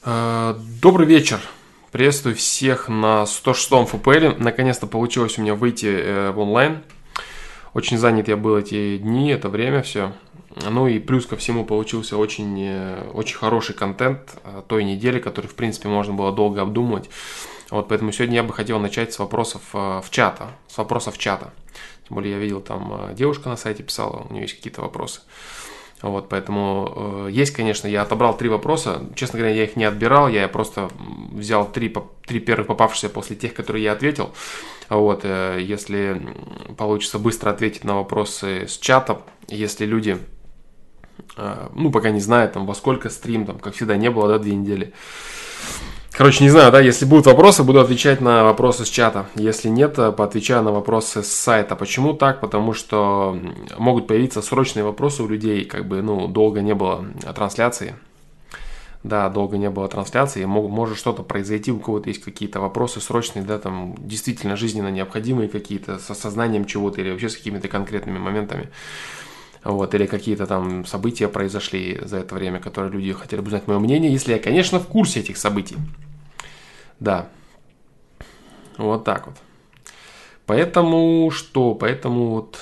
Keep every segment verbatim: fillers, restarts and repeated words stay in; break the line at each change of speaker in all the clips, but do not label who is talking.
Э, Добрый вечер. Приветствую всех на сто шестом эф пи эл. Наконец-то получилось у меня выйти э, в онлайн. Очень занят я был эти дни, это время все. Ну и плюс ко всему получился очень, э, очень хороший контент э, той недели, который, в принципе, можно было долго обдумывать. Вот поэтому сегодня я бы хотел начать с вопросов э, в чата. С вопросов чата. Тем более я видел, там э, девушка на сайте писала, у нее есть какие-то вопросы. Вот, поэтому э, есть, конечно, я отобрал три вопроса. Честно говоря, я их не отбирал, я просто взял три, три первых попавшихся после тех, которые я ответил. Вот, э, если получится быстро ответить на вопросы с чата, если люди, э, ну, пока не знают, там, во сколько стрим, там, как всегда, не было, да, две недели. Короче, не знаю, да, если будут вопросы, буду отвечать на вопросы с чата. Если нет, поотвечаю на вопросы с сайта. Почему так? Потому что могут появиться срочные вопросы у людей, как бы, ну, долго не было трансляции. Да, долго не было трансляции, мог, может что-то произойти, у кого-то есть какие-то вопросы срочные, да, там, действительно жизненно необходимые какие-то, с осознанием чего-то или вообще с какими-то конкретными моментами. Вот, или какие-то там события произошли за это время, которые люди хотели бы знать мое мнение, если я, конечно, в курсе этих событий. Да. Вот так вот. Поэтому что? Поэтому вот...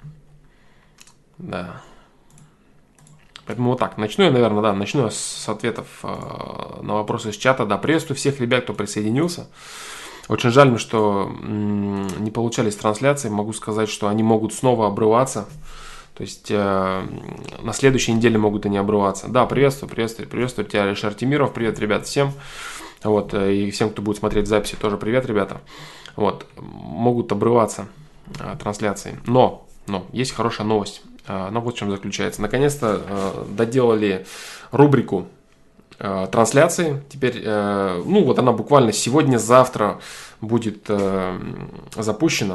Да. Поэтому вот так. Начну я, наверное, да, начну я с ответов э, на вопросы из чата. Да, приветствую всех ребят, кто присоединился. Очень жаль, что м- не получались трансляции. Могу сказать, что они могут снова обрываться. То есть э, на следующей неделе могут и не обрываться. Да, приветствую, приветствую, приветствую тебя, Алишер Тимиров. Привет, ребят, всем. Вот, и всем, кто будет смотреть записи, тоже привет, ребята. Вот, могут обрываться э, трансляции. Но, но, есть хорошая новость. Э, она вот в чем заключается. Наконец-то э, доделали рубрику э, трансляции. Теперь, э, ну вот она буквально сегодня-завтра будет э, запущена.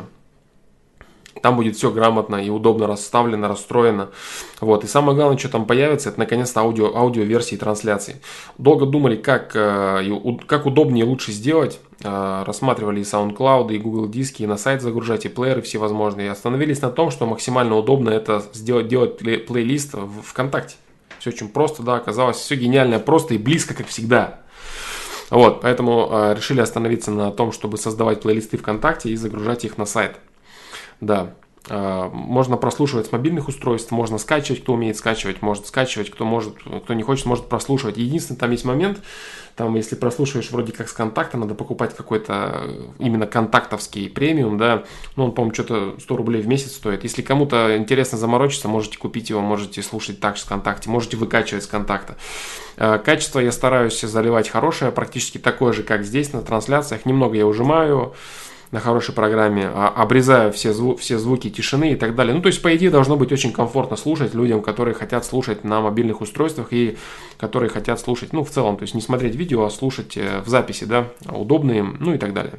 Там будет все грамотно и удобно расставлено, расстроено. Вот. И самое главное, что там появится, это наконец-то аудио, аудиоверсии трансляции. Долго думали, как, как удобнее и лучше сделать. Рассматривали и SoundCloud, и Google диски, и на сайт загружать, и плееры всевозможные. И остановились на том, что максимально удобно это сделать, делать плейлист в ВКонтакте. Все очень просто, да, оказалось все гениально, просто и близко, как всегда. Вот, поэтому решили остановиться на том, чтобы создавать плейлисты ВКонтакте и загружать их на сайт. Да, можно прослушивать с мобильных устройств, можно скачивать, кто умеет скачивать, может скачивать, кто может, кто не хочет, может прослушивать. Единственный, там есть момент, там, если прослушиваешь вроде как с контакта, надо покупать какой-то именно контактовский премиум, да, ну, он, по-моему, что-то сто рублей в месяц стоит. Если кому-то интересно заморочиться, можете купить его, можете слушать так же с ВКонтакте, можете выкачивать с контакта. Качество я стараюсь заливать хорошее, практически такое же, как здесь на трансляциях. Немного я ужимаю на хорошей программе, обрезаю все, зву- все звуки тишины и так далее. Ну, то есть, по идее, должно быть очень комфортно слушать людям, которые хотят слушать на мобильных устройствах и которые хотят слушать, ну, в целом, то есть, не смотреть видео, а слушать в записи, да, удобные, ну, и так далее.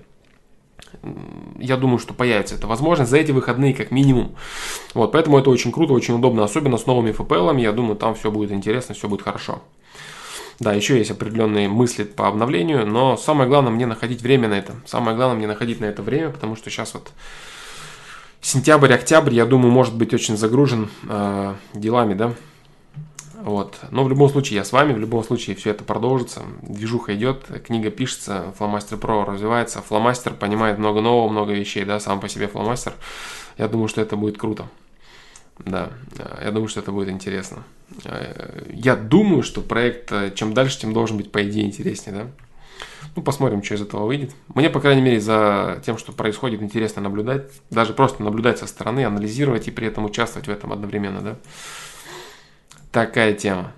Я думаю, что появится эта возможность за эти выходные как минимум. Вот, поэтому это очень круто, очень удобно, особенно с новыми эф пи эл-ами. Я думаю, там все будет интересно, все будет хорошо. Да, еще есть определенные мысли по обновлению, но самое главное мне находить время на это. Самое главное мне находить на это время, потому что сейчас вот сентябрь, октябрь, я думаю, может быть очень загружен э, делами, да. Вот. Но в любом случае я с вами, в любом случае все это продолжится. Движуха идет, книга пишется, Flowmaster Pro развивается. Flowmaster понимает много нового, много вещей, да, сам по себе Flowmaster. Я думаю, что это будет круто. Да, я думаю, что это будет интересно. Я думаю, что проект чем дальше, тем должен быть, по идее, интереснее, да? Ну, посмотрим, что из этого выйдет. Мне, по крайней мере, за тем, что происходит, интересно наблюдать. Даже просто наблюдать со стороны, анализировать и при этом участвовать в этом одновременно, да? Такая тема.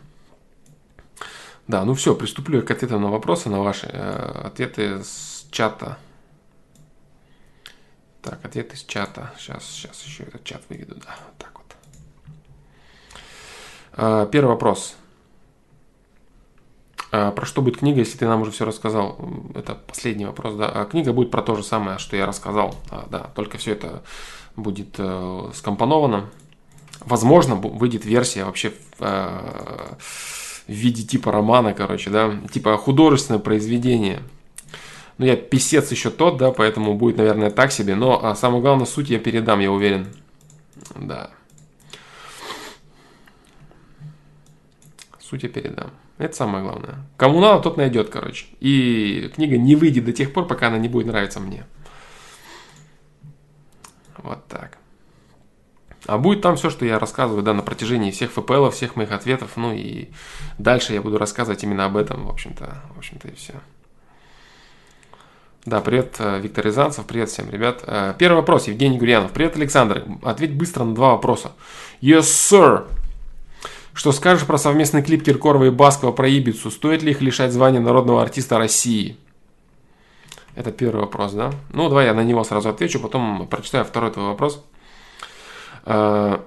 Да, ну все, приступлю к ответам на вопросы, на ваши э, ответы с чата. Так, ответы с чата. Сейчас, сейчас еще этот чат выведу, да, вот так вот. Первый вопрос. Про что будет книга, если ты нам уже все рассказал? Это последний вопрос, да. Книга будет про то же самое, что я рассказал, да, только все это будет скомпоновано. Возможно, выйдет версия вообще в, в виде типа романа, короче, да, типа художественное произведение. Ну, я писец еще тот, да, поэтому будет, наверное, так себе, но самое главное, суть я передам, я уверен. Да. Суть я передам. Это самое главное. Кому надо, тот найдет, короче. И книга не выйдет до тех пор, пока она не будет нравиться мне. Вот так. А будет там все, что я рассказываю, да, на протяжении всех эф пэ элов, всех моих ответов. Ну и дальше я буду рассказывать именно об этом, в общем-то, в общем-то и все. Да, привет, Виктор Рязанцев, привет всем, ребят. Первый вопрос, Евгений Гурьянов. Привет, Александр. Ответь быстро на два вопроса. Yes, sir. Что скажешь про совместный клип Киркорова и Баскова про Ибицу? Стоит ли их лишать звания народного артиста России? Это первый вопрос, да? Ну, давай я на него сразу отвечу, потом прочитаю второй твой вопрос. А,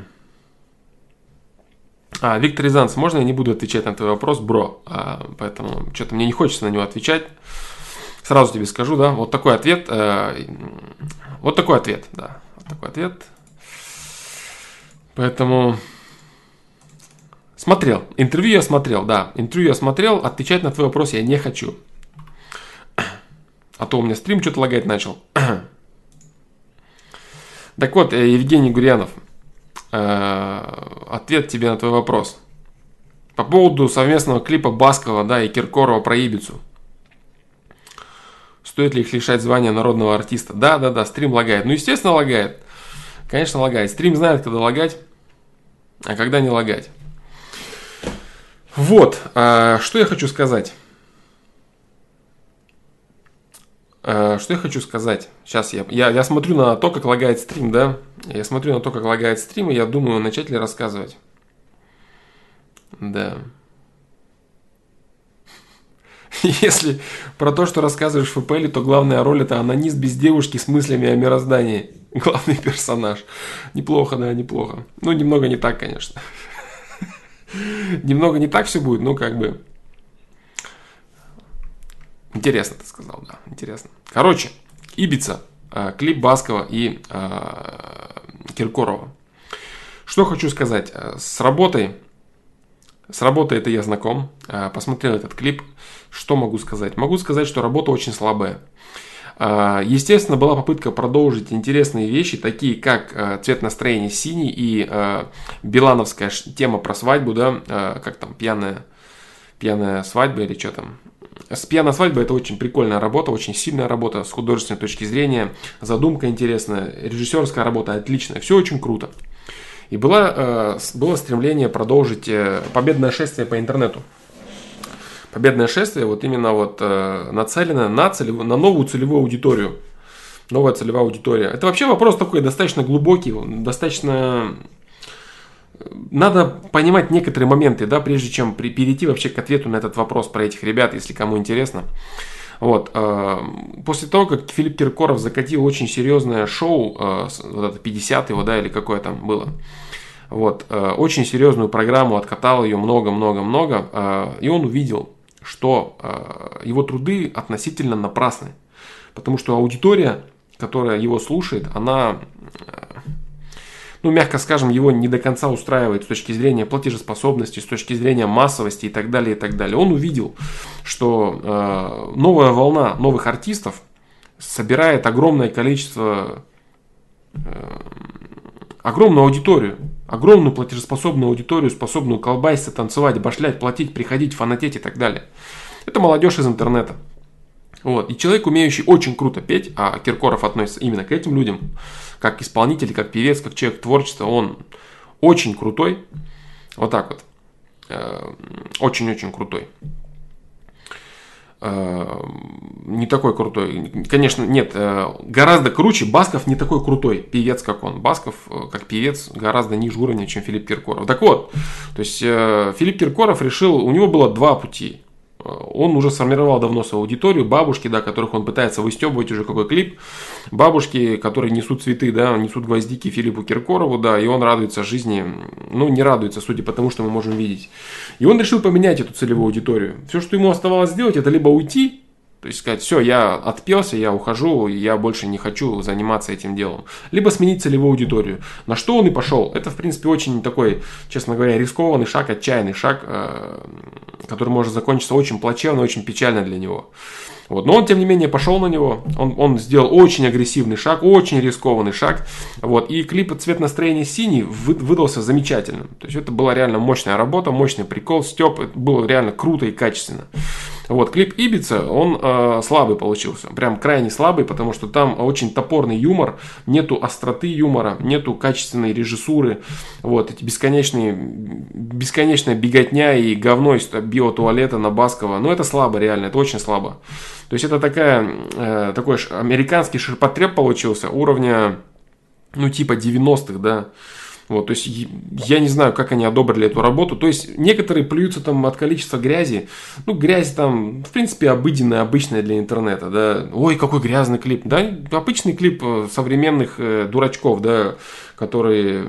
Виктор Рязанцев, можно я не буду отвечать на твой вопрос, бро? А, поэтому что-то мне не хочется на него отвечать. Сразу тебе скажу, да, вот такой ответ. Вот такой ответ, да. Вот такой ответ. Поэтому... Смотрел. Интервью я смотрел, да. Интервью я смотрел. Отвечать на твой вопрос я не хочу. А то у меня стрим что-то лагать начал. Так вот, Евгений Гурьянов. Ответ тебе на твой вопрос. По поводу совместного клипа Баскова, да, и Киркорова про Ибицу. Стоит ли их лишать звания народного артиста? Да, да, да, стрим лагает. Ну, естественно, лагает. Конечно, лагает. Стрим знает, когда лагать, а когда не лагать. Вот, а, что я хочу сказать. А, что я хочу сказать. Сейчас я, я, я смотрю на то, как лагает стрим, да. Я смотрю на то, как лагает стрим, и я думаю, начать ли рассказывать. Да. Если про то, что рассказываешь в эф пэ эле, то главная роль это анонист без девушки с мыслями о мироздании. Главный персонаж. Неплохо, да, неплохо. Ну, немного не так, конечно. Немного не так все будет, но как бы... Интересно ты сказал, да, интересно. Короче, Ибица, клип Баскова и Киркорова. Что хочу сказать. С работой... С работой это я знаком. Посмотрел этот клип. Что могу сказать? Могу сказать, что работа очень слабая. Естественно, была попытка продолжить интересные вещи, такие как цвет настроения синий и билановская тема про свадьбу, да, как там, пьяная, пьяная свадьба или что там. С пьяной свадьбой это очень прикольная работа, очень сильная работа с художественной точки зрения, задумка интересная, режиссерская работа отличная, все очень круто. И было, было стремление продолжить победное шествие по интернету. Победное шествие вот именно вот нацелено на, целев... на новую целевую аудиторию. Новая целевая аудитория. Это вообще вопрос такой достаточно глубокий, достаточно... Надо понимать некоторые моменты, да, прежде чем перейти вообще к ответу на этот вопрос про этих ребят, если кому интересно. Вот. После того, как Филипп Киркоров закатил очень серьезное шоу, вот это пятьдесят его, да, или какое там было, вот, очень серьезную программу, откатал ее много-много-много, и он увидел, что его труды относительно напрасны, потому что аудитория, которая его слушает, она... ну, мягко скажем, его не до конца устраивает с точки зрения платежеспособности, с точки зрения массовости и так далее, и так далее. Он увидел, что э, новая волна новых артистов собирает огромное количество, э, огромную аудиторию, огромную платежеспособную аудиторию, способную колбаситься, танцевать, башлять, платить, приходить, фанатеть и так далее. Это молодежь из интернета. Вот. И человек, умеющий очень круто петь, а Киркоров относится именно к этим людям, как исполнитель, как певец, как человек творчества, он очень крутой. Вот так вот. Очень-очень крутой. Не такой крутой. Конечно, нет, гораздо круче. Басков не такой крутой певец, как он. Басков, как певец, гораздо ниже уровня, чем Филипп Киркоров. Так вот, то есть Филипп Киркоров решил, у него было два пути. Он уже сформировал давно свою аудиторию, бабушки, да, которых он пытается выстебывать уже какой клип, бабушки, которые несут цветы, да, несут гвоздики Филиппу Киркорову, да, и он радуется жизни, ну, не радуется, судя по тому, что мы можем видеть. И он решил поменять эту целевую аудиторию. Все, что ему оставалось сделать, это либо уйти, То есть сказать, все, я отпелся, я ухожу, я больше не хочу заниматься этим делом. Либо сменить целевую аудиторию. На что он и пошел. Это, в принципе, очень такой, честно говоря, рискованный шаг, отчаянный шаг, который может закончиться очень плачевно, очень печально для него. Вот. Но он, тем не менее, пошел на него. Он, он сделал очень агрессивный шаг, очень рискованный шаг. Вот. И клип «Цвет настроения синий» вы, выдался замечательным. То есть это была реально мощная работа, мощный прикол, стёб. Это было реально круто и качественно. Вот. Клип «Ибица», он э, слабый получился. Прям крайне слабый, потому что там очень топорный юмор. Нету остроты юмора, нету качественной режиссуры. Вот. Эти бесконечные, бесконечная беготня и говно из биотуалета на Баскова. Но это слабо, реально, это очень слабо. То есть это такая, э, такой американский ширпотреб получился уровня, ну, типа девяностых, да. Вот, то есть я не знаю, как они одобрили эту работу. То есть некоторые плюются там от количества грязи. Ну, грязь там, в принципе, обыденная, обычная для интернета, да. Ой, какой грязный клип. Да, обычный клип современных э, дурачков, да, которые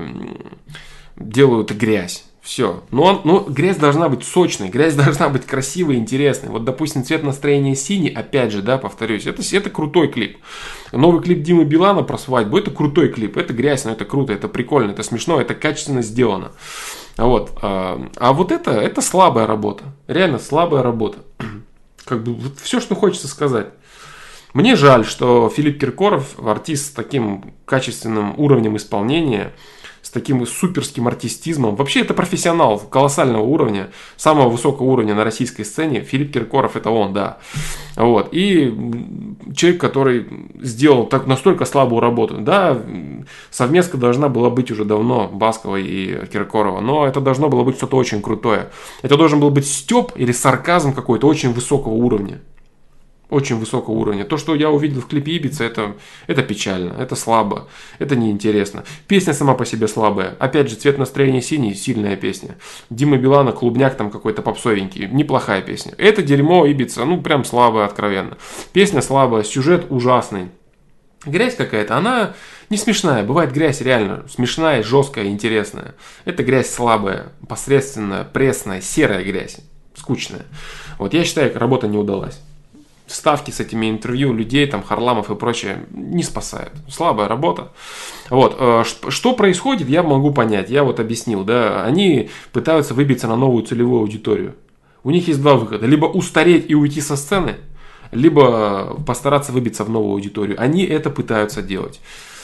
делают грязь. Все. Но, он, но грязь должна быть сочной, грязь должна быть красивой, интересной. Вот, допустим, «Цвет настроения синий», опять же, да, повторюсь, это, это крутой клип. Новый клип Димы Билана про свадьбу, это крутой клип. Это грязь, но это круто, это прикольно, это смешно, это качественно сделано. Вот. А, а вот это, это слабая работа. Реально слабая работа. Как бы вот все, что хочется сказать. Мне жаль, что Филипп Киркоров, артист с таким качественным уровнем исполнения, с таким суперским артистизмом. Вообще это профессионал колоссального уровня, самого высокого уровня на российской сцене. Филипп Киркоров это он, да. Вот. И человек, который сделал так, настолько слабую работу. Да, совместка должна была быть уже давно Баскова и Киркорова, но это должно было быть что-то очень крутое. Это должен был быть стёб или сарказм какой-то очень высокого уровня. Очень высокого уровня. То, что я увидел в клипе «Ибица», это, это печально, это слабо, это неинтересно. Песня сама по себе слабая. Опять же, «Цвет настроения синий» — сильная песня. Дима Билана «Клубняк» там какой-то попсовенький, неплохая песня. Это дерьмо «Ибица», ну прям слабая, откровенно. Песня слабая, сюжет ужасный. Грязь какая-то, она не смешная. Бывает грязь реально смешная, жесткая, интересная. Это грязь слабая, посредственная, пресная, серая грязь, скучная. Вот я считаю, работа не удалась. Ставки с этими интервью людей, там, Харламов и прочее, не спасают. Слабая работа. Вот. Что происходит, я могу понять. Я вот объяснил, да. Они пытаются выбиться на новую целевую аудиторию. У них есть два выхода. Либо устареть и уйти со сцены, либо постараться выбиться в новую аудиторию. Они это пытаются делать.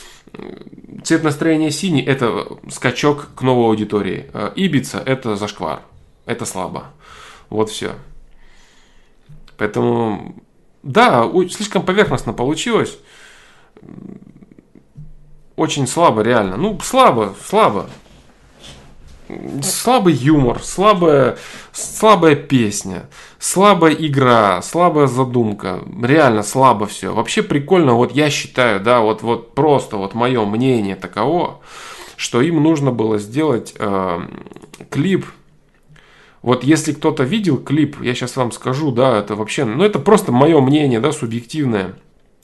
«Цвет настроения синий» — это скачок к новой аудитории. «Ибица» — это зашквар. Это слабо. Вот все. Поэтому... Да, слишком поверхностно получилось. Очень слабо, реально. Ну, слабо, слабо. Слабый юмор, слабая, слабая песня, слабая игра, слабая задумка. Реально слабо все. Вообще прикольно, вот я считаю, да, вот, вот просто вот мое мнение таково, что им нужно было сделать э, клип. Вот если кто-то видел клип, я сейчас вам скажу, да, это вообще, ну это просто мое мнение, да, субъективное.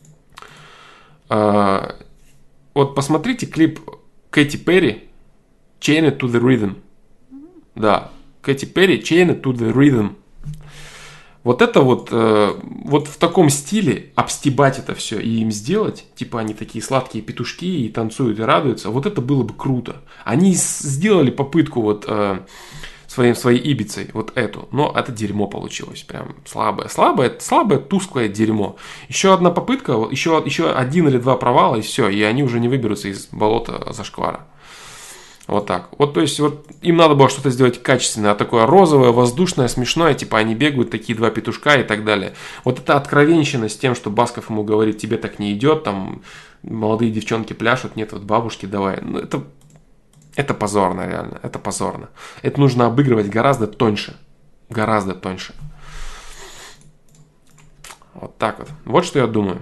А, вот посмотрите клип Кэти Перри «Chained to the Rhythm». Да, Кэти Перри «Chained to the Rhythm». Вот это вот, э, вот в таком стиле обстебать это все и им сделать, типа они такие сладкие петушки и танцуют и радуются, вот это было бы круто. Они сделали попытку вот... Э, Своим, своей Ибицей, вот эту. Но это дерьмо получилось. Прям слабое. Слабое, слабое, тусклое дерьмо. Еще одна попытка, еще, еще один или два провала, и все. И они уже не выберутся из болота зашквара. Вот так. Вот, то есть, вот им надо было что-то сделать качественное. А такое розовое, воздушное, смешное. Типа они бегают, такие два петушка и так далее. Вот это откровенщина с тем, что Басков ему говорит, тебе так не идет. Там молодые девчонки пляшут, нет, вот бабушки давай. Ну, это... Это позорно, реально. Это позорно. Это нужно обыгрывать гораздо тоньше. Гораздо тоньше. Вот так вот. Вот что я думаю.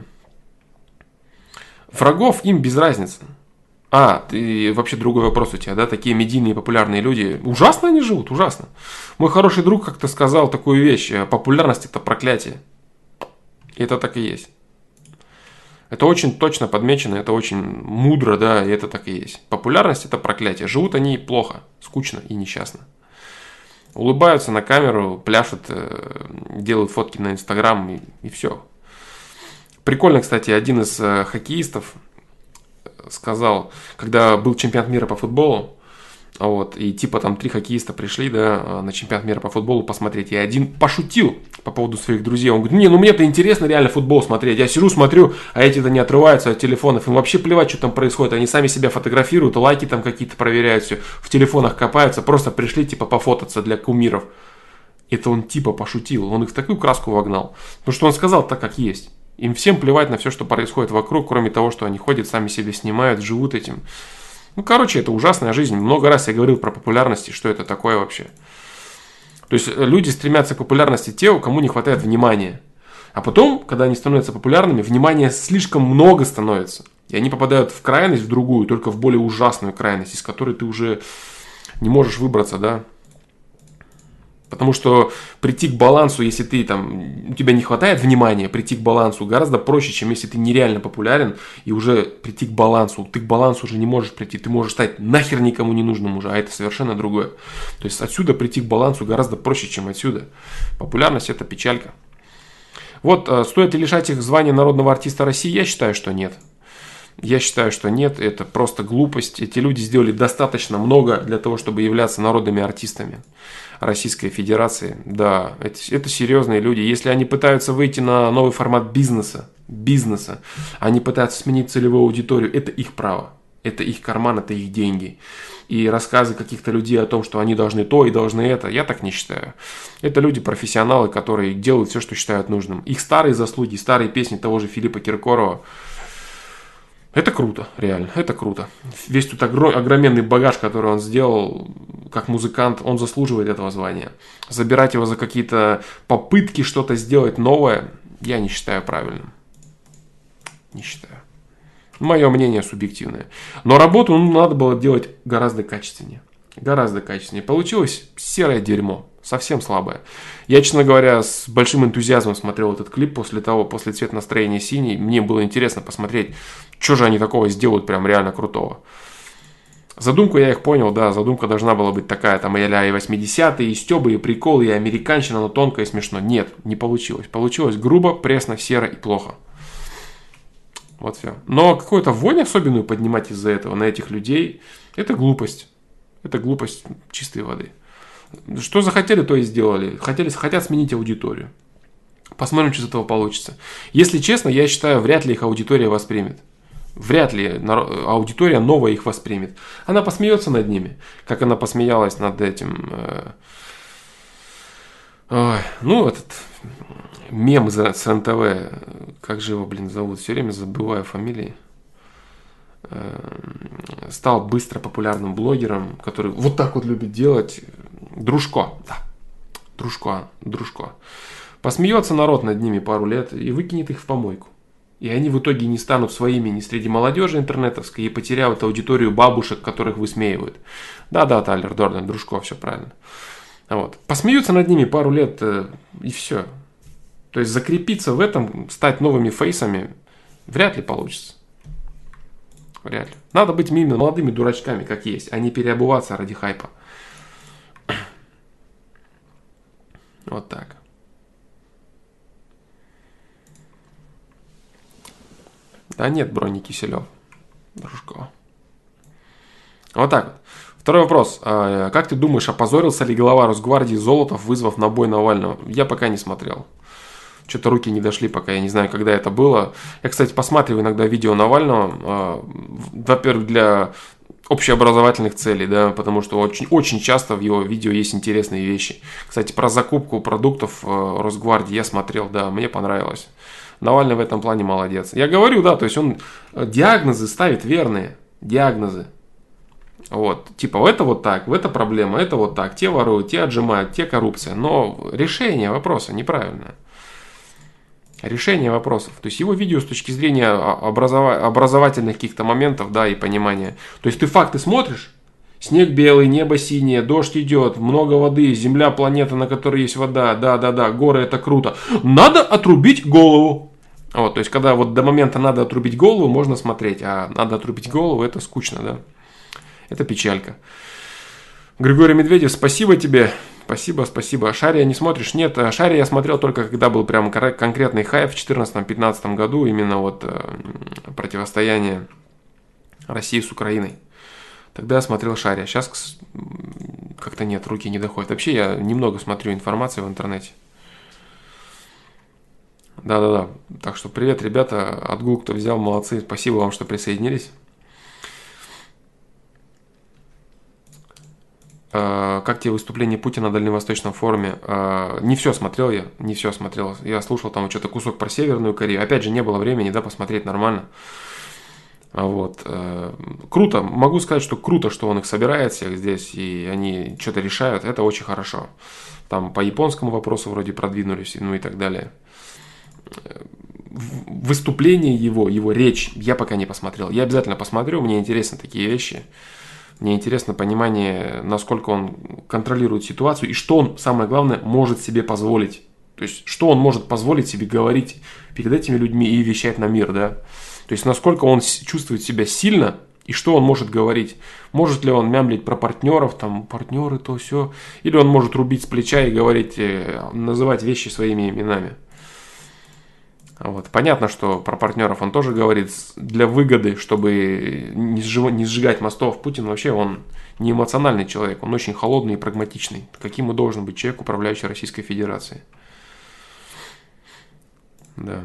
Врагов им без разницы. А, ты вообще другой вопрос у тебя, да? Такие медийные популярные люди. Ужасно они живут, ужасно. Мой хороший друг как-то сказал такую вещь. Популярность — это проклятие. И это так и есть. Это очень точно подмечено, это очень мудро, да, и это так и есть. Популярность — это проклятие. Живут они плохо, скучно и несчастно. Улыбаются на камеру, пляшут, делают фотки на Инстаграм и, и все. Прикольно, кстати, один из э, хоккеистов сказал, когда был чемпионат мира по футболу, вот, и типа там три хоккеиста пришли, да, на чемпионат мира по футболу посмотреть, и один пошутил по поводу своих друзей, он говорит, не, ну мне-то интересно реально футбол смотреть, я сижу, смотрю, а эти-то не отрываются от телефонов, им вообще плевать, что там происходит, они сами себя фотографируют, лайки там какие-то проверяют, все, в телефонах копаются, просто пришли типа пофотаться для кумиров. Это он типа пошутил, он их в такую краску вогнал, потому что он сказал так, как есть. Им всем плевать на все, что происходит вокруг, кроме того, что они ходят, сами себе снимают, живут этим. Ну, короче, это ужасная жизнь. Много раз я говорил про популярность, что это такое вообще. То есть люди стремятся к популярности те, кому не хватает внимания. А потом, когда они становятся популярными, внимания слишком много становится. И они попадают в крайность, в другую, только в более ужасную крайность, из которой ты уже не можешь выбраться, да. Потому что прийти к балансу, если ты там, у тебя не хватает внимания, прийти к балансу гораздо проще, чем если ты нереально популярен и уже прийти к балансу. Ты к балансу уже не можешь прийти, ты можешь стать нахер никому не нужным уже, а это совершенно другое. То есть отсюда прийти к балансу гораздо проще, чем отсюда. Популярность — это печалька. Вот, стоит ли лишать их звания народного артиста России? Я считаю, что нет. Я считаю, что нет, это просто глупость. Эти люди сделали достаточно много для того, чтобы являться народными артистами Российской Федерации. Да, это, это серьезные люди. Если они пытаются выйти на новый формат бизнеса, бизнеса, они пытаются сменить целевую аудиторию, это их право. Это их карман, это их деньги. И рассказы каких-то людей о том, что они должны то и должны это, я так не считаю. Это люди-профессионалы, которые делают все, что считают нужным. Их старые заслуги, старые песни того же Филиппа Киркорова, это круто, реально, это круто. Весь тут огроменный багаж, который он сделал как музыкант, он заслуживает этого звания. Забирать его за какие-то попытки что-то сделать новое, я не считаю правильным. Не считаю. Мое мнение субъективное. Но работу ну, надо было делать гораздо качественнее. Гораздо качественнее. Получилось серое дерьмо. Совсем слабое. Я, честно говоря, с большим энтузиазмом смотрел этот клип после того, после «Цвет настроения синий». Мне было интересно посмотреть, что же они такого сделают прям реально крутого. Задумку я их понял, да, задумка должна была быть такая, там, а-ля и восьмидесятые, и стёбы, и приколы, и американщина, но тонко и смешно. Нет, не получилось. Получилось грубо, пресно, серо и плохо. Вот все. Но какую-то вонь особенную поднимать из-за этого на этих людей, это глупость. Это глупость чистой воды. Что захотели, то и сделали. Хотели, хотят сменить аудиторию. Посмотрим, что из этого получится. Если честно, я считаю, вряд ли их аудитория воспримет. Вряд ли аудитория новая их воспримет. Она посмеется над ними, как она посмеялась над этим. Э... Ой, ну, этот мем с эн тэ вэ. Как же его, блин, зовут? Все время забываю фамилии. Стал быстро популярным блогером, который вот так вот любит делать. Дружко, да, Дружко, Дружко. Посмеется народ над ними пару лет и выкинет их в помойку. И они в итоге не станут своими ни среди молодежи интернетовской и потеряют аудиторию бабушек, которых высмеивают. Да-да, Тайлер Дорден, Дружко, все правильно. Вот. Посмеются над ними пару лет и все. То есть закрепиться в этом, стать новыми фейсами вряд ли получится. Вряд ли. Надо быть милыми молодыми дурачками, как есть, а не переобуваться ради хайпа. Вот так. Да нет, Брони Киселев. Дружко. Вот так вот. Второй вопрос. Как ты думаешь, опозорился ли глава Росгвардии Золотов, вызвав на бой Навального? Я пока не смотрел. Что-то руки не дошли пока, я не знаю, когда это было. Я, кстати, посматриваю иногда видео Навального. Во-первых, для общеобразовательных целей, да, потому что очень, очень часто в его видео есть интересные вещи. Кстати, про закупку продуктов Росгвардии я смотрел, да, мне понравилось. Навальный в этом плане молодец. Я говорю, да, то есть он диагнозы ставит верные, диагнозы. Вот, типа, это вот так, это проблема, это вот так, те воруют, те отжимают, те коррупция. Но решение вопроса неправильное. Решение вопросов. То есть его видео с точки зрения образова- образовательных каких-то моментов, да, и понимания. То есть ты факты смотришь, снег белый, небо синее, дождь идет, много воды, земля, планета, на которой есть вода, да-да-да, горы, это круто. Надо отрубить голову. Вот, то есть когда вот до момента надо отрубить голову, можно смотреть, а надо отрубить голову, это скучно, да. Это печалька. Григорий Медведев, спасибо тебе. Спасибо, спасибо. Шария не смотришь? Нет, Шария я смотрел только когда был прям конкретный хайп в две тысячи четырнадцатом-пятнадцатом году, именно вот противостояние России с Украиной. Тогда я смотрел Шария. Сейчас как-то нет, руки не доходят. Вообще я немного смотрю информации в интернете. Да-да-да. Так что привет, ребята. Отгул, кто взял, молодцы. Спасибо вам, что присоединились. Как тебе выступление Путина на Дальневосточном форуме? Не все смотрел я, не все смотрел. Я слушал там что-то кусок про Северную Корею. Опять же, не было времени, да, посмотреть нормально. Вот. Круто. Могу сказать, что круто, что он их собирает всех здесь, и они что-то решают. Это очень хорошо. Там по японскому вопросу вроде продвинулись, ну и так далее. Выступление его, его речь я пока не посмотрел. Я обязательно посмотрю, мне интересны такие вещи. Мне интересно понимание, насколько он контролирует ситуацию и что он, самое главное, может себе позволить. То есть, что он может позволить себе говорить перед этими людьми и вещать на мир, да. То есть, насколько он чувствует себя сильно и что он может говорить. Может ли он мямлить про партнеров, там, партнеры, то все. Или он может рубить с плеча и говорить, называть вещи своими именами. Вот. Понятно, что про партнеров он тоже говорит для выгоды, чтобы не сжигать мостов. Путин вообще, он не эмоциональный человек, он очень холодный и прагматичный. Каким и должен быть человек, управляющий Российской Федерацией. Да.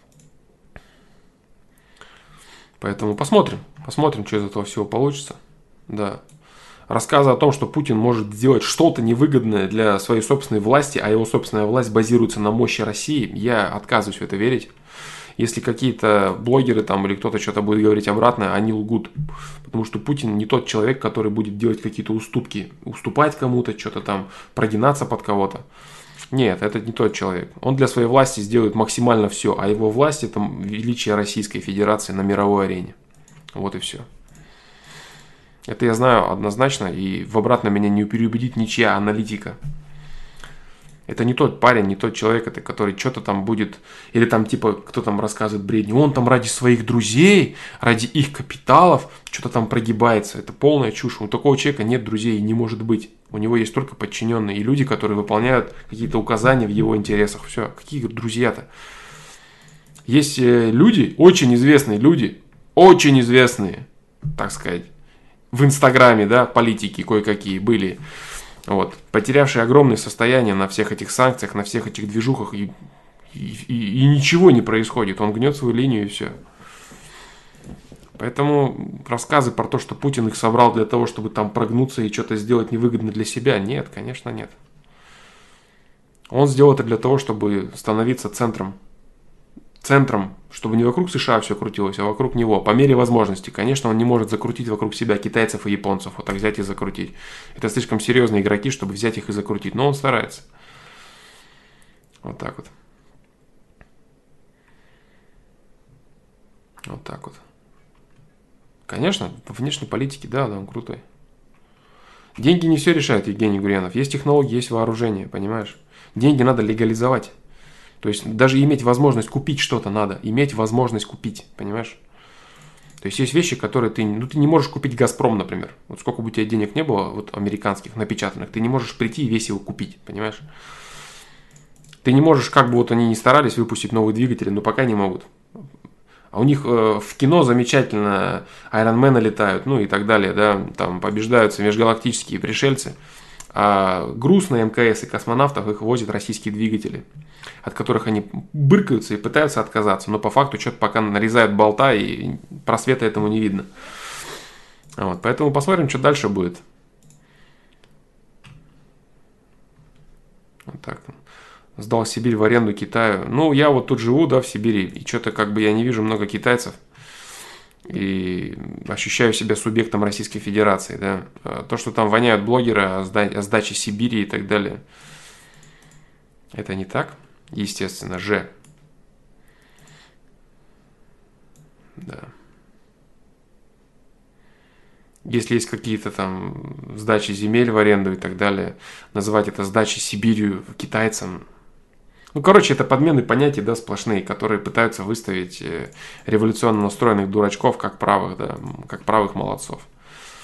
Поэтому посмотрим, посмотрим, что из этого всего получится. Да. Рассказы о том, что Путин может сделать что-то невыгодное для своей собственной власти, а его собственная власть базируется на мощи России, я отказываюсь в это верить. Если какие-то блогеры там или кто-то что-то будет говорить обратно, они лгут. Потому что Путин не тот человек, который будет делать какие-то уступки, уступать кому-то, что-то там, прогинаться под кого-то. Нет, это не тот человек. Он для своей власти сделает максимально все, а его власть – это величие Российской Федерации на мировой арене. Вот и все. Это я знаю однозначно, и в обратно меня не переубедит ничья аналитика. Это не тот парень, не тот человек, это который что-то там будет, или там типа, кто там рассказывает бредни, он там ради своих друзей, ради их капиталов, что-то там прогибается. Это полная чушь. У такого человека нет друзей и не может быть. У него есть только подчиненные и люди, которые выполняют какие-то указания в его интересах. Все, какие друзья-то? Есть люди, очень известные люди, очень известные, так сказать, в Инстаграме, да, политики кое-какие были, вот, потерявшие огромное состояние на всех этих санкциях, на всех этих движухах, и, и, и, и ничего не происходит, он гнет свою линию и все. Поэтому рассказы про то, что Путин их собрал для того, чтобы там прогнуться и что-то сделать невыгодно для себя, нет, конечно, нет. Он сделал это для того, чтобы становиться центром. Центром, чтобы не вокруг США все крутилось, а вокруг него, по мере возможности. Конечно, он не может закрутить вокруг себя китайцев и японцев, вот так взять и закрутить. Это слишком серьезные игроки, чтобы взять их и закрутить, но он старается. Вот так вот. Вот так вот. Конечно, по внешней политике, да, да, он крутой. Деньги не все решают, Евгений Гурьянов. Есть технологии, есть вооружение, понимаешь? Деньги надо легализовать. То есть даже иметь возможность купить что-то надо. Иметь возможность купить, понимаешь? То есть есть вещи, которые ты... Ну, ты не можешь купить «Газпром», например. Вот сколько бы у тебя денег не было, вот американских, напечатанных, ты не можешь прийти и весь его купить, понимаешь? Ты не можешь, как бы вот они ни старались выпустить новые двигатели, но пока не могут. А у них э, в кино замечательно айронмены летают, ну и так далее, да, там побеждаются межгалактические пришельцы. А груз на МКС и космонавтов их возят российские двигатели, от которых они быркаются и пытаются отказаться, но по факту что-то пока нарезают болта и просвета этому не видно. Вот, поэтому посмотрим, что дальше будет. Вот так. Сдал Сибирь в аренду Китаю. Ну, я вот тут живу, да, в Сибири, и что-то как бы я не вижу много китайцев. И ощущаю себя субъектом Российской Федерации, да. То, что там воняют блогеры о сдаче Сибири и так далее, это не так, естественно же. Да. Если есть какие-то там сдачи земель в аренду и так далее, называть это сдачей Сибирью китайцам. Ну, короче, это подмены понятий, да, сплошные, которые пытаются выставить революционно настроенных дурачков как правых, да, как правых молодцов.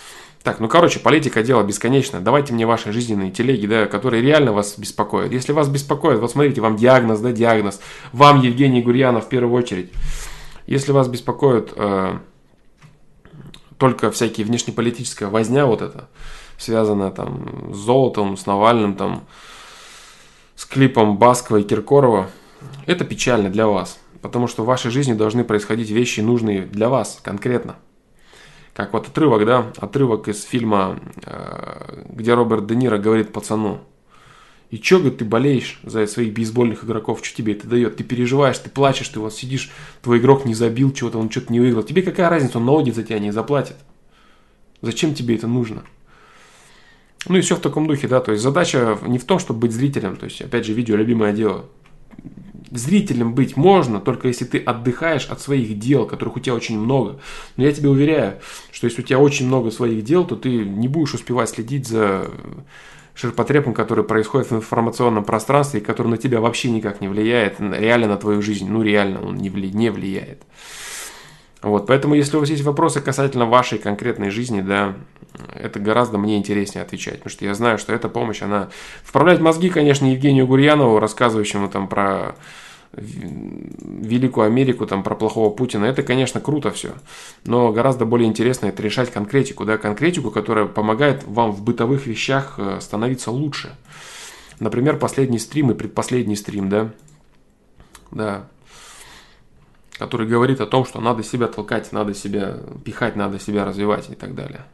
Так, ну короче, политика дело бесконечное. Давайте мне ваши жизненные телеги, да, которые реально вас беспокоят. Если вас беспокоит, вот смотрите, вам диагноз, да, диагноз. Вам, Евгений Гурьянов, в первую очередь. Если вас беспокоит э, только всякие внешнеполитическая возня вот эта, связанная там с золотом, с Навальным, там, с клипом Баскова и Киркорова, это печально для вас. Потому что в вашей жизни должны происходить вещи, нужные для вас конкретно. Как вот отрывок, да, отрывок из фильма, где Роберт Де Ниро говорит пацану: и чё, говорит, ты болеешь за своих бейсбольных игроков, что тебе это дает? Ты переживаешь, ты плачешь, ты вот сидишь, твой игрок не забил чего-то, он что-то не выиграл. Тебе какая разница, он налоги за тебя не заплатит? Зачем тебе это нужно? Ну и все в таком духе, да, то есть задача не в том, чтобы быть зрителем, то есть, опять же, видео любимое дело. Зрителем быть можно, только если ты отдыхаешь от своих дел, которых у тебя очень много. Но я тебе уверяю, что если у тебя очень много своих дел, то ты не будешь успевать следить за ширпотребом, который происходит в информационном пространстве, и который на тебя вообще никак не влияет, реально на твою жизнь. Ну, реально он не влияет. Вот, поэтому, если у вас есть вопросы касательно вашей конкретной жизни, да, это гораздо мне интереснее отвечать, потому что я знаю, что эта помощь, она вправлять мозги, конечно, Евгению Гурьянову, рассказывающему там про Великую Америку, там, про плохого Путина, это, конечно, круто все, но гораздо более интересно это решать конкретику, да, конкретику, которая помогает вам в бытовых вещах становиться лучше. Например, последний стрим и предпоследний стрим, да, да, который говорит о том, что надо себя толкать, надо себя пихать, надо себя развивать и так далее.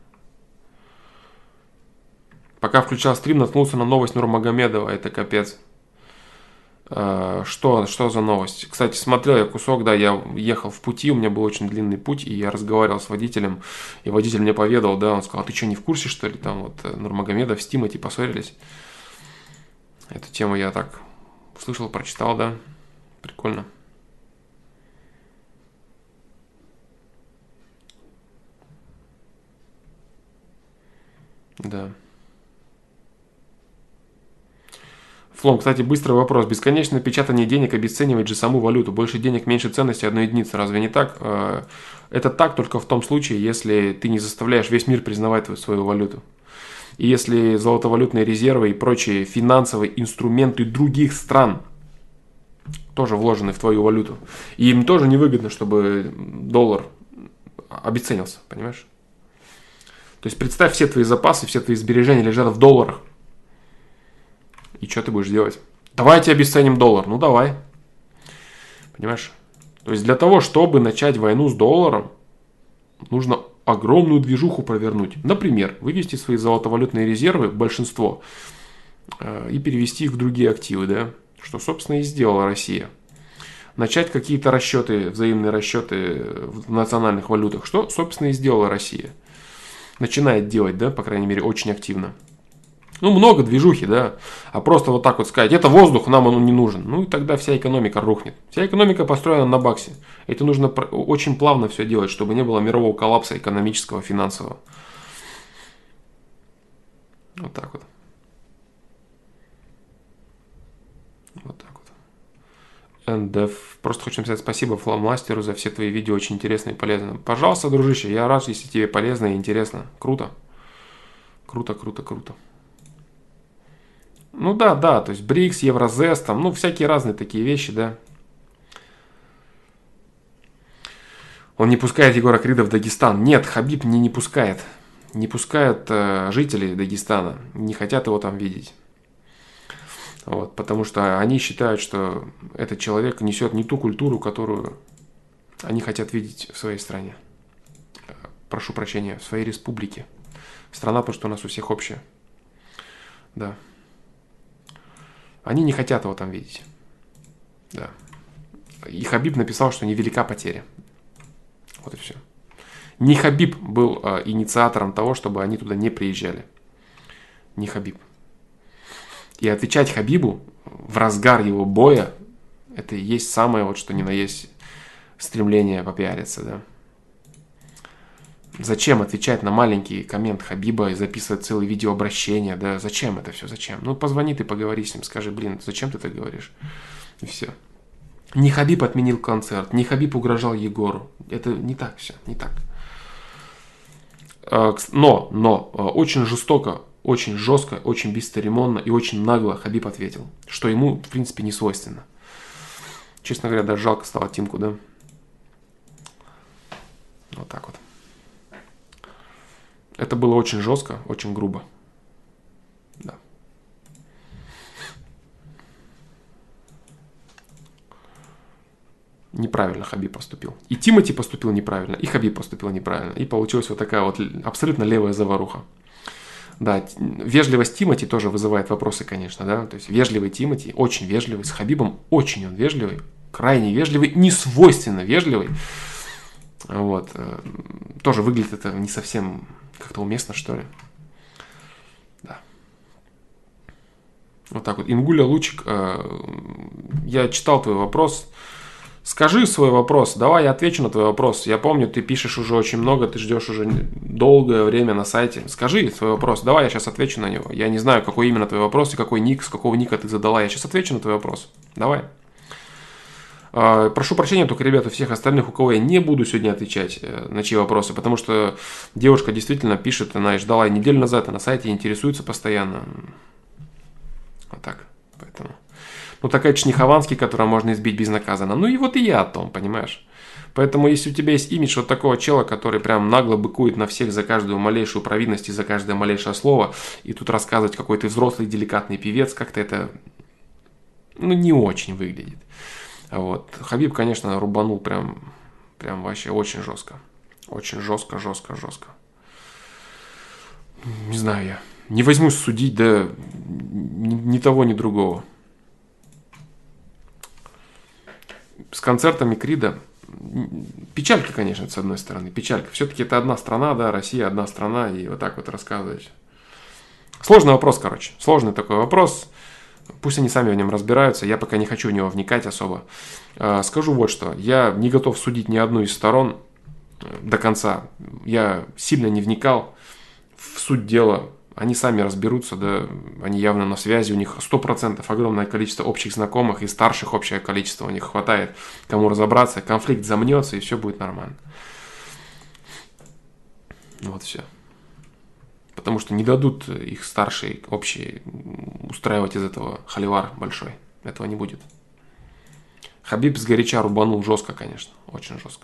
Пока включал стрим, наткнулся на новость Нурмагомедова, это капец. Что, что за новость? Кстати, смотрел я кусок, да, я ехал в пути, у меня был очень длинный путь, и я разговаривал с водителем, и водитель мне поведал, да, он сказал: а ты что, не в курсе, что ли, там вот Нурмагомедов с Тимати поссорились? Эту тему я так слышал, прочитал, да, прикольно. Да. Флом, кстати, быстрый вопрос. Бесконечное печатание денег обесценивает же саму валюту. Больше денег, меньше ценности одной единицы. Разве не так? Это так только в том случае, если ты не заставляешь весь мир признавать свою валюту. И если золотовалютные резервы и прочие финансовые инструменты других стран тоже вложены в твою валюту. И им тоже невыгодно, чтобы доллар обесценился, понимаешь? То есть представь, все твои запасы, все твои сбережения лежат в долларах. И что ты будешь делать? Давайте обесценим доллар. Ну давай. Понимаешь? То есть для того, чтобы начать войну с долларом, нужно огромную движуху провернуть. Например, вывести свои золотовалютные резервы, большинство, и перевести их в другие активы, да? Что, собственно, и сделала Россия. Начать какие-то расчеты, взаимные расчеты в национальных валютах. Что, собственно, и сделала Россия. Начинает делать, да, по крайней мере, очень активно. Ну, много движухи, да. А просто вот так вот сказать: это воздух, нам он не нужен. Ну, и тогда вся экономика рухнет. Вся экономика построена на баксе. Это нужно очень плавно все делать, чтобы не было мирового коллапса экономического, финансового. Вот так вот. Вот так вот. энд эф. Просто хочу сказать спасибо Фломастеру за все твои видео, очень интересные и полезные. Пожалуйста, дружище, я рад, если тебе полезно и интересно. Круто. Круто, круто, круто. Ну да, да, то есть БРИКС, Евразес, там, ну всякие разные такие вещи, да. Он не пускает Егора Крида в Дагестан. Нет, Хабиб не, не пускает. Не пускают э, жители Дагестана. Не хотят его там видеть. Вот, потому что они считают, что этот человек несет не ту культуру, которую они хотят видеть в своей стране. Прошу прощения, в своей республике. Страна, потому что у нас у всех общая. Да. Они не хотят его там видеть. Да. И Хабиб написал, что невелика потеря. Вот и все. Не Хабиб был э, инициатором того, чтобы они туда не приезжали. Не Хабиб. И отвечать Хабибу в разгар его боя, это и есть самое, вот что ни на есть, стремление попиариться, да. Зачем отвечать на маленький коммент Хабиба и записывать целое видеообращение, да? Зачем это все? Зачем? Ну, позвони ты, поговори с ним, скажи: блин, зачем ты так говоришь? И все. Не Хабиб отменил концерт, не Хабиб угрожал Егору. Это не так все, не так. Э, кс- Но, но, э, очень жестоко, очень жестко, очень бесцеремонно и очень нагло Хабиб ответил, что ему, в принципе, не свойственно. Честно говоря, даже жалко стало Тимку, да? Вот так вот. Это было очень жестко, очень грубо. Да. Неправильно Хабиб поступил. И Тимати поступил неправильно, и Хабиб поступил неправильно. И получилась вот такая вот абсолютно левая заваруха. Да, вежливость Тимати тоже вызывает вопросы, конечно, да. То есть вежливый Тимати, очень вежливый, с Хабибом очень он вежливый, крайне вежливый, не свойственно вежливый. Вот. Тоже выглядит это не совсем как-то уместно, что ли. Да. Вот так вот. Ингуля Лучик, я читал твой вопрос. Скажи свой вопрос, давай я отвечу на твой вопрос. Я помню, ты пишешь уже очень много, ты ждешь уже долгое время на сайте. Скажи свой вопрос, давай я сейчас отвечу на него. Я не знаю, какой именно твой вопрос и какой ник, с какого ника ты задала. Я сейчас отвечу на твой вопрос. Давай. Прошу прощения только, ребята, всех остальных, у кого я не буду сегодня отвечать на чьи вопросы, потому что девушка действительно пишет, она и ждала неделю назад, а на сайте интересуется постоянно. Вот так, поэтому... Ну, такая Чнихованский, которого можно избить безнаказанно. Ну, и вот и я о том, понимаешь? Поэтому, если у тебя есть имидж вот такого чела, который прям нагло быкует на всех за каждую малейшую провинность и за каждое малейшее слово, и тут рассказывать, какой ты взрослый, деликатный певец, как-то это, ну, не очень выглядит. Вот. Хабиб, конечно, рубанул прям, прям вообще очень жестко. Очень жестко, жестко, жестко. Не знаю я. Не возьмусь судить, да ни, ни того, ни другого. С концертами Крида печалька, конечно, с одной стороны, печалька. Все-таки это одна страна, да, Россия одна страна, и вот так вот рассказывать. Сложный вопрос, короче, сложный такой вопрос. Пусть они сами в нем разбираются, я пока не хочу в него вникать особо. Скажу вот что, я не готов судить ни одну из сторон до конца. Я сильно не вникал в суть дела. Они сами разберутся, да, они явно на связи, у них сто процентов огромное количество общих знакомых и старших общее количество у них хватает, кому разобраться, конфликт замнется и все будет нормально. Вот все. Потому что не дадут их старшие общие устраивать из этого холивар большой. Этого не будет. Хабиб сгоряча рубанул жестко, конечно, очень жестко.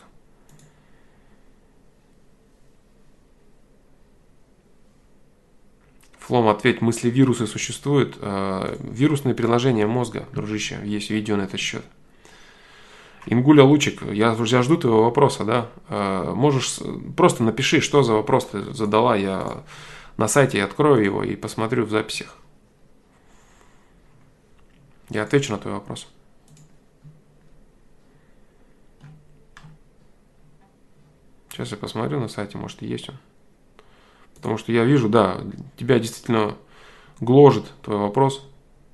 Флом, ответь, мысли вирусы существуют? Вирусные приложения мозга, дружище, есть видео на этот счет. Ингуля Лучик, я, я жду твоего вопроса, да? Можешь, просто напиши, что за вопрос ты задала, я на сайте открою его и посмотрю в записях. Я отвечу на твой вопрос. Сейчас я посмотрю на сайте, может и есть он. Потому что я вижу, да, тебя действительно гложет твой вопрос.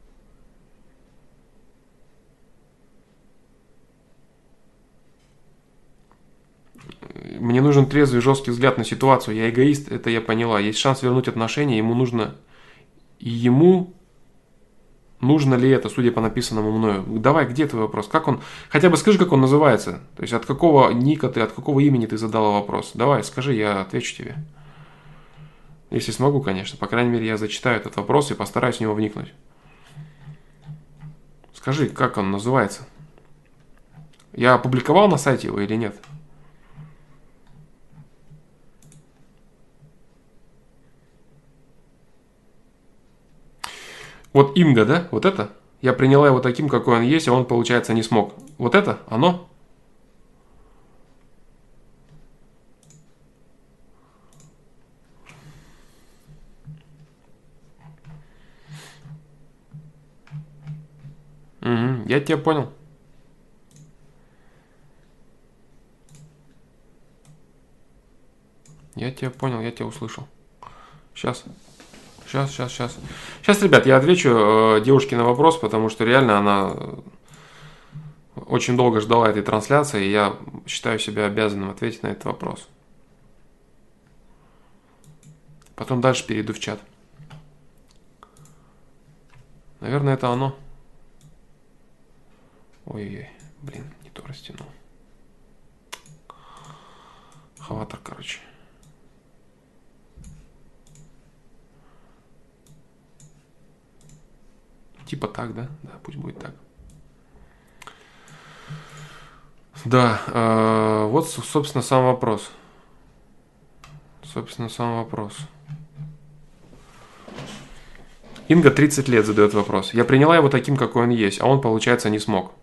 Мне нужен трезвый, жесткий взгляд на ситуацию. Я эгоист, это я поняла. Есть шанс вернуть отношения, ему нужно... И ему нужно ли это, судя по написанному мною? Давай, где твой вопрос? Как он... Хотя бы скажи, как он называется. То есть от какого ника ты, от какого имени ты задала вопрос. Давай, скажи, я отвечу тебе. Если смогу, конечно. По крайней мере, я зачитаю этот вопрос и постараюсь в него вникнуть. Скажи, как он называется? Я опубликовал на сайте его или нет? Вот Инга, да? Вот это? Я приняла его таким, какой он есть, а он, получается, не смог. Вот это? Оно? Угу, я тебя понял. Я тебя понял, я тебя услышал. Сейчас. Сейчас, сейчас, сейчас. Сейчас, ребят, я отвечу э, девушке на вопрос, потому что реально она очень долго ждала этой трансляции, и я считаю себя обязанным ответить на этот вопрос. Потом дальше перейду в чат. Наверное, это оно. Ой-ой-ой, блин, не то растянул. Хаватор, короче. типа так, да? Да, пусть будет так. Да, э, вот, собственно, сам вопрос. Собственно, сам вопрос. Инга тридцать лет задает вопрос. Я приняла его таким, какой он есть, а он, получается, не смог.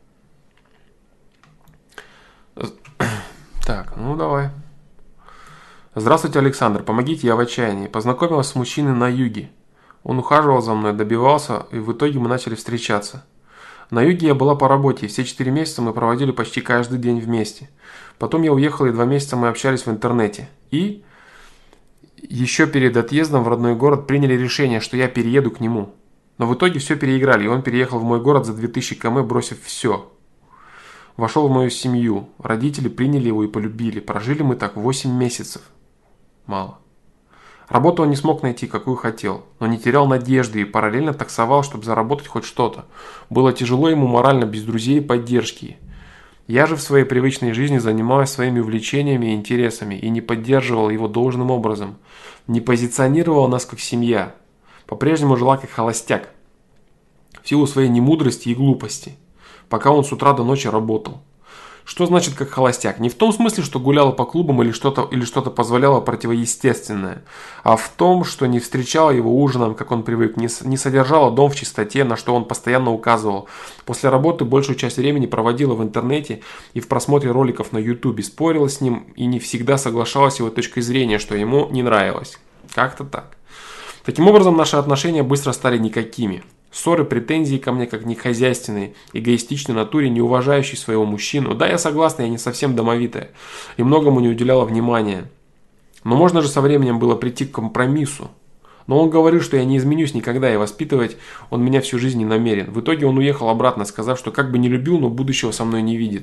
Так, ну давай. Здравствуйте, Александр. Помогите, я в отчаянии. Познакомилась с мужчиной на юге. Он ухаживал за мной, добивался, и в итоге мы начали встречаться. На юге я была по работе, и все четыре месяца мы проводили почти каждый день вместе. Потом я уехала, и два месяца мы общались в интернете. И еще перед отъездом в родной город приняли решение, что я перееду к нему. Но в итоге все переиграли, и он переехал в мой город за две тысячи километров, бросив все. Вошел в мою семью. Родители приняли его и полюбили. Прожили мы так восемь месяцев. Мало. Работу он не смог найти, какую хотел, но не терял надежды и параллельно таксовал, чтобы заработать хоть что-то. Было тяжело ему морально без друзей и поддержки. Я же в своей привычной жизни занималась своими увлечениями и интересами и не поддерживала его должным образом. Не позиционировала нас как семья. По-прежнему жила как холостяк. В силу своей немудрости и глупости. Пока он с утра до ночи работал. Что значит как холостяк? Не в том смысле, что гуляла по клубам или что-то или что-то позволяло противоестественное, а в том, что не встречала его ужином, как он привык, не, не содержала дом в чистоте, на что он постоянно указывал. После работы большую часть времени проводила в интернете и в просмотре роликов на ютубе, спорила с ним и не всегда соглашалась с его точкой зрения, что ему не нравилось. Как-то так. Таким образом, наши отношения быстро стали никакими. Ссоры, претензии ко мне как нехозяйственной, эгоистичной натуре, не уважающей своего мужчину. Да, я согласна, я не совсем домовитая и многому не уделяла внимания. Но можно же со временем было прийти к компромиссу. Но он говорил, что я не изменюсь никогда, и воспитывать он меня всю жизнь не намерен. В итоге он уехал обратно, сказав, что как бы не любил, но будущего со мной не видит.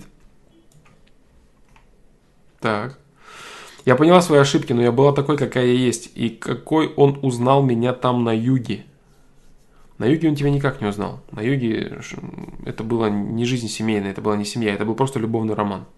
Так. Я поняла свои ошибки, но я была такой, какая я есть. И какой он узнал меня там на юге. На юге он тебя никак не узнал. На юге это была не жизнь семейная, это была не семья, это был просто любовный роман.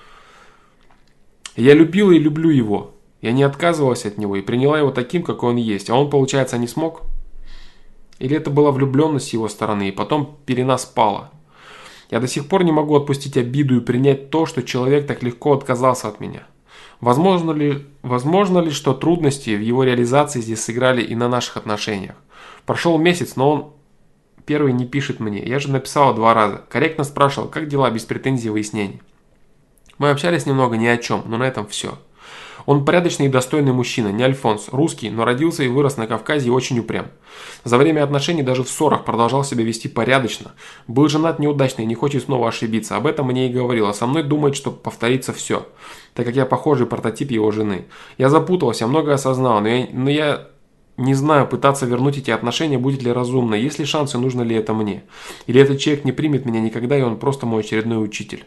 Я любила и люблю его. Я не отказывалась от него и приняла его таким, какой он есть. А он, получается, не смог? Или это была влюбленность с его стороны, и потом пелена спала? Я до сих пор не могу отпустить обиду и принять то, что человек так легко отказался от меня. Возможно ли, возможно ли, что трудности в его реализации здесь сыграли и на наших отношениях? Прошел месяц, но он первый не пишет мне. Я же написала два раза. Корректно спрашивал, как дела, без претензий и выяснений. Мы общались немного ни о чем, но на этом все. Он порядочный и достойный мужчина, не Альфонс, русский, но родился и вырос на Кавказе и очень упрям. За время отношений даже в ссорах продолжал себя вести порядочно. Был женат неудачно и не хочет снова ошибиться. Об этом мне и говорил, а со мной думает, что повторится все, так как я похожий прототип его жены. Я запутался, многое осознал, но я... Но я не знаю, пытаться вернуть эти отношения будет ли разумно, есть ли шансы, нужно ли это мне. Или этот человек не примет меня никогда, и он просто мой очередной учитель.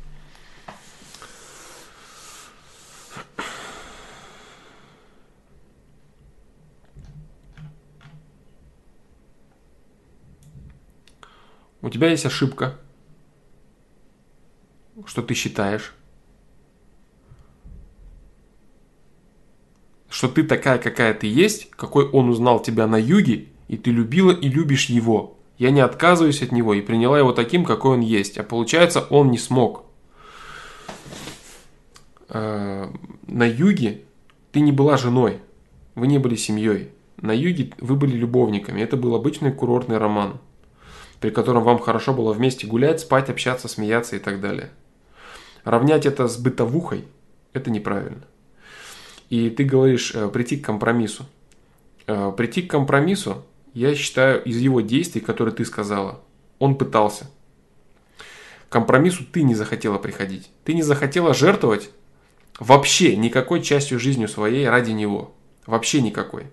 У тебя есть ошибка, что ты считаешь, что ты такая, какая ты есть, какой он узнал тебя на юге, и ты любила и любишь его. Я не отказываюсь от него и приняла его таким, какой он есть. А получается, он не смог. На юге ты не была женой, вы не были семьей. На юге вы были любовниками. Это был обычный курортный роман, при котором вам хорошо было вместе гулять, спать, общаться, смеяться и так далее. Равнять это с бытовухой – это неправильно. И ты говоришь э, прийти к компромиссу. Э, прийти к компромиссу, я считаю, из его действий, которые ты сказала, он пытался. К компромиссу ты не захотела приходить. Ты не захотела жертвовать вообще никакой частью жизни своей ради него. Вообще никакой.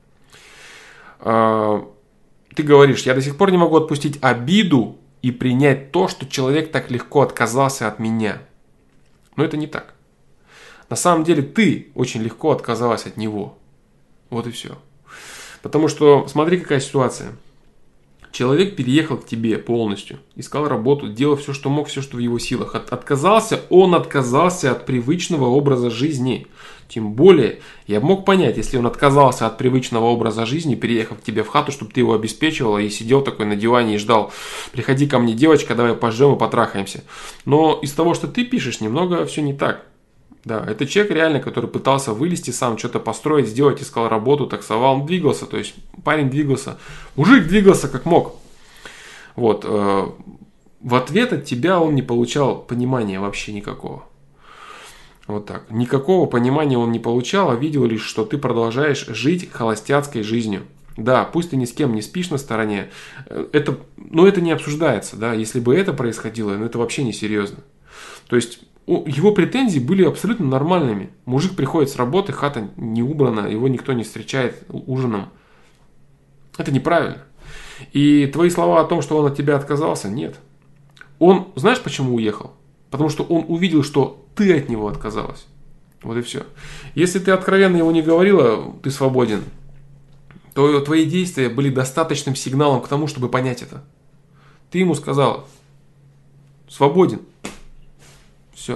Э, ты говоришь, я до сих пор не могу отпустить обиду и принять то, что человек так легко отказался от меня. Но это не так. На самом деле ты очень легко отказалась от него. Вот и все. Потому что смотри, какая ситуация. Человек переехал к тебе полностью, искал работу, делал все, что мог, все, что в его силах. От, отказался, он отказался от привычного образа жизни. Тем более, я мог понять, если он отказался от привычного образа жизни, переехав к тебе в хату, чтобы ты его обеспечивала и сидел такой на диване и ждал: приходи ко мне, девочка, давай пожжем и потрахаемся. Но из того, что ты пишешь, немного все не так. Да, это человек реально, который пытался вылезти сам, что-то построить, сделать, искал работу, таксовал, он двигался, то есть парень двигался, мужик двигался как мог. Вот, э, в ответ от тебя он не получал понимания вообще никакого. Вот так. Никакого понимания он не получал, а видел лишь, что ты продолжаешь жить холостяцкой жизнью. Да, пусть ты ни с кем не спишь на стороне, это, но это не обсуждается, да, если бы это происходило, ну это вообще не серьезно. То есть его претензии были абсолютно нормальными. Мужик приходит с работы, хата не убрана, его никто не встречает ужином. Это неправильно. И твои слова о том, что он от тебя отказался, нет. Он, знаешь, почему уехал? Потому что он увидел, что ты от него отказалась. Вот и все. Если ты откровенно его не говорила, ты свободен, то твои действия были достаточным сигналом к тому, чтобы понять это. Ты ему сказала: свободен. Все.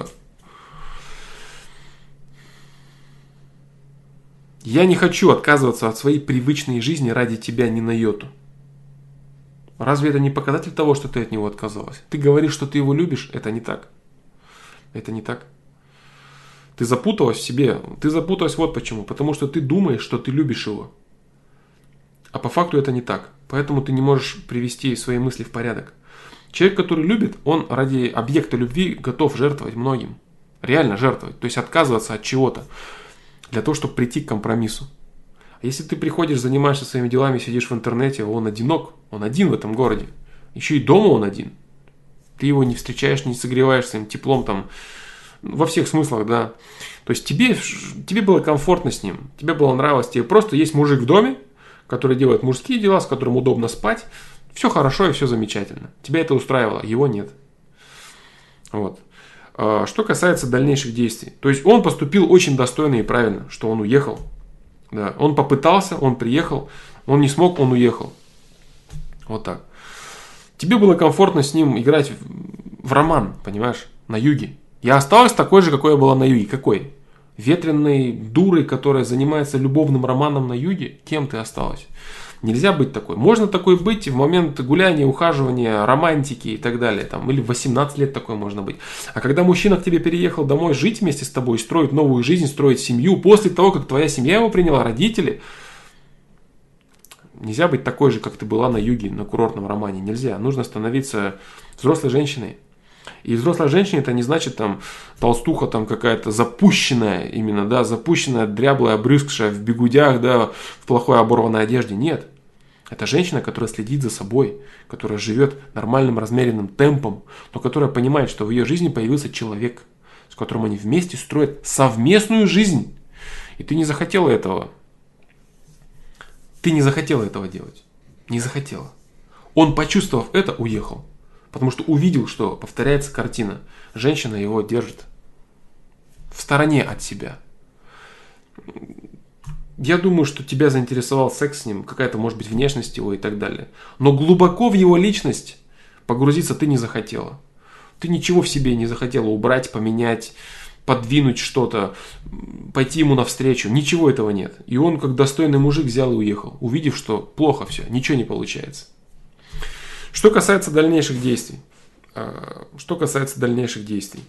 Я не хочу отказываться от своей привычной жизни ради тебя ни на йоту. Разве это не показатель того, что ты от него отказалась? Ты говоришь, что ты его любишь, это не так. Это не так. Ты запуталась в себе. Ты запуталась вот почему. Потому что ты думаешь, что ты любишь его. А по факту это не так. Поэтому ты не можешь привести свои мысли в порядок. Человек, который любит, он ради объекта любви готов жертвовать многим. Реально жертвовать. То есть отказываться от чего-то. Для того, чтобы прийти к компромиссу. А если ты приходишь, занимаешься своими делами, сидишь в интернете, он одинок. Он один в этом городе. Еще и дома он один. Ты его не встречаешь, не согреваешь своим теплом там. Во всех смыслах, да. То есть тебе, тебе было комфортно с ним. Тебе было нравилось. Тебе просто есть мужик в доме, который делает мужские дела, с которым удобно спать. Все хорошо и все замечательно. Тебя это устраивало, его нет. Вот. Что касается дальнейших действий. То есть он поступил очень достойно и правильно, что он уехал. Да. Он попытался, он приехал. Он не смог, он уехал. Вот так. Тебе было комфортно с ним играть в, в роман, понимаешь, на юге. Я осталась такой же, какой я была на юге. Какой? Ветреной дурой, которая занимается любовным романом на юге? Кем ты осталась? Нельзя быть такой. Можно такой быть в момент гуляния, ухаживания, романтики и так далее. Там, или в восемнадцать лет такой можно быть. А когда мужчина к тебе переехал домой жить вместе с тобой, строить новую жизнь, строить семью, после того, как твоя семья его приняла, родители, нельзя быть такой же, как ты была на юге, на курортном романе. Нельзя. Нужно становиться взрослой женщиной. И взрослая женщина — это не значит там толстуха там какая-то запущенная, именно, да, запущенная, дряблая, обрюзгшая в бигудях, да, в плохой оборванной одежде. Нет. Это женщина, которая следит за собой, которая живет нормальным, размеренным темпом, но которая понимает, что в ее жизни появился человек, с которым они вместе строят совместную жизнь. И ты не захотела этого. Ты не захотела этого делать. Не захотела. Он, почувствовав это, уехал. Потому что увидел, что повторяется картина. Женщина его держит в стороне от себя. Я думаю, что тебя заинтересовал секс с ним, какая-то, может быть, внешность его и так далее. Но глубоко в его личность погрузиться ты не захотела. Ты ничего в себе не захотела убрать, поменять, подвинуть что-то, пойти ему навстречу. Ничего этого нет. И он, как достойный мужик, взял и уехал, увидев, что плохо все, ничего не получается. Что касается дальнейших действий. Что касается дальнейших действий.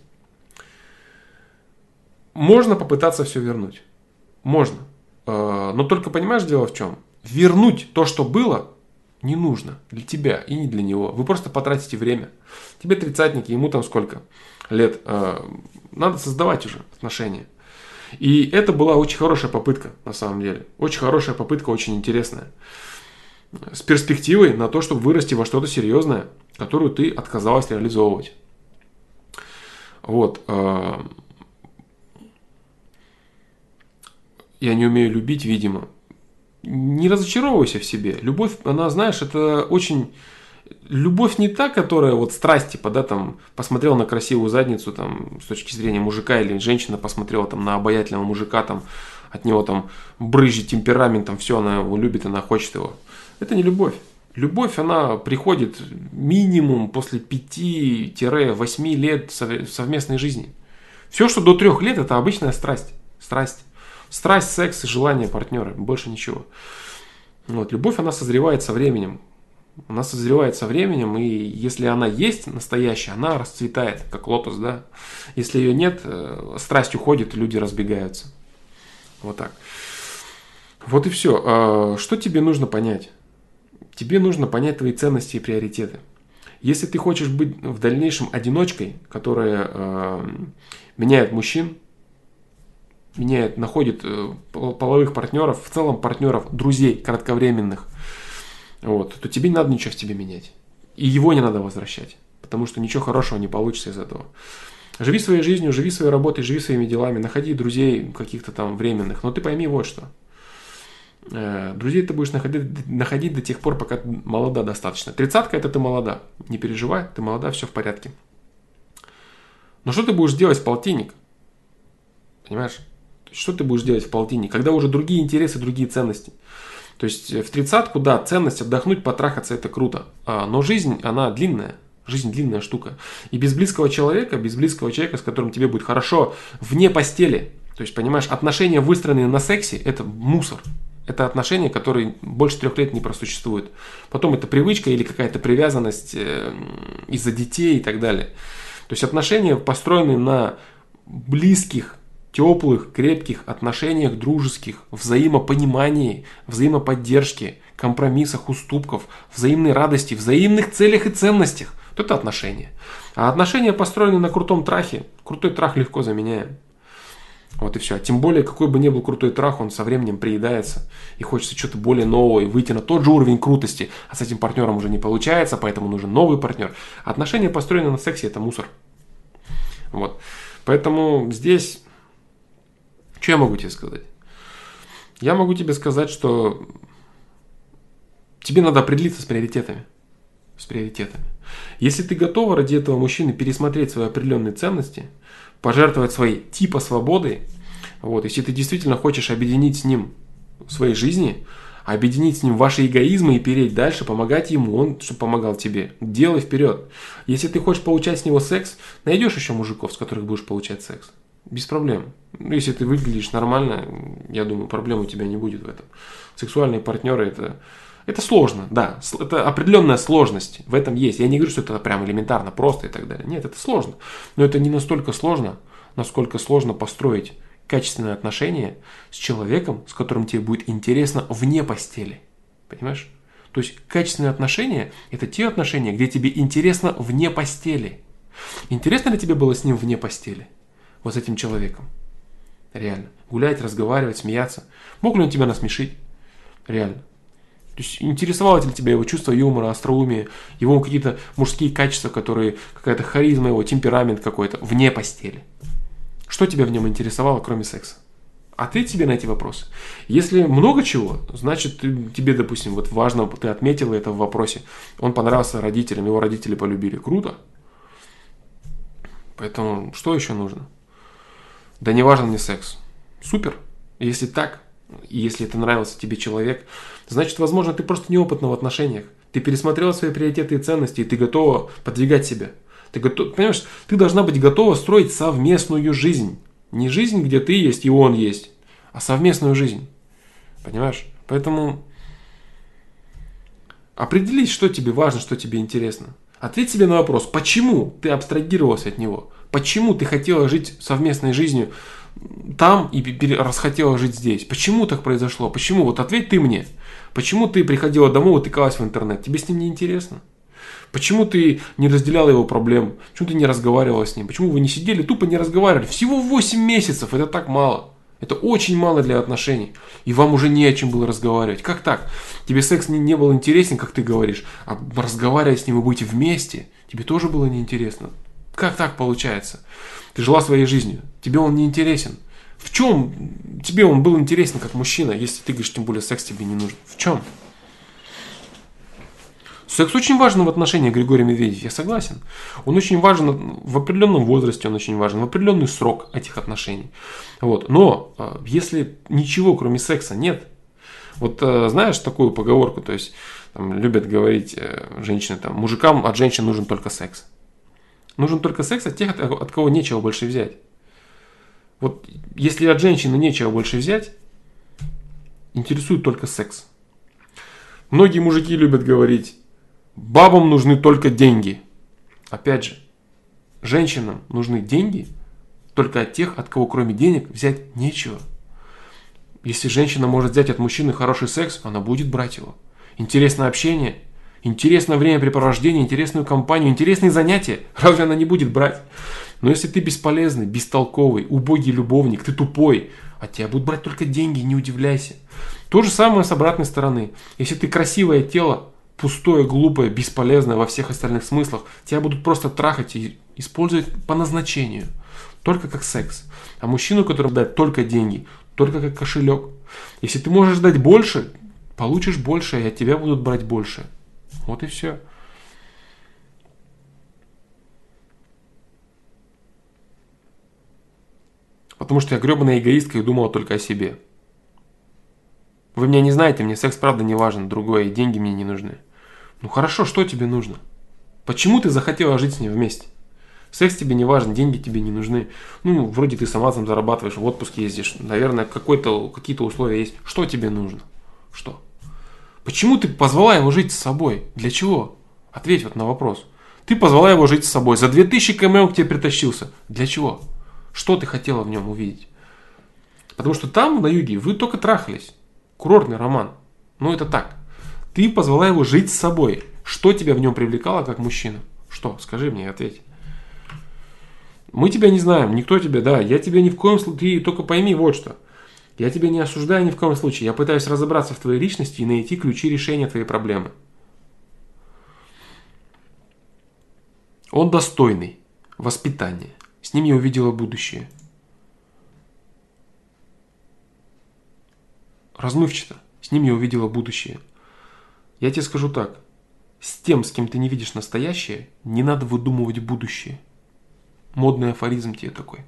Можно попытаться все вернуть. Можно. Но только понимаешь, дело в чем? Вернуть то, что было, не нужно для тебя и не для него. Вы просто потратите время. Тебе тридцатник, ему там сколько лет. Надо создавать уже отношения. И это была очень хорошая попытка, на самом деле. Очень хорошая попытка, очень интересная. С перспективой на то, чтобы вырасти во что-то серьезное, которую ты отказалась реализовывать. Вот. Я не умею любить, видимо. Не разочаровывайся в себе. Любовь, она, знаешь, это очень... Любовь не та, которая вот страсть, типа, да, там, посмотрел на красивую задницу, там, с точки зрения мужика, или женщина посмотрела там на обаятельного мужика, там, от него там брызжет темпераментом, все, она его любит, она хочет его. Это не любовь. Любовь, она приходит минимум после пяти-восьми лет совместной жизни. Все, что до трех лет, это обычная страсть. Страсть. Страсть, секс и желание партнера. Больше ничего. Вот. Любовь, она созревает со временем. Она созревает со временем, и если она есть настоящая, она расцветает, как лотос, да. Если ее нет, страсть уходит, и люди разбегаются. Вот так. Вот и все. Что тебе нужно понять? Тебе нужно понять твои ценности и приоритеты. Если ты хочешь быть в дальнейшем одиночкой, которая э, меняет мужчин, меняет, находит э, половых партнеров, в целом партнеров, друзей кратковременных, вот, то тебе не надо ничего в тебе менять. И его не надо возвращать, потому что ничего хорошего не получится из этого. Живи своей жизнью, живи своей работой, живи своими делами, находи друзей каких-то там временных, но ты пойми вот что. Друзей ты будешь находить, находить до тех пор, пока ты молода достаточно. Тридцатка — это ты молода. Не переживай, ты молода, все в порядке. Но что ты будешь делать в полтинник? Понимаешь? Что ты будешь делать в полтинник, когда уже другие интересы, другие ценности? То есть в тридцатку, да, ценность отдохнуть, потрахаться — это круто. Но жизнь, она длинная. Жизнь длинная штука. И без близкого человека, без близкого человека, с которым тебе будет хорошо вне постели. То есть, понимаешь, отношения, выстроенные на сексе, это мусор. Это отношения, которые больше трех лет не просуществуют. Потом это привычка или какая-то привязанность из-за детей и так далее. То есть отношения, построенные на близких, теплых, крепких отношениях, дружеских, взаимопонимании, взаимоподдержке, компромиссах, уступках, взаимной радости, взаимных целях и ценностях. Вот это отношения. А отношения, построенные на крутом трахе, крутой трах легко заменяем. Вот и все. Тем более, какой бы ни был крутой трах, он со временем приедается. И хочется что-то более нового и выйти на тот же уровень крутости. А с этим партнером уже не получается, поэтому нужен новый партнер. Отношения, построенные на сексе, это мусор. Вот. Поэтому здесь, что я могу тебе сказать? Я могу тебе сказать, что тебе надо определиться с приоритетами. С приоритетами. Если ты готова ради этого мужчины пересмотреть свои определенные ценности, пожертвовать своей типа свободой, вот, если ты действительно хочешь объединить с ним в своей жизни, объединить с ним ваши эгоизмы и переть дальше, помогать ему, он чтобы помогал тебе, делай вперед. Если ты хочешь получать с него секс, найдешь еще мужиков, с которых будешь получать секс. Без проблем. Ну, если ты выглядишь нормально, я думаю, проблем у тебя не будет в этом. Сексуальные партнеры это... Это сложно, да, это определенная сложность в этом есть. Я не говорю, что это прям элементарно, просто и так далее. Нет, это сложно. Но это не настолько сложно, насколько сложно построить качественные отношения с человеком, с которым тебе будет интересно вне постели. Понимаешь? То есть качественные отношения – это те отношения, где тебе интересно вне постели. Интересно ли тебе было с ним вне постели? Вот с этим человеком? Реально. Гулять, разговаривать, смеяться. Мог ли он тебя насмешить? Реально. То есть интересовало ли тебя его чувство юмора, остроумие, его какие-то мужские качества, которые, какая-то харизма его, темперамент какой-то вне постели? Что тебя в нем интересовало, кроме секса? Ответь себе на эти вопросы. Если много чего, значит тебе, допустим, вот важно, ты отметила это в вопросе, он понравился родителям, его родители полюбили. Круто. Поэтому что еще нужно? Да не важен мне секс. Супер. Если так, и если это нравился тебе человек, значит, возможно, ты просто неопытна в отношениях. Ты пересмотрела свои приоритеты и ценности, и ты готова подвигать себя. Ты готов, понимаешь, ты должна быть готова строить совместную жизнь. Не жизнь, где ты есть и он есть, а совместную жизнь. Понимаешь? Поэтому определись, что тебе важно, что тебе интересно. Ответь себе на вопрос, почему ты абстрагировалась от него? Почему ты хотела жить совместной жизнью там и расхотела жить здесь? Почему так произошло? Почему? Вот ответь ты мне. Почему ты приходила домой, утыкалась в интернет? Тебе с ним не интересно? Почему ты не разделяла его проблем? Почему ты не разговаривала с ним? Почему вы не сидели, тупо не разговаривали? Всего восемь месяцев, это так мало. Это очень мало для отношений. И вам уже не о чем было разговаривать. Как так? Тебе секс не, не был интересен, как ты говоришь, а разговаривая с ним вы будете вместе, тебе тоже было неинтересно. Как так получается? Ты жила своей жизнью, тебе он не интересен. В чем тебе он был интересен как мужчина, если ты говоришь, тем более секс тебе не нужен? В чем? Секс очень важен в отношениях, Григорий Медведев, я согласен. Он очень важен в определенном возрасте, он очень важен в определенный срок этих отношений. Вот. Но если ничего кроме секса нет, вот знаешь такую поговорку, то есть там, любят говорить э, женщины, там, мужикам от женщин нужен только секс. Нужен только секс от тех, от, от кого нечего больше взять. Вот если от женщины нечего больше взять, интересует только секс. Многие мужики любят говорить, бабам нужны только деньги. Опять же, женщинам нужны деньги только от тех, от кого кроме денег взять нечего. Если женщина может взять от мужчины хороший секс, она будет брать его. Интересное общение, интересное времяпрепровождение, интересную компанию, интересные занятия. Разве она не будет брать? Но если ты бесполезный, бестолковый, убогий любовник, ты тупой, от тебя будут брать только деньги, не удивляйся. То же самое с обратной стороны. Если ты красивое тело, пустое, глупое, бесполезное во всех остальных смыслах, тебя будут просто трахать и использовать по назначению. Только как секс. А мужчину, который дает только деньги, только как кошелек. Если ты можешь дать больше, получишь больше, и от тебя будут брать больше. Вот и все. Потому что я гребаная эгоистка и думала только о себе. Вы меня не знаете, мне секс правда не важен, другое, и деньги мне не нужны. Ну хорошо, что тебе нужно? Почему ты захотела жить с ним вместе? Секс тебе не важен, деньги тебе не нужны. Ну, вроде ты сама там зарабатываешь, в отпуск ездишь. Наверное, какой-то, какие-то условия есть. Что тебе нужно? Что? Почему ты позвала его жить с собой? Для чего? Ответь вот на вопрос. Ты позвала его жить с собой. За две тысячи км он к тебе притащился. Для чего? Что ты хотела в нем увидеть? Потому что там, на юге, вы только трахались. Курортный роман. Ну, это так. Ты позвала его жить с собой. Что тебя в нем привлекало как мужчина? Что? Скажи мне, ответь. Мы тебя не знаем, никто тебя, да, я тебя ни в коем случае, ты только пойми вот что. Я тебя не осуждаю ни в коем случае. Я пытаюсь разобраться в твоей личности и найти ключи решения твоей проблемы. Он достойный воспитания. С ним я увидела будущее. Размывчато. С ним я увидела будущее. Я тебе скажу так. С тем, с кем ты не видишь настоящее, не надо выдумывать будущее. Модный афоризм тебе такой.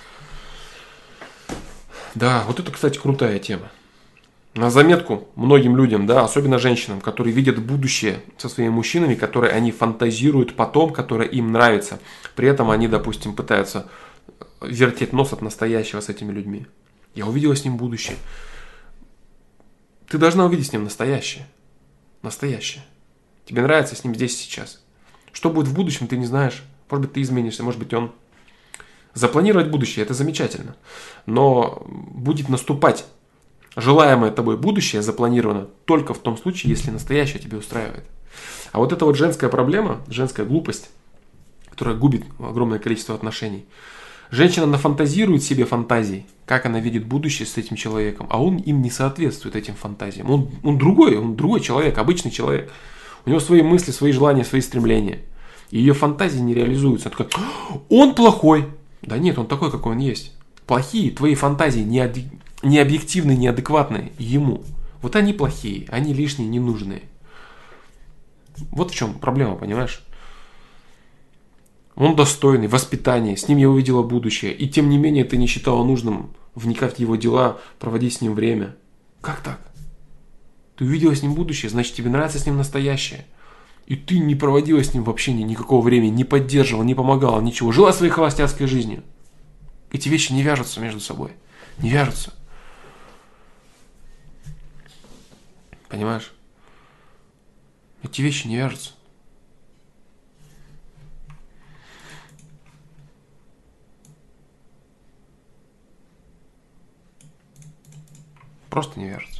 Да, вот это, кстати, крутая тема. На заметку многим людям, да, особенно женщинам, которые видят будущее со своими мужчинами, которые они фантазируют потом, которые им нравится. При этом они, допустим, пытаются вертеть нос от настоящего с этими людьми. Я увидела с ним будущее. Ты должна увидеть с ним настоящее. Настоящее. Тебе нравится с ним здесь и сейчас. Что будет в будущем, ты не знаешь. Может быть, ты изменишься, может быть, он... Запланировать будущее – это замечательно. Но будет наступать желаемое тобой будущее запланировано только в том случае, если настоящее тебя устраивает. А вот эта вот женская проблема, женская глупость, которая губит огромное количество отношений. Женщина нафантазирует себе фантазий, как она видит будущее с этим человеком, а он им не соответствует, этим фантазиям. Он, он другой, он другой человек, обычный человек. У него свои мысли, свои желания, свои стремления. И ее фантазии не реализуются. Она такая, он плохой. Да нет, он такой, какой он есть. Плохие твои фантазии не, не объективные, неадекватные ему. Вот они плохие, они лишние, ненужные. Вот в чем проблема, понимаешь? Он достойный, воспитание, с ним я увидела будущее. И тем не менее ты не считала нужным вникать в его дела, проводить с ним время. Как так? Ты увидела с ним будущее, значит тебе нравится с ним настоящее. И ты не проводила с ним вообще никакого времени, не поддерживала, не помогала, ничего. Жила своей холостяцкой жизнью. Эти вещи не вяжутся между собой. Не вяжутся. Понимаешь? Эти вещи не вяжутся. Просто не вяжутся.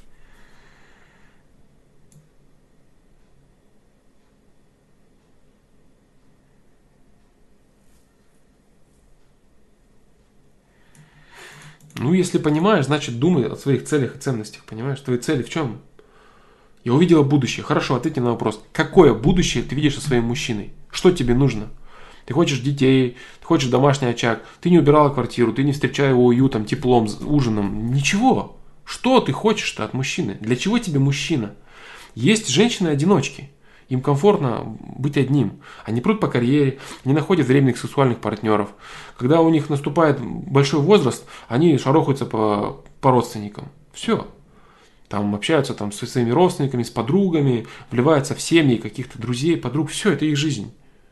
Ну, если понимаешь, значит думай о своих целях и ценностях, понимаешь? Твои цели в чем? Я увидела будущее. Хорошо, ответь мне на вопрос. Какое будущее ты видишь со своим мужчиной? Что тебе нужно? Ты хочешь детей, ты хочешь домашний очаг, ты не убирала квартиру, ты не встречаешь его уютом, теплом, ужином. Ничего. Что ты хочешь-то от мужчины? Для чего тебе мужчина? Есть женщины-одиночки. Им комфортно быть одним. Они прут по карьере, не находят временных сексуальных партнеров. Когда у них наступает большой возраст, они шарохаются по, по родственникам. Все. там общаются там со своими родственниками, с подругами, вливаются в семьи каких-то друзей, подруг. Все, это их жизнь.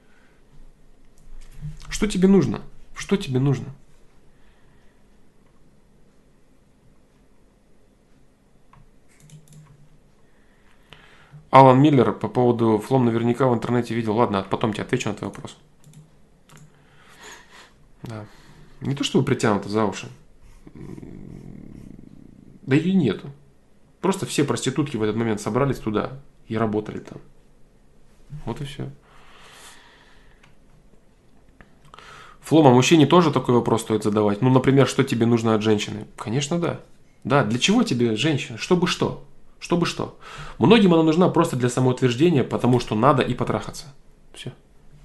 Что тебе нужно? Что тебе нужно? Алан Миллер по поводу флом наверняка в интернете видел. Ладно, потом тебе отвечу на твой вопрос. Да. Не то чтобы притянуто за уши. Да ее нету. Просто все проститутки в этот момент собрались туда и работали там. Вот и все. Флом, а мужчине тоже такой вопрос стоит задавать? Ну, например, что тебе нужно от женщины? Конечно, да. Да, для чего тебе женщина? Чтобы что? Чтобы что? Многим она нужна просто для самоутверждения, потому что надо и потрахаться. Все.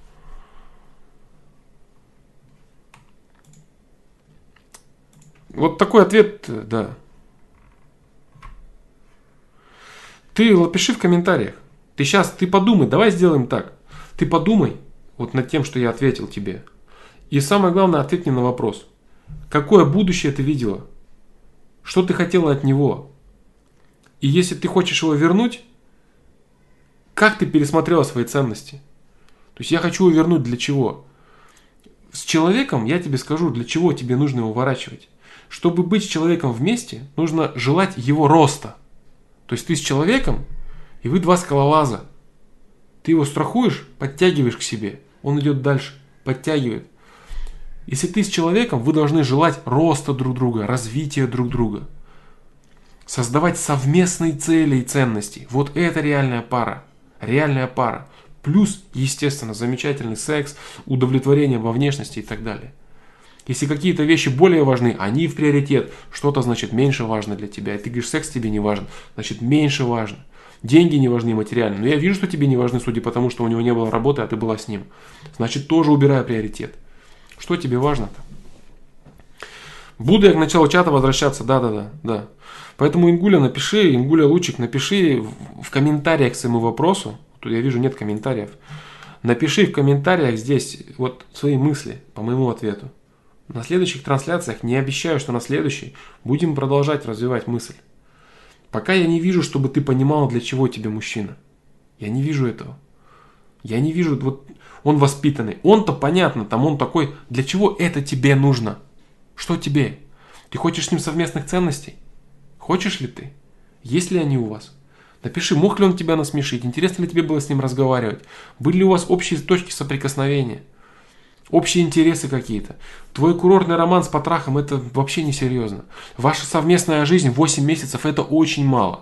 Вот такой ответ, да. Ты напиши в комментариях. Ты сейчас, ты подумай, давай сделаем так. Ты подумай вот над тем, что я ответил тебе. И самое главное, ответь мне на вопрос. Какое будущее ты видела? Что ты хотела от него? И если ты хочешь его вернуть, как ты пересмотрела свои ценности? То есть я хочу его вернуть для чего? С человеком я тебе скажу, для чего тебе нужно его уворачивать. Чтобы быть с человеком вместе, нужно желать его роста. То есть ты с человеком, и вы два скалолаза. Ты его страхуешь, подтягиваешь к себе. Он идет дальше, подтягивает. Если ты с человеком, вы должны желать роста друг друга, развития друг друга. Создавать совместные цели и ценности. Вот это реальная пара. Реальная пара. Плюс, естественно, замечательный секс, удовлетворение во внешности и так далее. Если какие-то вещи более важны, они в приоритет. Что-то, значит, меньше важно для тебя. И ты говоришь, секс тебе не важен, значит, меньше важно. Деньги не важны материально. Но я вижу, что тебе не важны, судя по тому, что у него не было работы, а ты была с ним. Значит, тоже убираю приоритет. Что тебе важно-то? Буду я к началу чата возвращаться? Да-да-да. да. Поэтому, Ингуля, напиши, Ингуля Лучик, напиши в комментариях к своему вопросу. Тут я вижу, нет комментариев. Напиши в комментариях здесь вот свои мысли по моему ответу. На следующих трансляциях, не обещаю, что на следующей, будем продолжать развивать мысль. Пока я не вижу, чтобы ты понимал, для чего тебе мужчина. Я не вижу этого. Я не вижу, вот он воспитанный. Он-то понятно, там он такой, для чего это тебе нужно? Что тебе? Ты хочешь с ним совместных ценностей? Хочешь ли ты? Есть ли они у вас? Напиши, мог ли он тебя насмешить, интересно ли тебе было с ним разговаривать, были ли у вас общие точки соприкосновения, общие интересы какие-то. Твой курортный роман с потрахом это вообще не серьезно. Ваша совместная жизнь восемь месяцев это очень мало.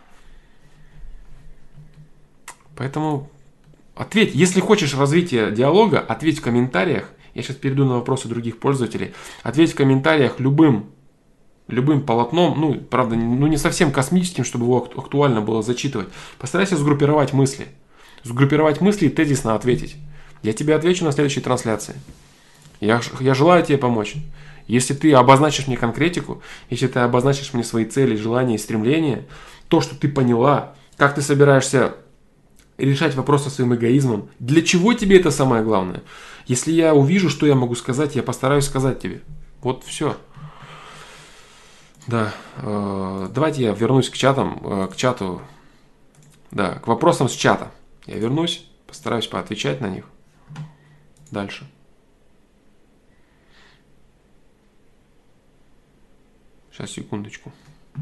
Поэтому ответь, если хочешь развития диалога, ответь в комментариях. Я сейчас перейду на вопросы других пользователей. Ответь в комментариях любым, любым полотном, ну, правда, ну не совсем космическим, чтобы его актуально было зачитывать. Постарайся сгруппировать мысли. Сгруппировать мысли и тезисно ответить. Я тебе отвечу на следующей трансляции. Я, я желаю тебе помочь. Если ты обозначишь мне конкретику, если ты обозначишь мне свои цели, желания и стремления, то, что ты поняла, как ты собираешься решать вопрос со своим эгоизмом, для чего тебе это самое главное? Если я увижу, что я могу сказать, я постараюсь сказать тебе. Вот все. Да. Э, давайте я вернусь к чатам, э, к чату. Да, к вопросам с чата. Я вернусь, постараюсь поотвечать на них. Дальше. Сейчас, секундочку.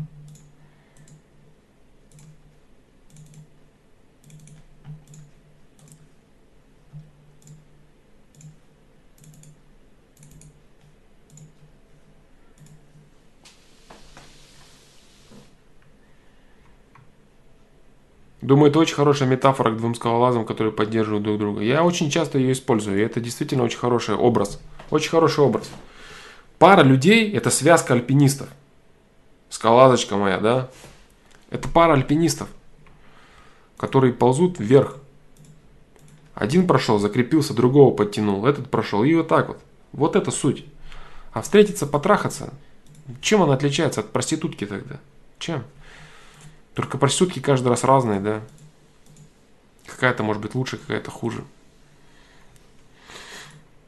Думаю, это очень хорошая метафора к двум скалолазам, которые поддерживают друг друга. Я очень часто ее использую, и это действительно очень хороший образ. Очень хороший образ. Пара людей – это связка альпинистов. Скалолазочка моя, да? Это пара альпинистов, которые ползут вверх. Один прошел, закрепился, другого подтянул, этот прошел, и вот так вот. Вот это суть. А встретиться, потрахаться, чем она отличается от проститутки тогда? Чем? Только проститутки каждый раз разные, да? Какая-то может быть лучше, какая-то хуже.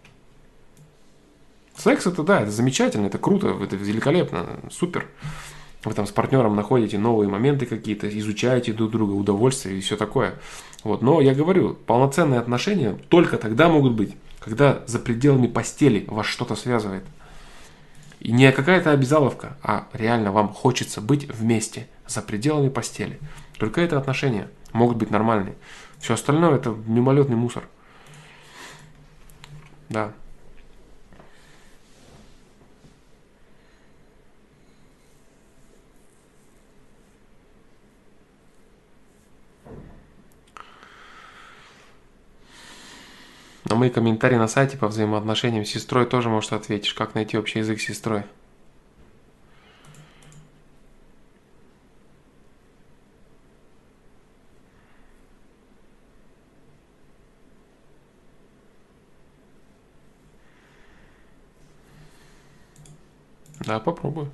Секс это да, это замечательно, это круто, это великолепно, супер. Вы там с партнером находите новые моменты какие-то, изучаете друг друга, удовольствие и все такое. Вот. Но я говорю, полноценные отношения только тогда могут быть, когда за пределами постели вас что-то связывает. И не какая-то обязаловка, а реально вам хочется быть вместе, за пределами постели. Только это отношения могут быть нормальные. Все остальное это мимолетный мусор. Да. На мои комментарии на сайте по взаимоотношениям с сестрой тоже, может, ответишь. Как найти общий язык с сестрой? Да, попробую.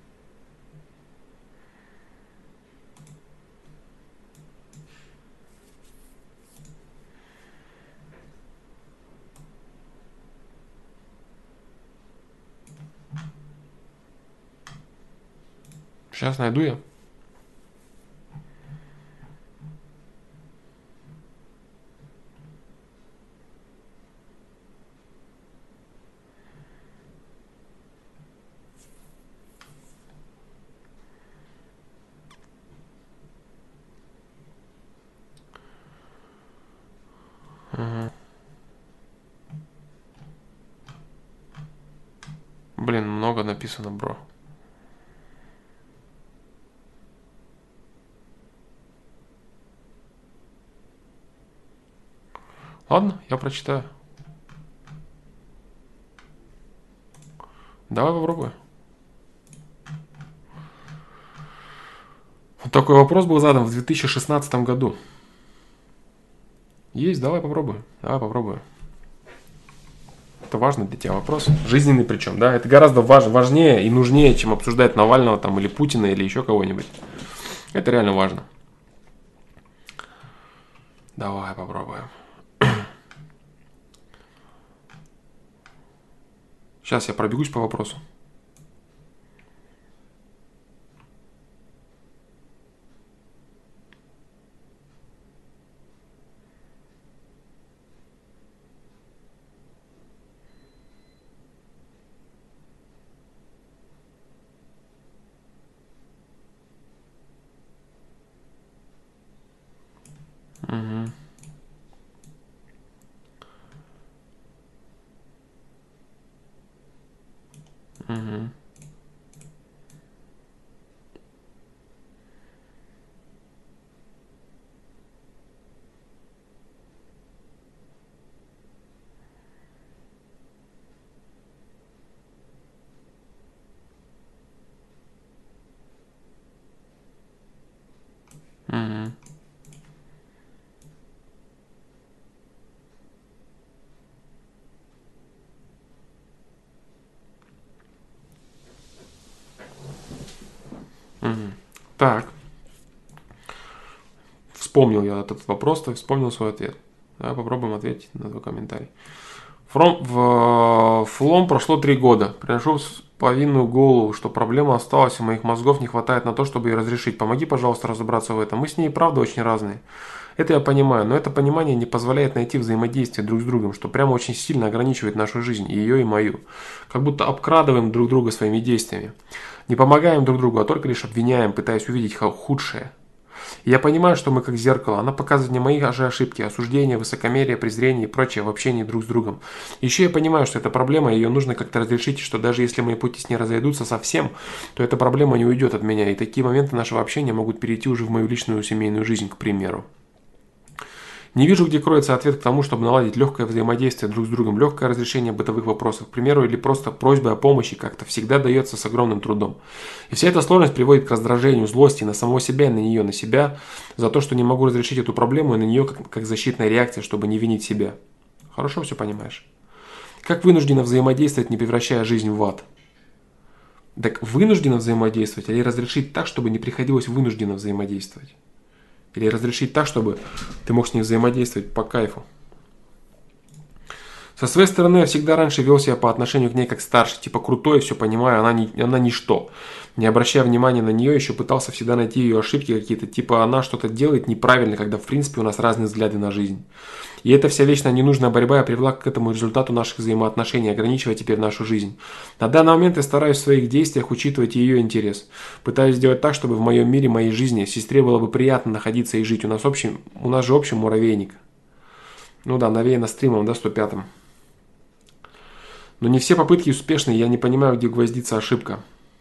Сейчас найду я. Ага. Блин, много написано, бро. Ладно, я прочитаю. Давай попробую. Вот такой вопрос был задан в две тысячи шестнадцатом году. Есть, давай попробую. Давай попробую. Это важный для тебя вопрос. Жизненный причем, да? Это гораздо важ, важнее и нужнее, чем обсуждать Навального там или Путина или еще кого-нибудь. Это реально важно. Давай попробуем. Сейчас я пробегусь по вопросу. Угу. Угу. Угу. Угу. Так. Вспомнил я этот вопрос, то вспомнил свой ответ. Давай попробуем ответить на твой комментарий. Фром, в флом прошло три года. Приношу повинную голову, что проблема осталась, и моих мозгов не хватает на то, чтобы ее разрешить. Помоги, пожалуйста, разобраться в этом. Мы с ней, правда, очень разные. Это я понимаю, но это понимание не позволяет найти взаимодействие друг с другом, что прямо очень сильно ограничивает нашу жизнь, и ее, и мою. Как будто обкрадываем друг друга своими действиями. Не помогаем друг другу, а только лишь обвиняем, пытаясь увидеть худшее. И я понимаю, что мы как зеркало. Она показывает мне мои же ошибки, осуждения, высокомерие, презрение и прочее в общении друг с другом. Еще я понимаю, что эта проблема, ее нужно как-то разрешить, что даже если мои пути с ней разойдутся совсем, то эта проблема не уйдет от меня. И такие моменты нашего общения могут перейти уже в мою личную семейную жизнь, к примеру. Не вижу, где кроется ответ к тому, чтобы наладить легкое взаимодействие друг с другом, легкое разрешение бытовых вопросов, к примеру, или просто просьба о помощи как-то всегда дается с огромным трудом. И вся эта сложность приводит к раздражению, злости на самого себя и на нее, на себя, за то, что не могу разрешить эту проблему, и на нее как, как защитная реакция, чтобы не винить себя. Хорошо все понимаешь? Как вынужденно взаимодействовать, не превращая жизнь в ад? Так вынужденно взаимодействовать или разрешить так, чтобы не приходилось вынужденно взаимодействовать? Или разрешить так, чтобы ты мог с ней взаимодействовать по кайфу. Со своей стороны, я всегда раньше вел себя по отношению к ней как старший, типа крутой, все понимаю, она, не, она ничто. Не обращая внимания на нее, еще пытался всегда найти ее ошибки какие-то, типа она что-то делает неправильно, когда в принципе у нас разные взгляды на жизнь. И эта вся вечно ненужная борьба привела к этому результату наших взаимоотношений, ограничивая теперь нашу жизнь. На данный момент я стараюсь в своих действиях учитывать ее интерес. Пытаюсь сделать так, чтобы в моем мире, моей жизни, сестре было бы приятно находиться и жить. У нас, общий, у нас же общий муравейник. Ну да, навеяно стримом, да, сто пятым. Но не все попытки успешны, я не понимаю, где гвоздится ошибка.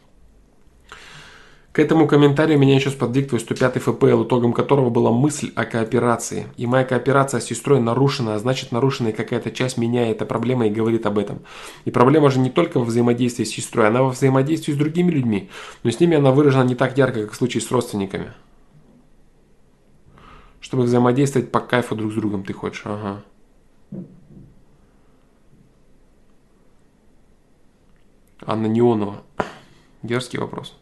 К этому комментарию меня еще сподвигнул сто пятый эф пэ эл, итогом которого была мысль о кооперации. И моя кооперация с сестрой нарушена, а значит нарушена и какая-то часть меня, и эта проблема и говорит об этом. И проблема же не только во взаимодействии с сестрой, она во взаимодействии с другими людьми. Но с ними она выражена не так ярко, как в случае с родственниками. Чтобы взаимодействовать по кайфу друг с другом ты хочешь, ага. Анна Неонова. Дерзкий вопрос.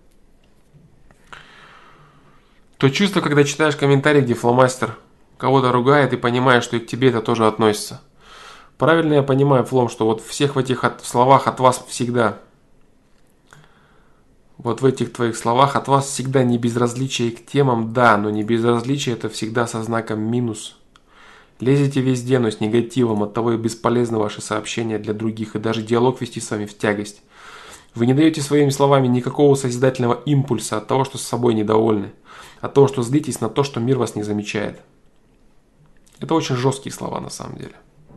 То чувство, когда читаешь комментарий, где фломастер кого-то ругает и понимаешь, что и к тебе это тоже относится. Правильно я понимаю, Флом, что вот всех в этих от, словах от вас всегда, вот в этих твоих словах от вас всегда не безразличие к темам, да, но не безразличие это всегда со знаком минус. Лезете везде, но с негативом, оттого и бесполезны ваши сообщения для других, и даже диалог вести с вами в тягость. Вы не даете своими словами никакого созидательного импульса от того, что с собой недовольны, от того, что злитесь на то, что мир вас не замечает. Это очень жесткие слова на самом деле.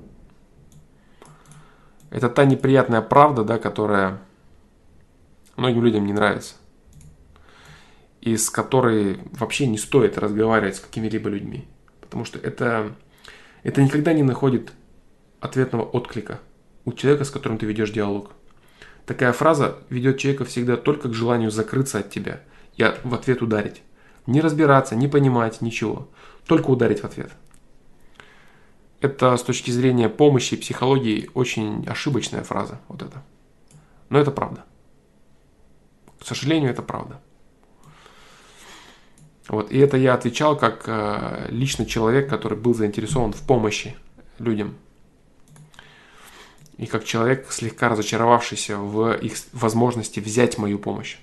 Это та неприятная правда, да, которая многим людям не нравится. И с которой вообще не стоит разговаривать с какими-либо людьми. Потому что это, это никогда не находит ответного отклика у человека, с которым ты ведешь диалог. Такая фраза ведет человека всегда только к желанию закрыться от тебя и в ответ ударить. Не разбираться, не понимать, ничего. Только ударить в ответ. Это с точки зрения помощи и психологии очень ошибочная фраза. Вот это. Но это правда. К сожалению, это правда. Вот. И это я отвечал как э, личный человек, который был заинтересован в помощи людям. И как человек, слегка разочаровавшийся в их возможности взять мою помощь.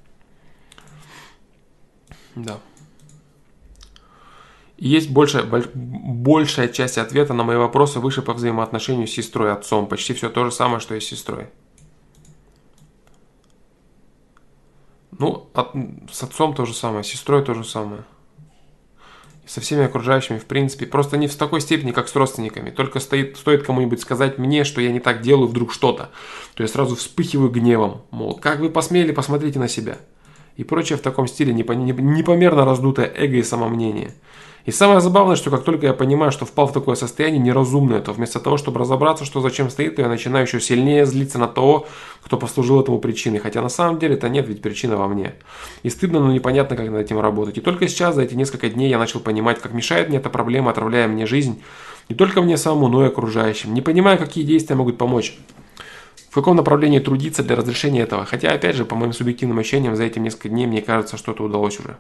Да. И есть большая, большая часть ответа на мои вопросы выше по взаимоотношению с сестрой и отцом. Почти все то же самое, что и с сестрой. Ну, от, с отцом то же самое, с сестрой то же самое. И со всеми окружающими, в принципе. Просто не в такой степени, как с родственниками. Только стоит, стоит кому-нибудь сказать мне, что я не так делаю вдруг что-то, то я сразу вспыхиваю гневом. Мол, как вы посмели, посмотрите на себя. И прочее в таком стиле непомерно раздутое эго и самомнение. И самое забавное, что как только я понимаю, что впал в такое состояние неразумное, то вместо того, чтобы разобраться, что зачем стоит, то я начинаю еще сильнее злиться на того, кто послужил этому причиной. Хотя на самом деле это нет, ведь причина во мне. И стыдно, но непонятно, как над этим работать. И только сейчас, за эти несколько дней, я начал понимать, как мешает мне эта проблема, отравляя мне жизнь. Не только мне самому, но и окружающим. Не понимаю, какие действия могут помочь. В каком направлении трудиться для разрешения этого. Хотя, опять же, по моим субъективным ощущениям, за эти несколько дней, мне кажется, что-то удалось уже.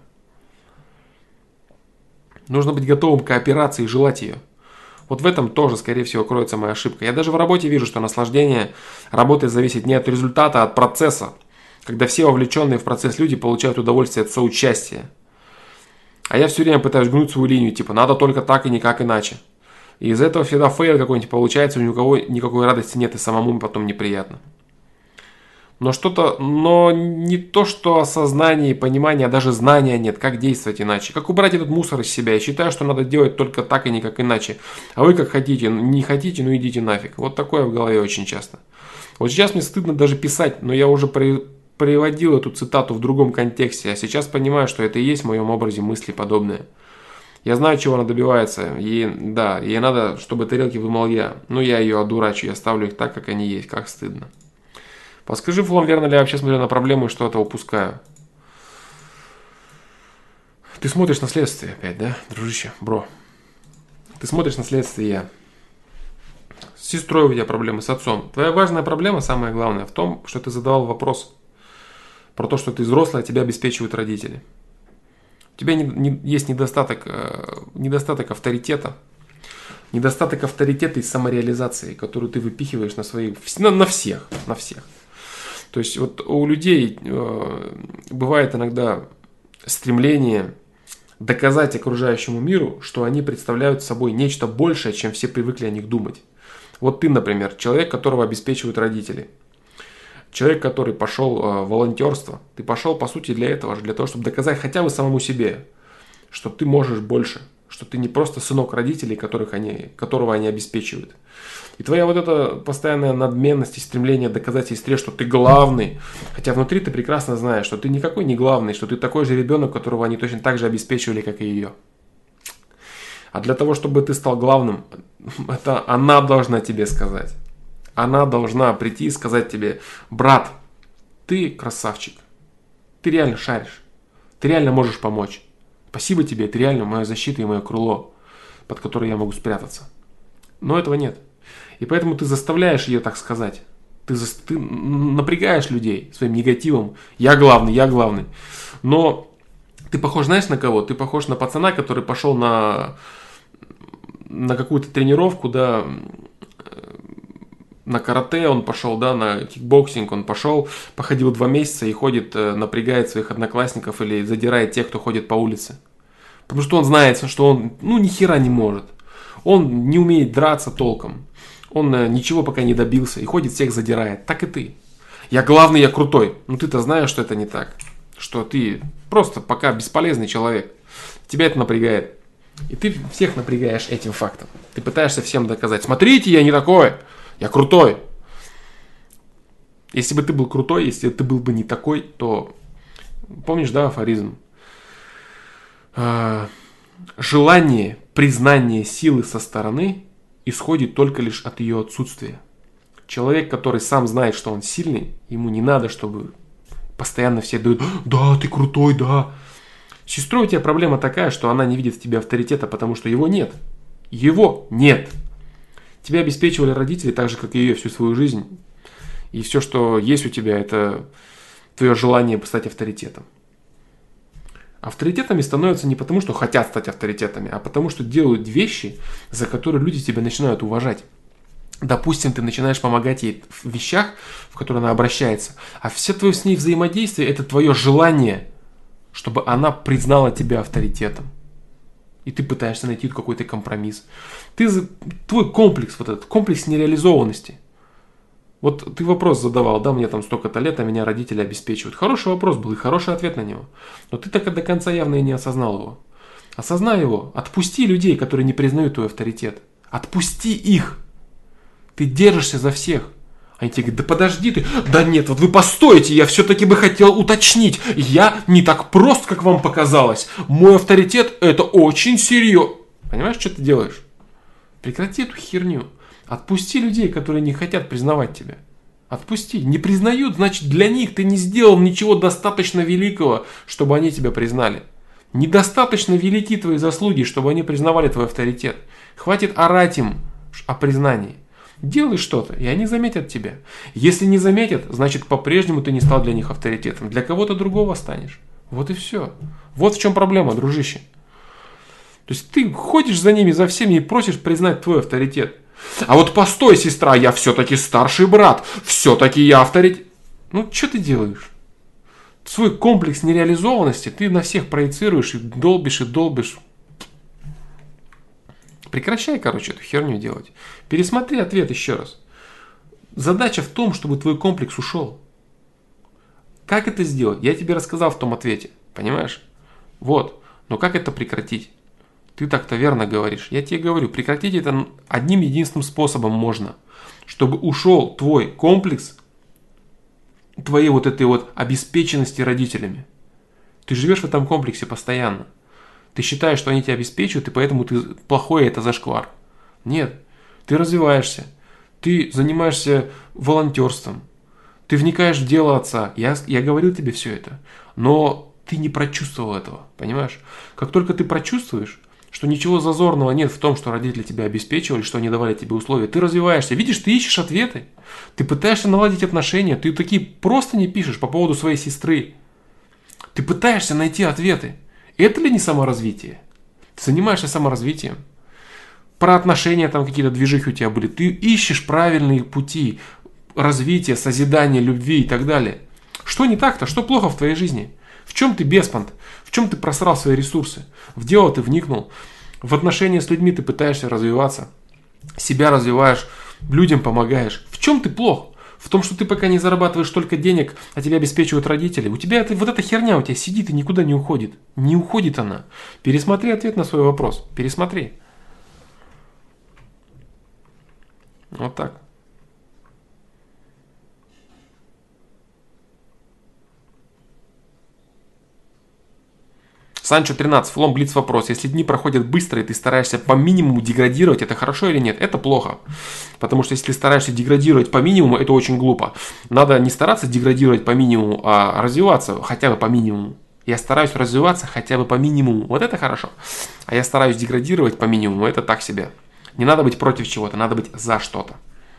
Нужно быть готовым к кооперации и желать ее. Вот в этом тоже, скорее всего, кроется моя ошибка. Я даже в работе вижу, что наслаждение работы зависит не от результата, а от процесса. Когда все вовлеченные в процесс люди получают удовольствие от соучастия. А я все время пытаюсь гнуть свою линию, типа надо только так и никак иначе. И из этого всегда фейл какой-нибудь получается, ни у кого никакой радости нет и самому потом неприятно. Но что-то, но не то, что осознание и понимание, а даже знания нет, как действовать иначе. Как убрать этот мусор из себя. Я считаю, что надо делать только так и никак иначе. А вы как хотите, не хотите, ну идите нафиг. Вот такое в голове очень часто. Вот сейчас мне стыдно даже писать, но я уже при, приводил эту цитату в другом контексте. А сейчас понимаю, что это и есть в моем образе мысли подобное. Я знаю, чего она добивается. И да, ей надо, чтобы тарелки вымыл я. Но я ее одурачу, я ставлю их так, как они есть. Как стыдно. Подскажи, Флом, верно ли я вообще смотрю на проблему и что-то упускаю? Ты смотришь на следствие опять, да, дружище, бро? Ты смотришь на следствие. С сестрой у тебя проблемы, с отцом. Твоя важная проблема, самое главное, в том, что ты задавал вопрос про то, что ты взрослый, а тебя обеспечивают родители. У тебя не, не, есть недостаток, э, недостаток авторитета. Недостаток авторитета и самореализации, которую ты выпихиваешь на своих, на, на всех, на всех. То есть вот у людей э, бывает иногда стремление доказать окружающему миру, что они представляют собой нечто большее, чем все привыкли о них думать. Вот ты, например, человек, которого обеспечивают родители. Человек, который пошел э, в волонтерство. Ты пошел, по сути, для этого же, для того, чтобы доказать хотя бы самому себе, что ты можешь больше, что ты не просто сынок родителей, которых они, которого они обеспечивают. И твоя вот эта постоянная надменность и стремление доказать сестре, что ты главный, хотя внутри ты прекрасно знаешь, что ты никакой не главный, что ты такой же ребенок, которого они точно так же обеспечивали, как и ее. А для того, чтобы ты стал главным, это она должна тебе сказать. Она должна прийти и сказать тебе: брат, ты красавчик, ты реально шаришь, ты реально можешь помочь. Спасибо тебе, ты реально моя защита и мое крыло, под которое я могу спрятаться. Но этого нет. И поэтому ты заставляешь ее так сказать. Ты, за, ты напрягаешь людей своим негативом. Я главный, я главный. Но ты похож, знаешь, на кого? Ты похож на пацана, который пошел на, на какую-то тренировку, да, на карате он пошел, да, на кикбоксинг он пошел, походил два месяца и ходит, напрягает своих одноклассников или задирает тех, кто ходит по улице. Потому что он знает, что он, ну, ни хера не может. Он не умеет драться толком. Он ничего пока не добился и ходит, всех задирает. Так и ты. Я главный, я крутой. Но ты-то знаешь, что это не так. Что ты просто пока бесполезный человек. Тебя это напрягает. И ты всех напрягаешь этим фактом. Ты пытаешься всем доказать: смотрите, я не такой. Я крутой. Если бы ты был крутой, если ты был бы не такой, то... Помнишь, да, афоризм? Желание признания силы со стороны исходит только лишь от ее отсутствия. Человек, который сам знает, что он сильный, ему не надо, чтобы постоянно все дают: да, ты крутой, да. С сестрой у тебя проблема такая, что она не видит в тебе авторитета, потому что его нет. Его нет. Тебя обеспечивали родители так же, как и ее, всю свою жизнь. И все, что есть у тебя, это твое желание стать авторитетом. Авторитетами становятся не потому, что хотят стать авторитетами, а потому, что делают вещи, за которые люди тебя начинают уважать. Допустим, ты начинаешь помогать ей в вещах, в которые она обращается, а все твое с ней взаимодействие – это твое желание, чтобы она признала тебя авторитетом. И ты пытаешься найти какой-то компромисс. Ты, твой комплекс, вот этот комплекс нереализованности. Вот ты вопрос задавал: да, мне там столько-то лет, а меня родители обеспечивают. Хороший вопрос был и хороший ответ на него. Но ты так до конца явно и не осознал его. Осознай его. Отпусти людей, которые не признают твой авторитет. Отпусти их. Ты держишься за всех. Они тебе говорят: да подожди ты. Да нет, вот вы постойте, я все-таки бы хотел уточнить. Я не так прост, как вам показалось. Мой авторитет – это очень серьезно. Понимаешь, что ты делаешь? Прекрати эту херню. Отпусти людей, которые не хотят признавать тебя. Отпусти. Не признают, значит, для них ты не сделал ничего достаточно великого, чтобы они тебя признали. Недостаточно велики твои заслуги, чтобы они признавали твой авторитет. Хватит орать им о признании. Делай что-то, и они заметят тебя. Если не заметят, значит, по-прежнему ты не стал для них авторитетом. Для кого-то другого станешь. Вот и все. Вот в чем проблема, дружище. То есть ты ходишь за ними, за всеми и просишь признать твой авторитет. А вот постой, сестра, я все-таки старший брат. Все-таки я авторитет. Ну, что ты делаешь? Свой комплекс нереализованности ты на всех проецируешь и долбишь, и долбишь. Прекращай, короче, эту херню делать. Пересмотри ответ еще раз. Задача в том, чтобы твой комплекс ушел. Как это сделать? Я тебе рассказал в том ответе. Понимаешь? Вот. Но как это прекратить? Ты так-то верно говоришь. Я тебе говорю, прекратить это одним единственным способом можно. Чтобы ушел твой комплекс твоей вот этой вот обеспеченности родителями. Ты живешь в этом комплексе постоянно. Ты считаешь, что они тебя обеспечивают, и поэтому ты плохой, это зашквар. Нет. Ты развиваешься. Ты занимаешься волонтерством. Ты вникаешь в дело отца. Я, я говорил тебе все это. Но ты не прочувствовал этого. Понимаешь? Как только ты прочувствуешь, что ничего зазорного нет в том, что родители тебя обеспечивали, что они давали тебе условия, ты развиваешься. Видишь, ты ищешь ответы. Ты пытаешься наладить отношения. Ты такие просто не пишешь по поводу своей сестры. Ты пытаешься найти ответы. Это ли не саморазвитие? Ты занимаешься саморазвитием. про отношения там какие-то движухи у тебя были. Ты ищешь правильные пути развития, созидания, любви и так далее. Что не так-то? Что плохо в твоей жизни? В чем ты беспонт? В чем ты просрал свои ресурсы? В дело ты вникнул. В отношения с людьми ты пытаешься развиваться. Себя развиваешь, людям помогаешь. В чем ты плох? В том, что ты пока не зарабатываешь столько денег, а тебя обеспечивают родители. У тебя это, вот эта херня у тебя сидит и никуда не уходит. Не уходит она. Пересмотри ответ на свой вопрос. Пересмотри. Вот так. Санчо тринадцать, флом блиц вопрос. Если дни проходят быстро и ты стараешься по минимуму деградировать, это хорошо или нет? Это плохо. Потому что если ты стараешься деградировать по минимуму, это очень глупо. Надо не стараться деградировать по минимуму, а развиваться хотя бы по минимуму. Я стараюсь развиваться хотя бы по минимуму. Вот это хорошо. А я стараюсь деградировать по минимуму. Это так себе. Не надо быть против чего-то, надо быть за что-то.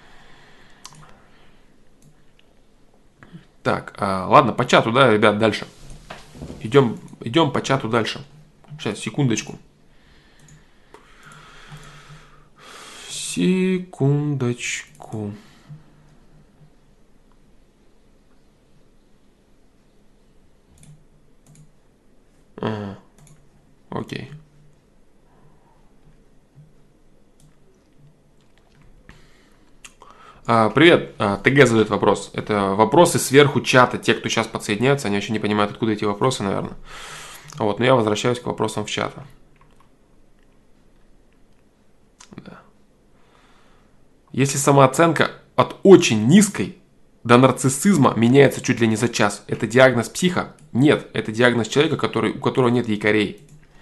Так, ладно, по чату, да, ребят, дальше. Идем, идем по чату дальше. Сейчас, секундочку. Секундочку. Ага. Окей. А, привет, а, ТГ задает вопрос. Это вопросы сверху чата. Те, кто сейчас подсоединяются, они еще не понимают, откуда эти вопросы, наверное. Вот, но я возвращаюсь к вопросам в чата. Да. Если самооценка от очень низкой до нарциссизма меняется чуть ли не за час, это диагноз психа? Нет, это диагноз человека, который, у которого нет якорей.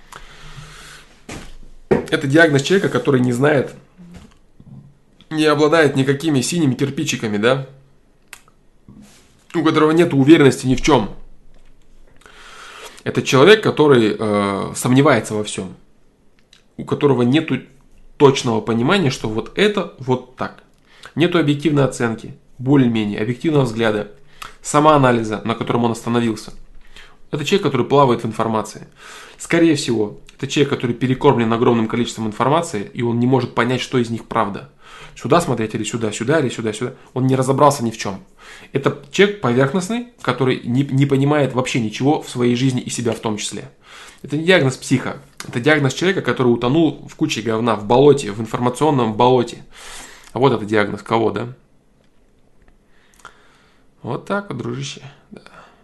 Это диагноз человека, который не знает, не обладает никакими синими кирпичиками, да? У которого нет уверенности ни в чем. Это человек, который э, сомневается во всем. У которого нет точного понимания, что вот это вот так. Нету объективной оценки, более-менее, объективного взгляда, самоанализа, на котором он остановился. Это человек, который плавает в информации. Скорее всего, это человек, который перекормлен огромным количеством информации, и он не может понять, что из них правда. Сюда смотреть или сюда, сюда или сюда, сюда. Он не разобрался ни в чем. Это человек поверхностный, который не, не понимает вообще ничего в своей жизни и себя в том числе. Это не диагноз психа. Это диагноз человека, который утонул в куче говна, в болоте, в информационном болоте. А вот это диагноз кого, да? Вот так вот, дружище. Да.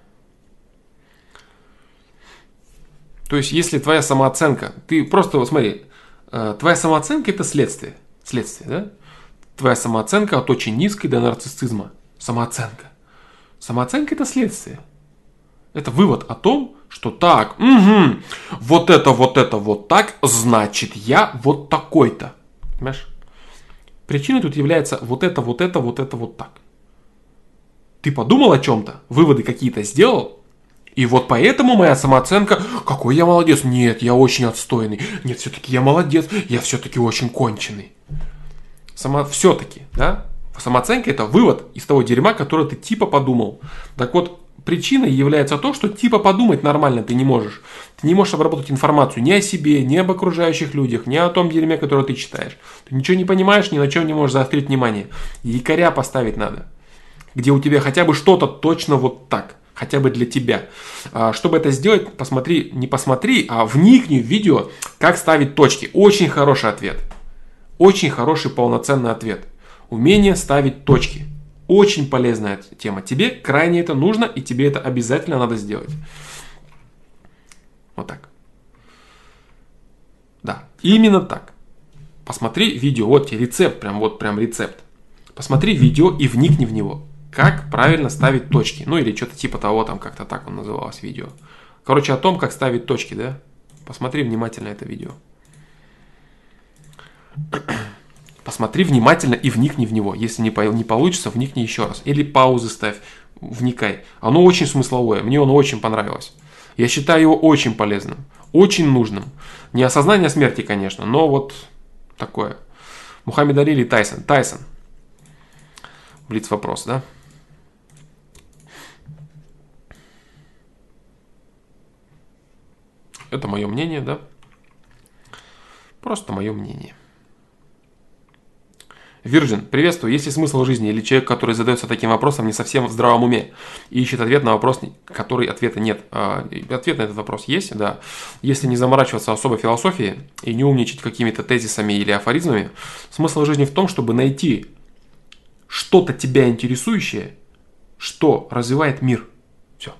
То есть, если твоя самооценка, ты просто, вот смотри, твоя самооценка это следствие. Следствие, да? Твоя самооценка от очень низкой до нарциссизма. Самооценка. Самооценка это следствие. Это вывод о том, что так, угу, вот это, вот это, вот так, значит я вот такой-то. Понимаешь? Причиной тут является вот это, вот это, вот это, вот так. Ты подумал о чем-то, выводы какие-то сделал, и вот поэтому моя самооценка, какой я молодец, нет, я очень отстойный, нет, все-таки я молодец, я все-таки очень конченый. Само... Все-таки, да? Самооценка это вывод из того дерьма, которое ты типа подумал. Так вот, причиной является то, что типа подумать нормально ты не можешь. Ты не можешь обработать информацию ни о себе, ни об окружающих людях, ни о том дерьме, которое ты читаешь. Ты ничего не понимаешь, ни на чем не можешь заострить внимание. Якоря поставить надо. Где у тебя хотя бы что-то точно вот так. Хотя бы для тебя. Чтобы это сделать, посмотри, не посмотри, а вникни в видео, как ставить точки. Очень хороший ответ. Очень хороший полноценный ответ. Умение ставить точки. Очень полезная тема. Тебе крайне это нужно, и тебе это обязательно надо сделать. Вот так. Да, именно так. Посмотри видео, вот тебе рецепт, прям вот прям рецепт. Посмотри видео и вникни в него. Как правильно ставить точки. Ну или что-то типа того, там как-то так он называлось видео. Короче, о том, как ставить точки, да? Посмотри внимательно это видео. Посмотри внимательно и вникни в него. Если не, по, не получится, вникни еще раз. Или паузы ставь, вникай. Оно очень смысловое, мне оно очень понравилось. Я считаю его очень полезным, очень нужным. Не осознание смерти, конечно, но вот такое. Мухаммед Али или Тайсон? Тайсон. Блиц вопрос, да? Это мое мнение, да? Просто мое мнение. Virgin, приветствую. Есть ли смысл жизни? Или человек, который задается таким вопросом, не совсем в здравом уме и ищет ответ на вопрос, который ответа нет? А, ответ на этот вопрос есть, да. Если не заморачиваться особо философией и не умничать какими-то тезисами или афоризмами, смысл жизни в том, чтобы найти что-то тебя интересующее, что развивает мир. Все.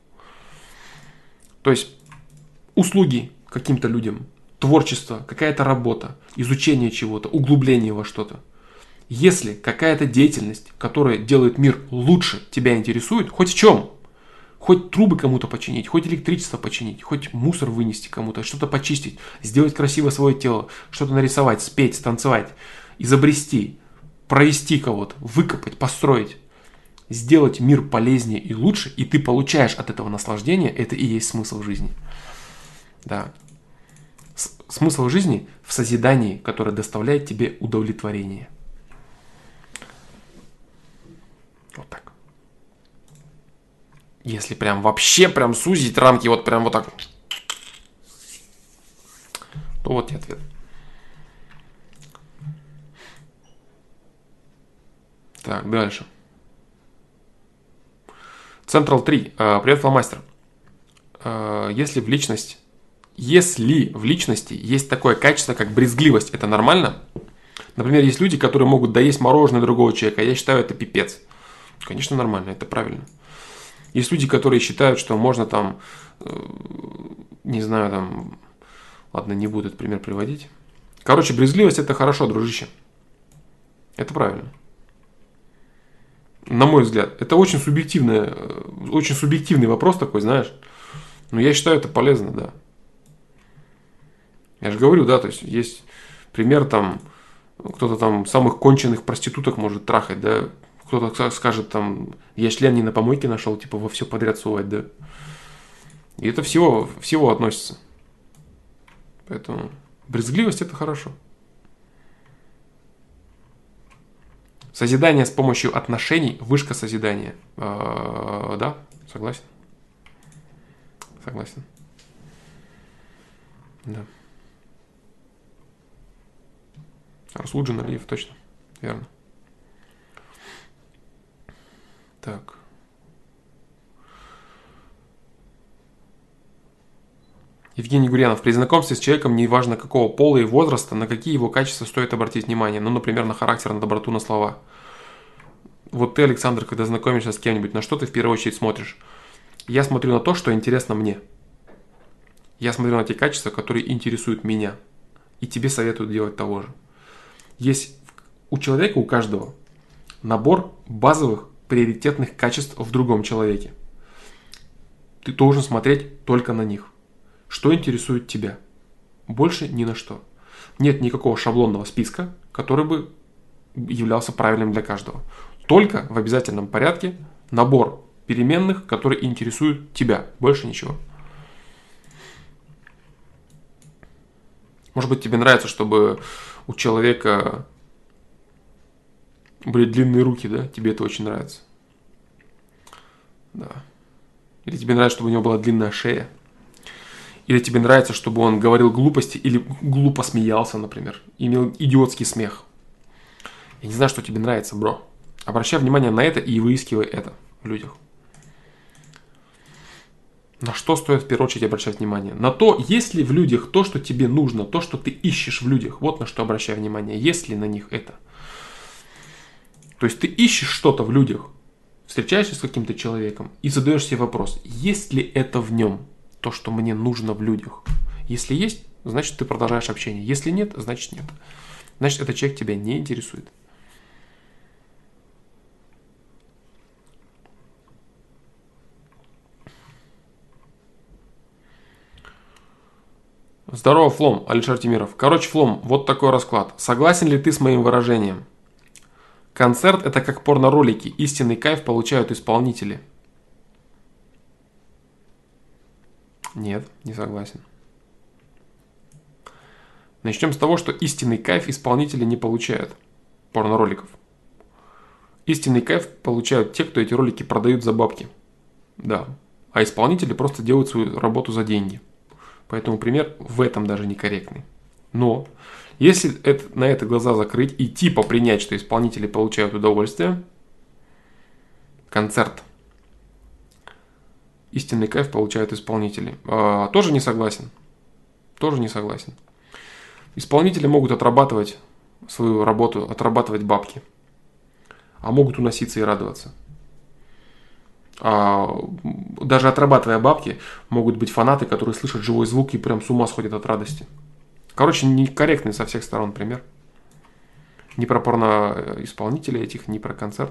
То есть услуги каким-то людям, творчество, какая-то работа, изучение чего-то, углубление во что-то. Если какая-то деятельность, которая делает мир лучше, тебя интересует, хоть в чем, хоть трубы кому-то починить, хоть электричество починить, хоть мусор вынести кому-то, что-то почистить, сделать красиво свое тело, что-то нарисовать, спеть, станцевать, изобрести, провести кого-то, выкопать, построить, сделать мир полезнее и лучше, и ты получаешь от этого наслаждение, это и есть смысл жизни. Да. Смысл жизни в созидании, которое доставляет тебе удовлетворение. Вот так. Если прям вообще прям сузить рамки, вот прям вот так, то вот и ответ. Так, дальше. Централ три. Привет, фломастер. Если в личность, если в личности есть такое качество, как брезгливость, это нормально? Например, есть люди, которые могут доесть мороженое другого человека, я считаю, это пипец. Конечно, нормально, это правильно. Есть люди, которые считают, что можно там, не знаю, там, ладно, не буду этот пример приводить. Короче, брезгливость это хорошо, дружище. Это правильно. На мой взгляд, это очень субъективный, очень субъективный вопрос такой, знаешь. Но я считаю, это полезно, да. Я же говорю, да, то есть есть пример там, кто-то там самых конченых проституток может трахать, да. Кто-то скажет там, я член не на помойке нашел, типа во все подряд сувать, да. И это всего, всего относится. Поэтому брезгливость это хорошо. Созидание с помощью отношений, вышка созидания. А, да, согласен. Согласен. Да. Расулджин Алиев, точно. Верно. Так. Евгений Гурьянов. При знакомстве с человеком, неважно какого пола и возраста, на какие его качества стоит обратить внимание. Ну, например, на характер, на доброту, на слова. Вот ты, Александр, когда знакомишься с кем-нибудь, на что ты в первую очередь смотришь? Я смотрю на то, что интересно мне. Я смотрю на те качества, которые интересуют меня. И тебе советую делать того же. Есть у человека, у каждого, набор базовых приоритетных качеств в другом человеке. Ты должен смотреть только на них. Что интересует тебя? Больше ни на что. Нет никакого шаблонного списка, который бы являлся правильным для каждого. Только в обязательном порядке набор переменных, которые интересуют тебя. Больше ничего. Может быть, тебе нравится, чтобы у человека были длинные руки, да? Тебе это очень нравится. Да. Или тебе нравится, чтобы у него была длинная шея. Или тебе нравится, чтобы он говорил глупости или глупо смеялся, например. Имел идиотский смех. Я не знаю, что тебе нравится, бро. Обращай внимание на это и выискивай это в людях. На что стоит в первую очередь обращать внимание? На то, есть ли в людях то, что тебе нужно, то, что ты ищешь в людях. Вот на что обращай внимание. Есть ли на них это? То есть ты ищешь что-то в людях, встречаешься с каким-то человеком и задаешь себе вопрос, есть ли это в нем? То, что мне нужно в людях. Если есть, значит ты продолжаешь общение. Если нет, значит нет. Значит, этот человек тебя не интересует. Здорово, Флом, Алишер Тимиров. Короче, Флом, вот такой расклад. Согласен ли ты с моим выражением? Концерт – это как порно-ролики. Истинный кайф получают исполнители. Нет, не согласен. Начнем с того, что истинный кайф исполнители не получают порно-роликов. Истинный кайф получают те, кто эти ролики продают за бабки. Да. А исполнители просто делают свою работу за деньги. Поэтому пример в этом даже некорректный. Но если это, на это глаза закрыть и типа принять, что исполнители получают удовольствие, концерт, истинный кайф получают исполнители. А, тоже не согласен. Тоже не согласен. Исполнители могут отрабатывать свою работу, отрабатывать бабки. А могут уноситься и радоваться. А, даже отрабатывая бабки, могут быть фанаты, которые слышат живой звук и прям с ума сходят от радости. Короче, некорректный со всех сторон пример. Ни про порноисполнителей этих, ни про концерт.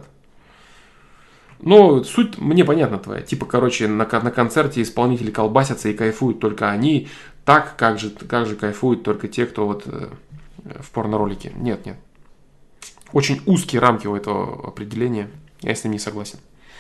Но суть мне понятна твоя. Типа, короче, на, на концерте исполнители колбасятся и кайфуют только они. Так, как же, как же кайфуют только те, кто вот э, в порноролике. Нет, нет. Очень узкие рамки у этого определения. Я с ним не согласен.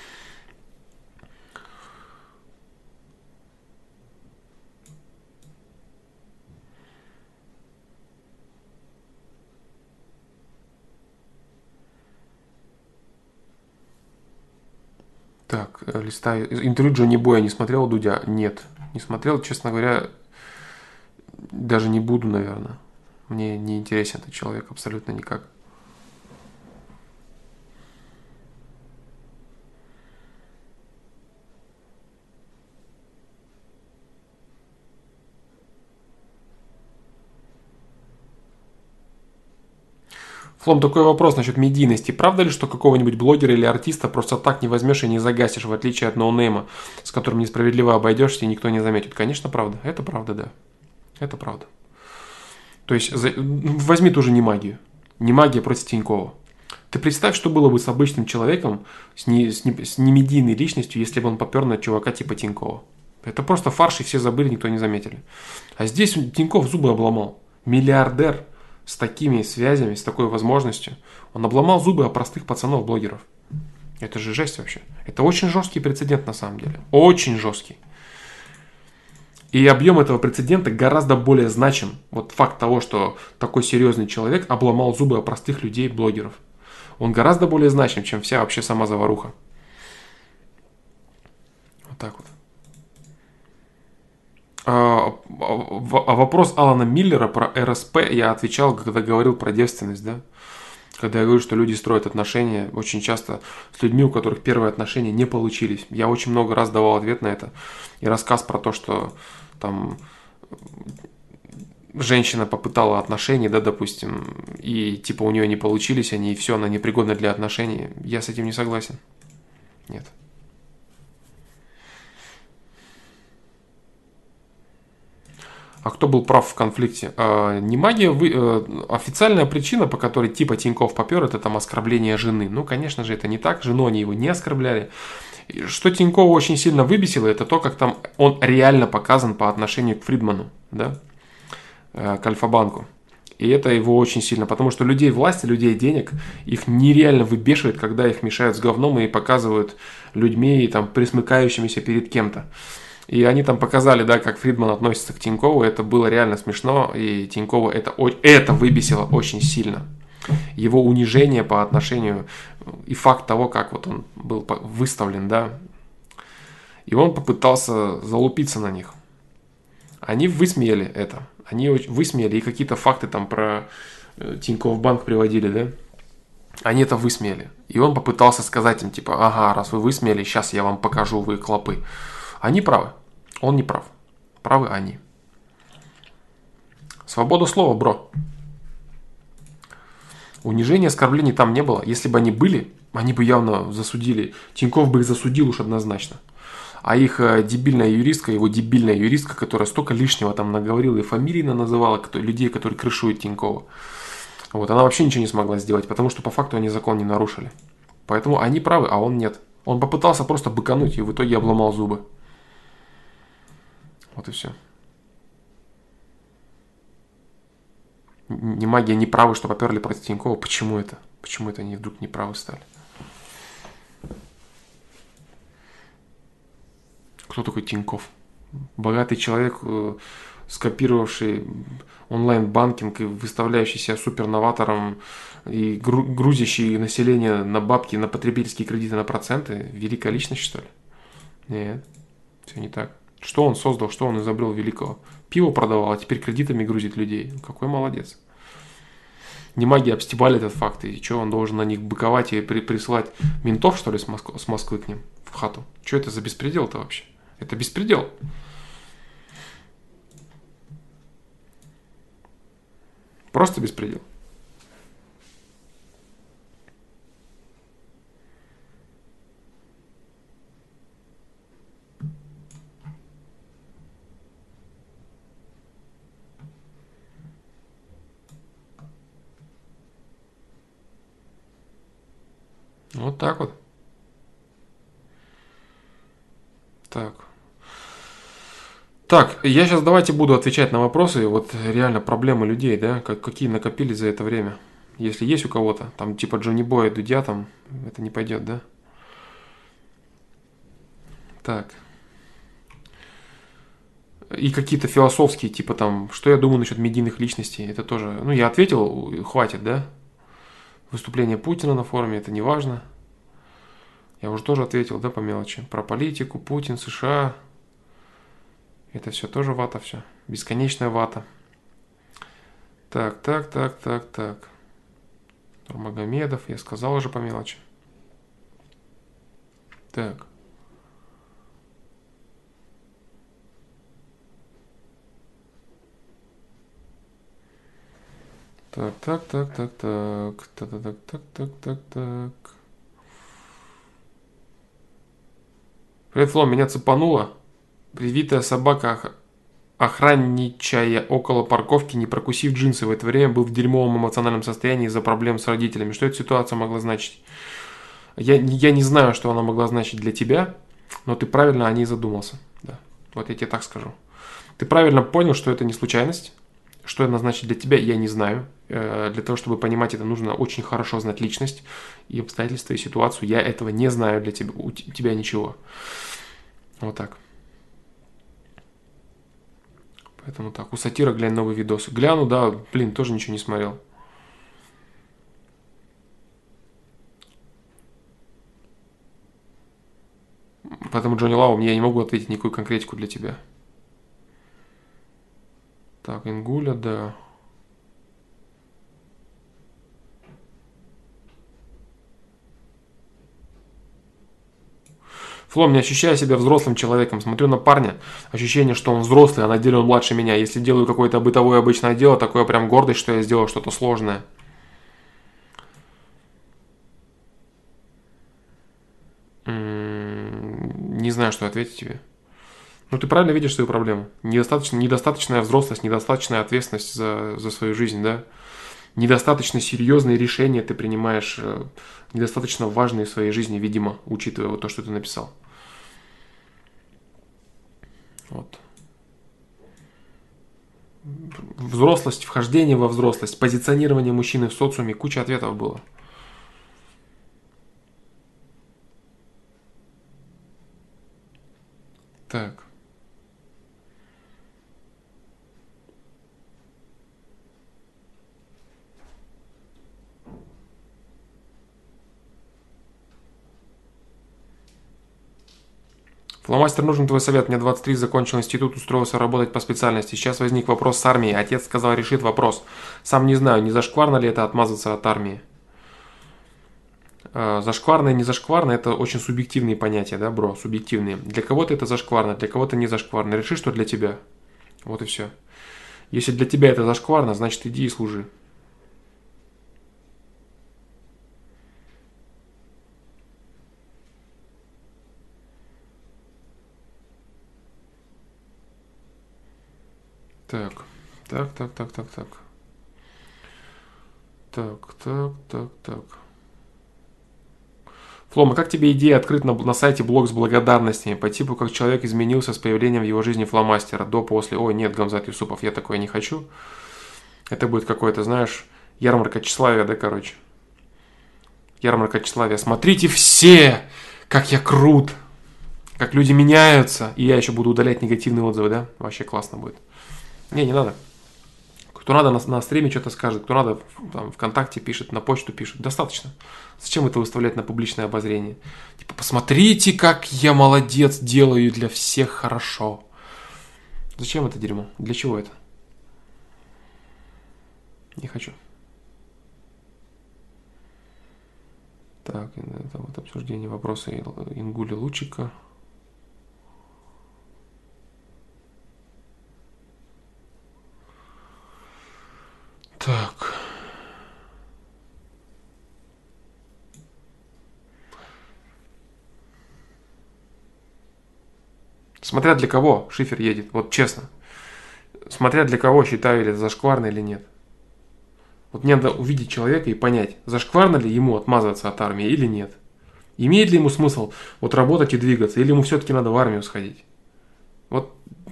Так, листаю. Интервью Джонни Боя не смотрел, Дудя? Нет, не смотрел. Честно говоря, даже не буду, наверное. Мне не интересен этот человек абсолютно никак. Флом, такой вопрос насчет медийности. Правда ли, что какого-нибудь блогера или артиста просто так не возьмешь и не загасишь, в отличие от ноунейма, с которым несправедливо обойдешься и никто не заметит? Конечно, правда. Это правда, да. Это правда. То есть, возьми ту же Немагию. Немагия против Тинькова. Ты представь, что было бы с обычным человеком, с, не, с, не, с немедийной личностью, если бы он попер на чувака типа Тинькова. Это просто фарш, и все забыли, никто не заметили. А здесь Тиньков зубы обломал. Миллиардер с такими связями, с такой возможностью. Он обломал зубы о простых пацанов-блогеров. Это же жесть вообще. Это очень жесткий прецедент на самом деле. Очень жесткий. И объем этого прецедента гораздо более значим. Вот факт того, что такой серьезный человек обломал зубы о простых людей-блогеров. Он гораздо более значим, чем вся вообще сама заваруха. Вот так вот. А, а вопрос Алана Миллера про эр эс пэ я отвечал, когда говорил про девственность, да? Когда я говорю, что люди строят отношения очень часто с людьми, у которых первые отношения не получились. Я очень много раз давал ответ на это. И рассказ про то, что там женщина попытала отношения, да, допустим, и типа у нее не получились они, и все, она непригодна для отношений. Я с этим не согласен. Нет. А кто был прав в конфликте? А, Немагия, вы, э, официальная причина, по которой типа Тиньков попер, это там оскорбление жены. Ну, конечно же, это не так. Жену они его не оскорбляли. И что Тинькова очень сильно выбесило, это то, как там он реально показан по отношению к Фридману, да, э, к Альфа-банку. И это его очень сильно, потому что людей власти, людей денег, их нереально выбешивает, когда их мешают с говном и показывают людьми, там, присмыкающимися перед кем-то. И они там показали, да, как Фридман относится к Тинькову. Это было реально смешно. И Тинькова это, это выбесило очень сильно. Его унижение по отношению и факт того, как вот он был выставлен, да. И он попытался залупиться на них. Они высмеяли это. Они высмеяли и какие-то факты там про Тинькофф банк приводили, да. Они это высмеяли. И он попытался сказать им, типа, ага, раз вы высмеяли, сейчас я вам покажу, вы клопы. Они правы. Он не прав. Правы они. Свобода слова, бро. Унижения, оскорблений там не было. Если бы они были, они бы явно засудили. Тинькофф бы их засудил уж однозначно. А их дебильная юристка, его дебильная юристка, которая столько лишнего там наговорила и фамилии называла людей, которые крышуют Тинькова. Вот, она вообще ничего не смогла сделать, потому что по факту они закон не нарушили. Поэтому они правы, а он нет. Он попытался просто быкануть и в итоге обломал зубы. Вот и все. Немагия не правы, что поперли против Тинькова. Почему это? Почему это они вдруг не правы стали? Кто такой Тиньков? Богатый человек, скопировавший онлайн-банкинг и выставляющий себя суперноватором и грузящий население на бабки, на потребительские кредиты, на проценты. Великая личность, что ли? Нет, все не так. Что он создал, что он изобрел великого? Пиво продавал, а теперь кредитами грузит людей. Какой молодец. Не маги обстебали этот факт. И что, он должен на них быковать и при- присылать ментов, что ли, с Москвы, с Москвы к ним в хату? Что это за беспредел-то вообще? Это беспредел. Просто беспредел. Вот так вот. Так. Так, я сейчас давайте буду отвечать на вопросы. Вот реально проблемы людей, да, как, какие накопились за это время. Если есть у кого-то, там типа Джонни Боя, Дудя, там это не пойдет, да? Так. И какие-то философские, типа там, что я думаю насчет медийных личностей. Это тоже, ну я ответил, хватит, да? Выступление Путина на форуме, это не важно. Я уже тоже ответил, да, по мелочи. Про политику, Путин, США. Это все тоже вата, все. Бесконечная вата. Так, так, так, так, так. Нурмагомедов, я сказал уже по мелочи. Так. Так, так, так, так, так. Так, так, так, так, так, так. Привет, Фло, меня цепануло. Привитая собака, охранничая около парковки, не прокусив джинсы, в это время был в дерьмовом эмоциональном состоянии из-за проблем с родителями. Что эта ситуация могла значить? Я, я не знаю, что она могла значить для тебя, но ты правильно о ней задумался. Да. Вот я тебе так скажу. Ты правильно понял, что это не случайность. Что это значит для тебя, я не знаю. Для того, чтобы понимать это, нужно очень хорошо знать личность и обстоятельства, и ситуацию. Я этого не знаю для тебя, у тебя ничего. Вот так. Поэтому так, у сатира глянь новый видос. Гляну, да, блин, тоже ничего не смотрел. Поэтому, Джонни Лау, я не могу ответить никакую конкретику для тебя. Так, Ингуля, да. Флом, не ощущаю себя взрослым человеком. Смотрю на парня, ощущение, что он взрослый, а на деле он младше меня. Если делаю какое-то бытовое обычное дело, такое прям гордость, что я сделал что-то сложное. М-м- не знаю, что ответить тебе. Ну, ты правильно видишь свою проблему. Недостаточно, недостаточная взрослость, недостаточная ответственность за, за свою жизнь, да? Недостаточно серьезные решения ты принимаешь, недостаточно важные в своей жизни, видимо, учитывая вот то, что ты написал. Вот. Взрослость, вхождение во взрослость, позиционирование мужчины в социуме, куча ответов было. Так. Фломастер, нужен твой совет. Мне двадцать три, закончил институт, устроился работать по специальности. Сейчас возник вопрос с армией. Отец сказал, решит вопрос. Сам не знаю, не зашкварно ли это отмазаться от армии. Зашкварно и не зашкварно – это очень субъективные понятия, да, бро, субъективные. Для кого-то это зашкварно, для кого-то не зашкварно. Реши, что для тебя. Вот и все. Если для тебя это зашкварно, значит иди и служи. Так, так, так, так, так, так. Так, так, так, так. Флома, как тебе идея открыть на, на сайте блог с благодарностями по типу, как человек изменился с появлением в его жизни фломастера, до, после? Ой, нет, Гамзат Юсупов, я такое не хочу. Это будет какое-то, знаешь, ярмарка тщеславия, да, короче. Ярмарка тщеславия. Смотрите все, как я крут, как люди меняются. И я еще буду удалять негативные отзывы, да? Вообще классно будет. Не, не надо. Кто надо на, на стриме что-то скажет, кто надо там, ВКонтакте пишет, на почту пишет. Достаточно. Зачем это выставлять на публичное обозрение? Типа, посмотрите, как я молодец, делаю для всех хорошо. Зачем это дерьмо? Для чего это? Не хочу. Так, это вот обсуждение вопроса Ингули Лучика. Так. Смотря для кого Шифер едет, вот честно. Смотря для кого считаю, ли это зашкварно или нет. Вот мне надо увидеть человека и понять, зашкварно ли ему отмазываться от армии или нет. Имеет ли ему смысл вот работать и двигаться, или ему все-таки надо в армию сходить. Вот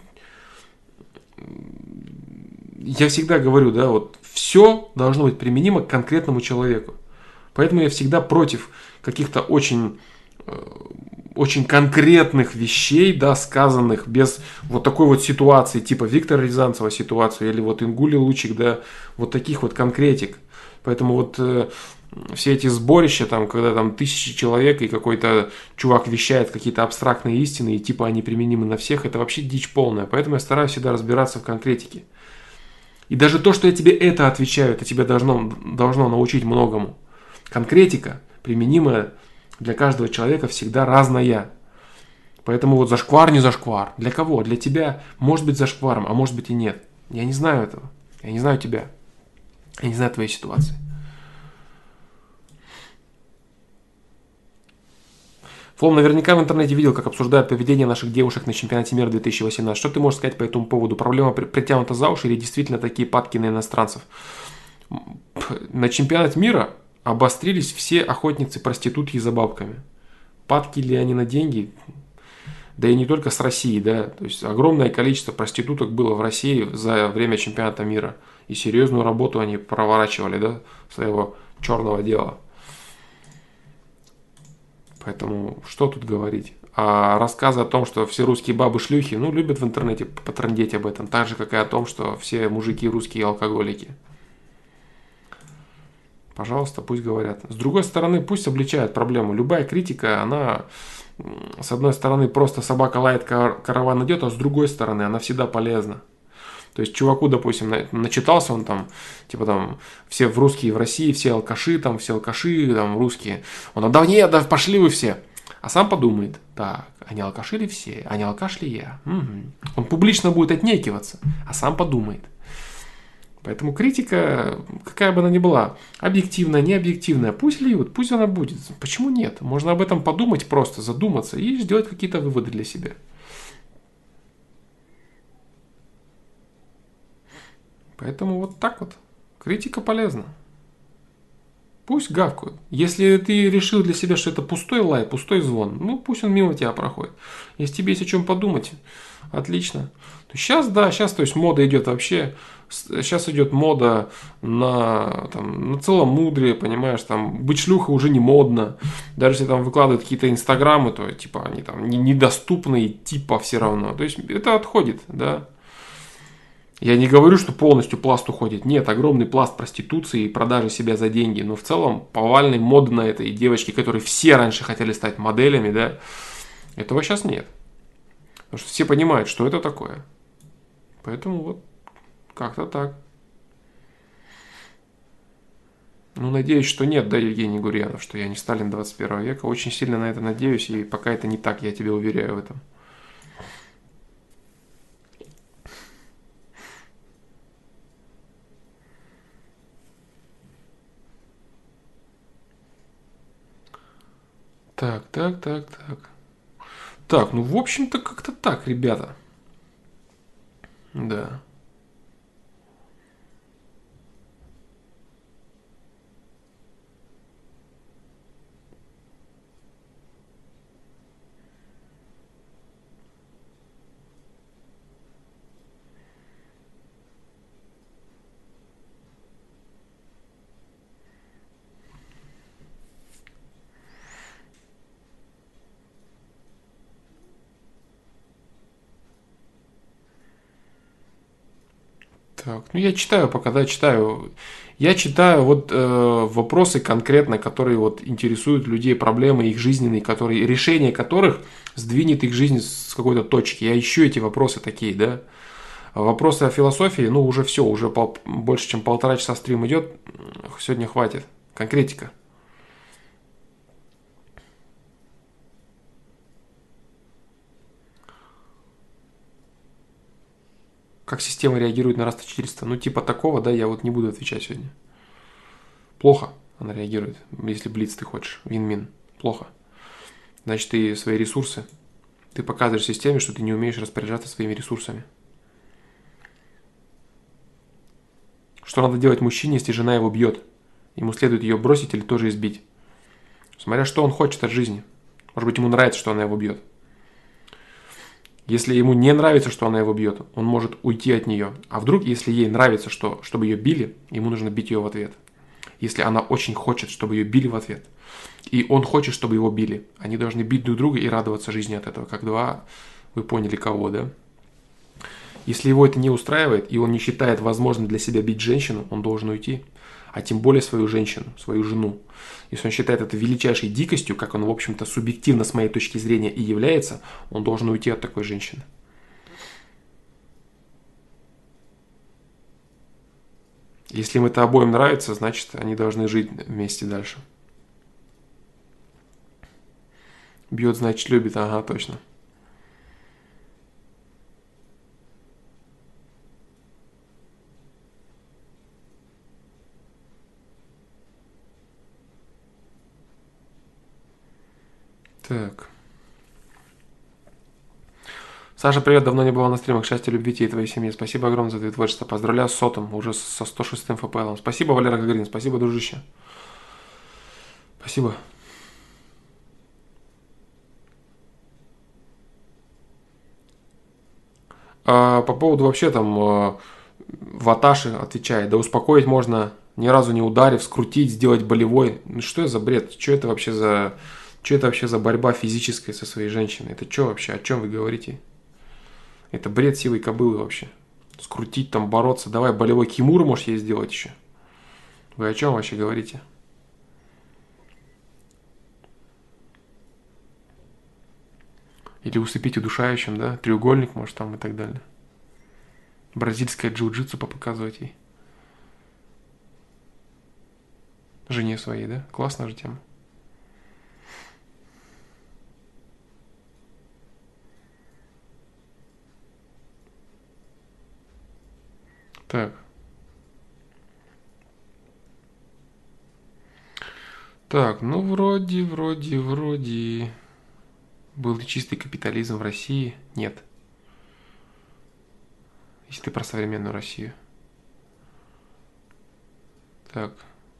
я всегда говорю, да, вот все должно быть применимо к конкретному человеку. Поэтому я всегда против каких-то очень, очень конкретных вещей, да, сказанных без вот такой вот ситуации, типа Виктора Рязанцева ситуацию, или вот Ингули Лучик, да, вот таких вот конкретик. Поэтому вот э, все эти сборища, там, когда там тысячи человек и какой-то чувак вещает какие-то абстрактные истины, и типа они применимы на всех, это вообще дичь полная. Поэтому я стараюсь всегда разбираться в конкретике. И даже то, что я тебе это отвечаю, это тебя должно, должно научить многому. Конкретика, применимая для каждого человека, всегда разная. Поэтому вот зашквар, не зашквар. Для кого? Для тебя может быть зашкваром, а может быть и нет. Я не знаю этого. Я не знаю тебя. Я не знаю твоей ситуации. Флом наверняка в интернете видел, как обсуждают поведение наших девушек на чемпионате мира две тысячи восемнадцать. Что ты можешь сказать по этому поводу? Проблема притянута за уши или действительно такие падки на иностранцев? На чемпионат мира обострились все охотницы, проститутки за бабками. Падки ли они на деньги? Да и не только с России, да. То есть огромное количество проституток было в России за время чемпионата мира. И серьезную работу они проворачивали, да, своего черного дела. Поэтому что тут говорить? А рассказы о том, что все русские бабы шлюхи, ну, любят в интернете потрындеть об этом. Так же, как и о том, что все мужики русские алкоголики. Пожалуйста, пусть говорят. С другой стороны, пусть обличают проблему. Любая критика, она, с одной стороны, просто собака лает, караван идет, а с другой стороны, она всегда полезна. То есть чуваку, допустим, начитался он там, типа там, все в русские в России, все алкаши, там, все алкаши, там, русские. Он, да нет, да пошли вы все. А сам подумает, так, а не алкаши ли все, а не алкаш ли я? Угу. Он публично будет отнекиваться, а сам подумает. Поэтому критика, какая бы она ни была, объективная, не объективная, пусть льют, пусть она будет. Почему нет? Можно об этом подумать просто, задуматься и сделать какие-то выводы для себя. Поэтому вот так вот. Критика полезна. Пусть гавкают. Если ты решил для себя, что это пустой лай, пустой звон, ну пусть он мимо тебя проходит. Если тебе есть о чем подумать, отлично. Сейчас, да, сейчас, то есть мода идет вообще, сейчас идет мода на, там, на целомудрие, понимаешь, там, быть шлюхой уже не модно. Даже если там выкладывают какие-то инстаграмы, то типа они там недоступны, типа все равно. То есть это отходит, да. Я не говорю, что полностью пласт уходит. Нет, огромный пласт проституции и продажи себя за деньги. Но в целом повальной моды на это. И девочки, которые все раньше хотели стать моделями, да, этого сейчас нет. Потому что все понимают, что это такое. Поэтому вот как-то так. Ну, надеюсь, что нет, да, Евгений Гурьянов, что я не Сталин двадцать первого века. Очень сильно на это надеюсь. И пока это не так, я тебе уверяю в этом. Так, так, так, так. Так, ну, в общем-то, как-то так, ребята. Да. Так, ну я читаю пока, да, читаю. Я читаю вот э, вопросы конкретно, которые вот интересуют людей, проблемы их жизненные, которые, решение которых сдвинет их жизнь с какой-то точки. Я ищу эти вопросы такие, да. Вопросы о философии, ну, уже все, уже пол, больше, чем полтора часа стрим идет. Сегодня хватит. Конкретика. Как система реагирует на Раста четыреста? Ну, типа такого, да, я вот не буду отвечать сегодня. Плохо она реагирует, если блиц ты хочешь, вин-мин. Плохо. Значит, ты свои ресурсы, ты показываешь системе, что ты не умеешь распоряжаться своими ресурсами. Что надо делать мужчине, если жена его бьет? Ему следует ее бросить или тоже избить? Смотря что он хочет от жизни. Может быть, ему нравится, что она его бьет. Если ему не нравится, что она его бьет, он может уйти от нее. А вдруг, если ей нравится, что, чтобы ее били, ему нужно бить ее в ответ. Если она очень хочет, чтобы ее били в ответ, и он хочет, чтобы его били, они должны бить друг друга и радоваться жизни от этого, как два, вы поняли кого, да? Если его это не устраивает, и он не считает возможным для себя бить женщину, он должен уйти. А тем более свою женщину, свою жену. Если он считает это величайшей дикостью, как он, в общем-то, субъективно с моей точки зрения и является, он должен уйти от такой женщины. Если им это обоим нравится, значит, они должны жить вместе дальше. Бьет, значит, любит. Ага, точно. Так. Саша, привет, давно не была на стримах. Счастья, любви тебе и твоей семье. Спасибо огромное за твое творчество. Поздравляю с сотом, уже со сто шестым эф пи эл. Спасибо, Валера Гагарин. Спасибо, дружище. Спасибо. А, по поводу вообще там а, Ваташи отвечает. Да успокоить можно, ни разу не ударив, скрутить, сделать болевой. Ну что это за бред? Что это вообще за... Что это вообще за борьба физическая со своей женщиной? Это что вообще? О чем вы говорите? Это бред сивой кобылы вообще. Скрутить там, бороться. Давай болевой кимуру можешь ей сделать еще. Вы о чем вообще говорите? Или усыпить удушающим, да? Треугольник, может, там и так далее. Бразильское джиу-джитсу попоказывать ей. Жене своей, да? Классная же тема. Так. Так, ну вроде, вроде, вроде... Был ли чистый капитализм в России? Нет. Если ты про современную Россию. Так.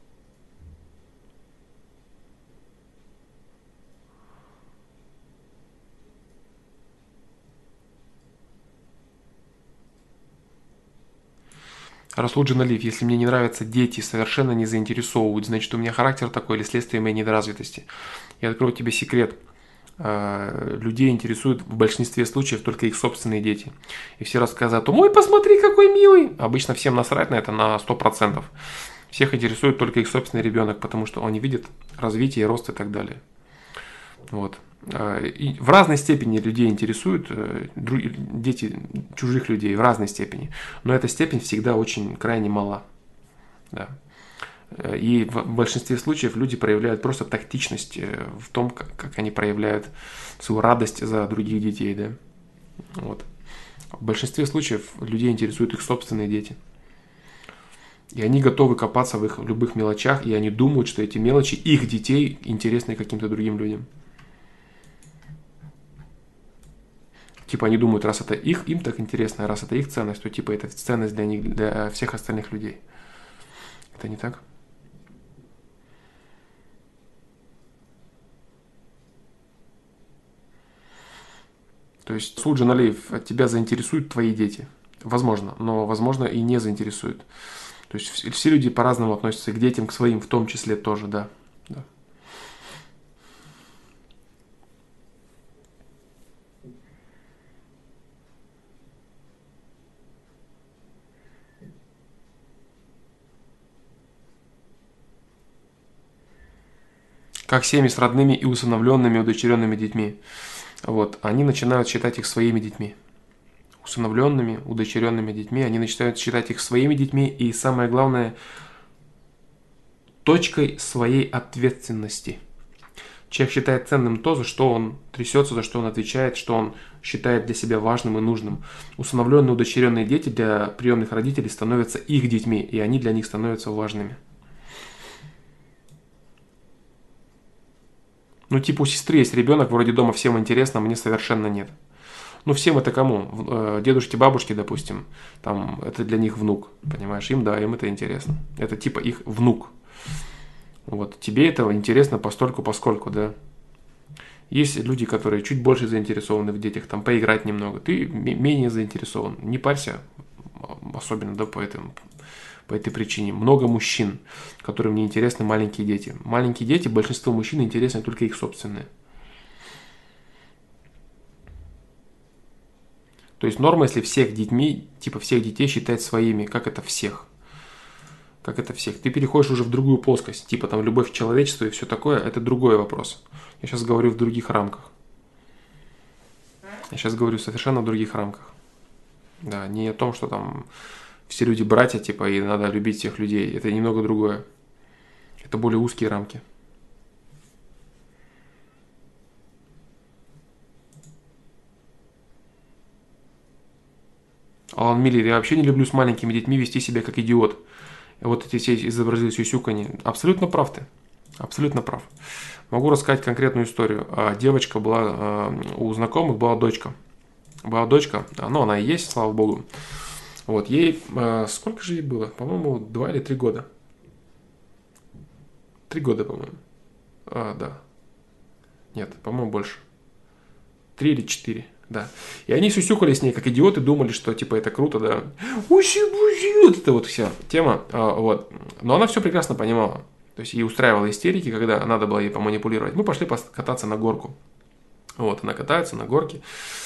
Раслуджин Алиев, если мне не нравятся дети, совершенно не заинтересовывают, значит, у меня характер такой или следствие моей недоразвитости. Я открою тебе секрет. Людей интересуют в большинстве случаев только их собственные дети. И все рассказы о том, ой, посмотри, какой милый. Обычно всем насрать на это на сто процентов. Всех интересует только их собственный ребенок, потому что они видят развитие, рост и так далее. Вот. И в разной степени людей интересуют дети чужих людей, в разной степени. Но эта степень всегда очень крайне мала. Да. И в большинстве случаев люди проявляют просто тактичность в том, как, как они проявляют свою радость за других детей. Да? Вот. В большинстве случаев людей интересуют их собственные дети. И они готовы копаться в их любых мелочах, и они думают, что эти мелочи их детей интересны каким-то другим людям. Типа они думают, раз это их, им так интересно, а раз это их ценность, то типа это ценность для них, для всех остальных людей. Это не так? То есть Слуджин Алиев, тебя заинтересуют твои дети. Возможно, но возможно и не заинтересуют. То есть все люди по-разному относятся к детям, к своим в том числе тоже, да. да. Как семьи с родными и усыновленными, удочеренными детьми. Вот, они начинают считать их своими детьми. усыновленными, удочеренными детьми, они начинают считать их своими детьми и, самое главное, точкой своей ответственности. Человек считает ценным то, за что он трясется, за что он отвечает, что он считает для себя важным и нужным. Усыновленные, удочеренные дети для приемных родителей становятся их детьми, и они для них становятся важными. Ну, типа у сестры есть ребенок, вроде дома всем интересно, а мне совершенно нет. Ну, всем это кому? Дедушки, бабушки, допустим, там, это для них внук, понимаешь? Им, да, им это интересно. Это типа их внук. Вот, тебе это интересно постольку, поскольку, да. Есть люди, которые чуть больше заинтересованы в детях, там, поиграть немного. Ты менее заинтересован. Не парься, особенно, да, по этому, по этой причине. Много мужчин, которым не интересны маленькие дети. Маленькие дети, большинство мужчин интересны только их собственные. То есть норма, если всех детьми, типа всех детей считать своими, как это всех. Как это всех. Ты переходишь уже в другую плоскость, типа там любовь к человечеству и все такое, это другой вопрос. Я сейчас говорю в других рамках. Я сейчас говорю совершенно в других рамках. Да, не о том, что там все люди братья, типа, и надо любить всех людей. Это немного другое. Это более узкие рамки. Алан Миллер, я вообще не люблю с маленькими детьми вести себя как идиот. Вот эти все изобразили сюсюканье. Абсолютно прав ты. Абсолютно прав. Могу рассказать конкретную историю. Девочка была, у знакомых была дочка. Была дочка, ну она и есть, слава богу. Вот, ей, сколько же ей было? По-моему, два или три года. Три года, по-моему. А, да. Нет, по-моему, больше. Три или четыре. Да. И они сюсюкали с ней, как идиоты, думали, что типа это круто, да. Уси-буси, вот это вот вся тема. А, вот. Но она все прекрасно понимала. То есть ей устраивала истерики, когда надо было ей поманипулировать. Мы пошли кататься на горку. Вот, она катается на горке.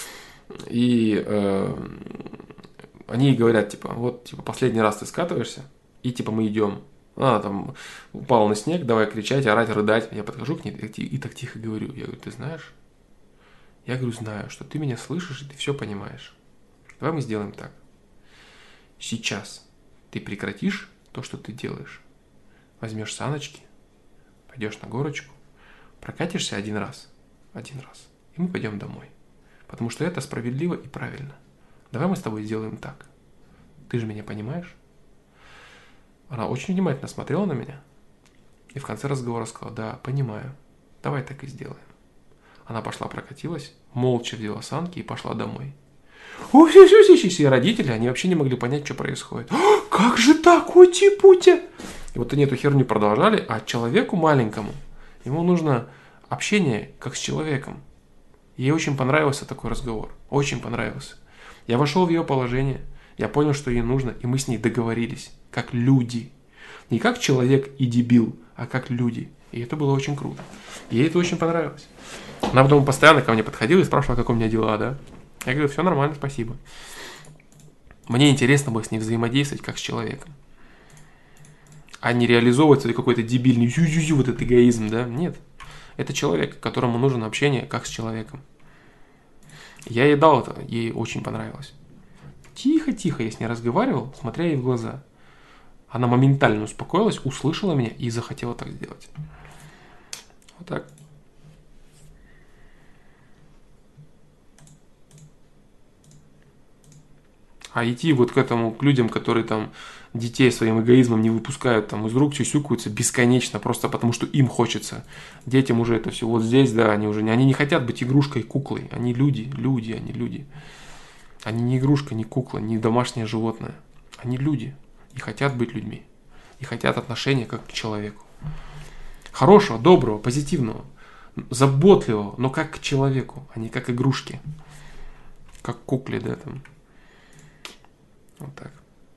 И э, они ей говорят, типа, вот, типа, последний раз ты скатываешься, и типа мы идем. Она там упала на снег, давай кричать, орать, рыдать. Я подхожу к ней и, и так тихо говорю. Я говорю, ты знаешь? Я говорю, знаю, что ты меня слышишь и ты все понимаешь. Давай мы сделаем так. Сейчас ты прекратишь то, что ты делаешь. Возьмешь саночки, пойдешь на горочку, прокатишься один раз, один раз, и мы пойдем домой. Потому что это справедливо и правильно. Давай мы с тобой сделаем так. Ты же меня понимаешь? Она очень внимательно смотрела на меня и в конце разговора сказала, да, понимаю, давай так и сделаем. Она пошла прокатилась, молча взяла санки и пошла домой. И родители, они вообще не могли понять, что происходит. Как же так, ути-пути? И вот они эту херню продолжали, а человеку маленькому, ему нужно общение как с человеком. Ей очень понравился такой разговор, очень понравился. Я вошел в ее положение, я понял, что ей нужно, и мы с ней договорились, как люди. Не как человек и дебил, а как люди. И это было очень круто. Ей это очень понравилось. Она потом постоянно ко мне подходила и спрашивала, как у меня дела, да? Я говорю, все нормально, спасибо. Мне интересно было с ней взаимодействовать как с человеком. А не реализовывать свой какой-то дебильный ю-ю-ю, вот этот эгоизм, да? Нет. Это человек, которому нужно общение как с человеком. Я ей дал это, ей очень понравилось. Тихо-тихо я с ней разговаривал, смотря ей в глаза. Она моментально успокоилась, услышала меня и захотела так сделать. Вот так. А идти вот к этому, к людям, которые там детей своим эгоизмом не выпускают там из рук, сюсюкаются бесконечно, просто потому что им хочется. Детям уже это все вот здесь, да, они уже не, они не хотят быть игрушкой, куклой. Они люди, люди, они люди. Они не игрушка, не кукла, не домашнее животное. Они люди и хотят быть людьми. И хотят отношения как к человеку. Хорошего, доброго, позитивного, заботливого, но как к человеку, а не как к игрушке. Как к кукле, да, там. Вот так.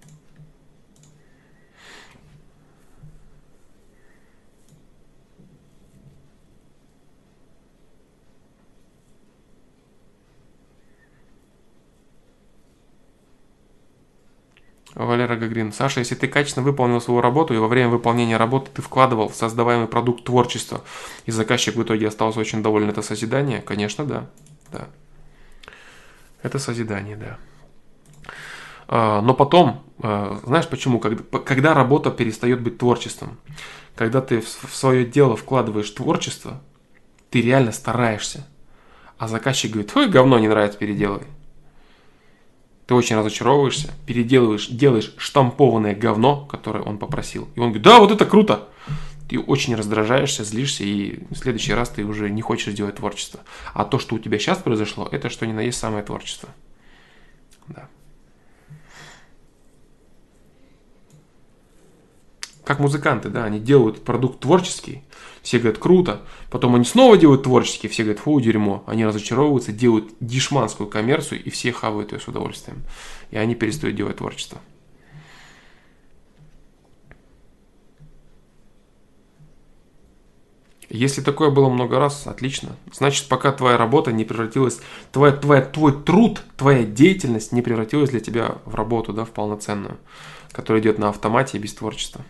Валера Гагрин. Саша, если ты качественно выполнил свою работу, и во время выполнения работы ты вкладывал в создаваемый продукт творчества, и заказчик в итоге остался очень доволен, это созидание? Конечно, да. Да. Это созидание, да. Но потом, знаешь почему? Когда, когда работа перестает быть творчеством, когда ты в свое дело вкладываешь творчество, ты реально стараешься. А заказчик говорит: ой, говно не нравится, переделывай. Ты очень разочаровываешься, переделываешь, делаешь штампованное говно, которое он попросил. И он говорит: да, вот это круто. Ты очень раздражаешься, злишься, и в следующий раз ты уже не хочешь делать творчество. А то, что у тебя сейчас произошло, это что ни на есть самое творчество. Да. Как музыканты, да, они делают продукт творческий, все говорят: круто, потом они снова делают творческий, все говорят: фу, дерьмо, они разочаровываются, делают дешманскую коммерцию, и все хавают ее с удовольствием, и они перестают делать творчество. Если такое было много раз, отлично. Значит, пока твоя работа не превратилась, твоя, твоя, твой труд, твоя деятельность не превратилась для тебя в работу, да, в полноценную, которая идет на автомате и без творчества.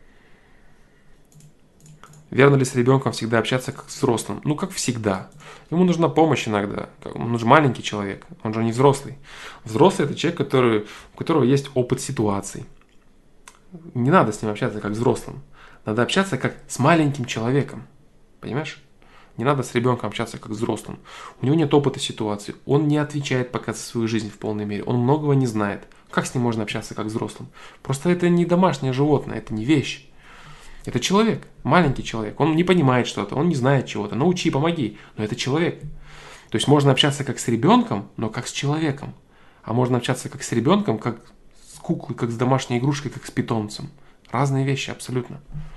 Верно ли с ребенком всегда общаться как с взрослым? Ну, как всегда. Ему нужна помощь иногда. Он же маленький человек, он же не взрослый. Взрослый – это человек, который, у которого есть опыт ситуаций. Не надо с ним общаться как с взрослым. Надо общаться как с маленьким человеком. Понимаешь? Не надо с ребенком общаться как с взрослым. У него нет опыта ситуации. Он не отвечает пока за свою жизнь в полной мере. Он многого не знает. Как с ним можно общаться как с взрослым? Просто это не домашнее животное, это не вещь. Это человек, маленький человек. Он не понимает что-то, он не знает чего-то. Научи, помоги. Но это человек. То есть можно общаться как с ребенком, но как с человеком. А можно общаться как с ребенком, как с куклой, как с домашней игрушкой, как с питомцем. Разные вещи абсолютно.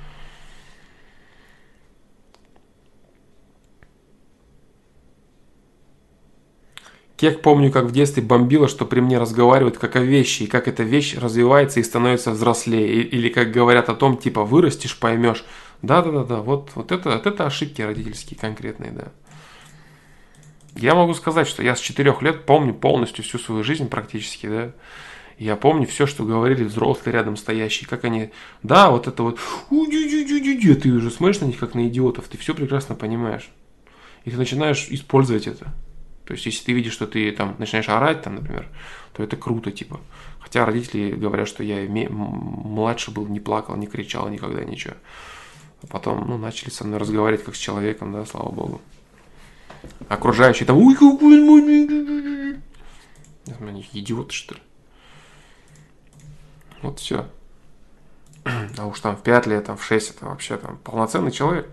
Кек, помню, как в детстве бомбило, что при мне разговаривают как о вещи, и как эта вещь развивается и становится взрослее. Или как говорят о том, типа, вырастешь, поймешь. Да-да-да, вот, вот, это, вот это ошибки родительские конкретные, да. Я могу сказать, что я с четырех лет помню полностью всю свою жизнь практически, да. Я помню все, что говорили взрослые рядом стоящие, как они, да, вот это вот, ты уже смотришь на них как на идиотов, ты все прекрасно понимаешь. И ты начинаешь использовать это. То есть, если ты видишь, что ты там начинаешь орать, там, например, то это круто, типа. Хотя родители говорят, что я младше был, не плакал, не кричал никогда, ничего. А потом, ну, начали со мной разговаривать как с человеком, да, слава богу. Окружающие там, ой, какой маленький. Они идиоты, что ли? Вот все. А уж там в пять лет, там в шесть, это вообще там полноценный человек.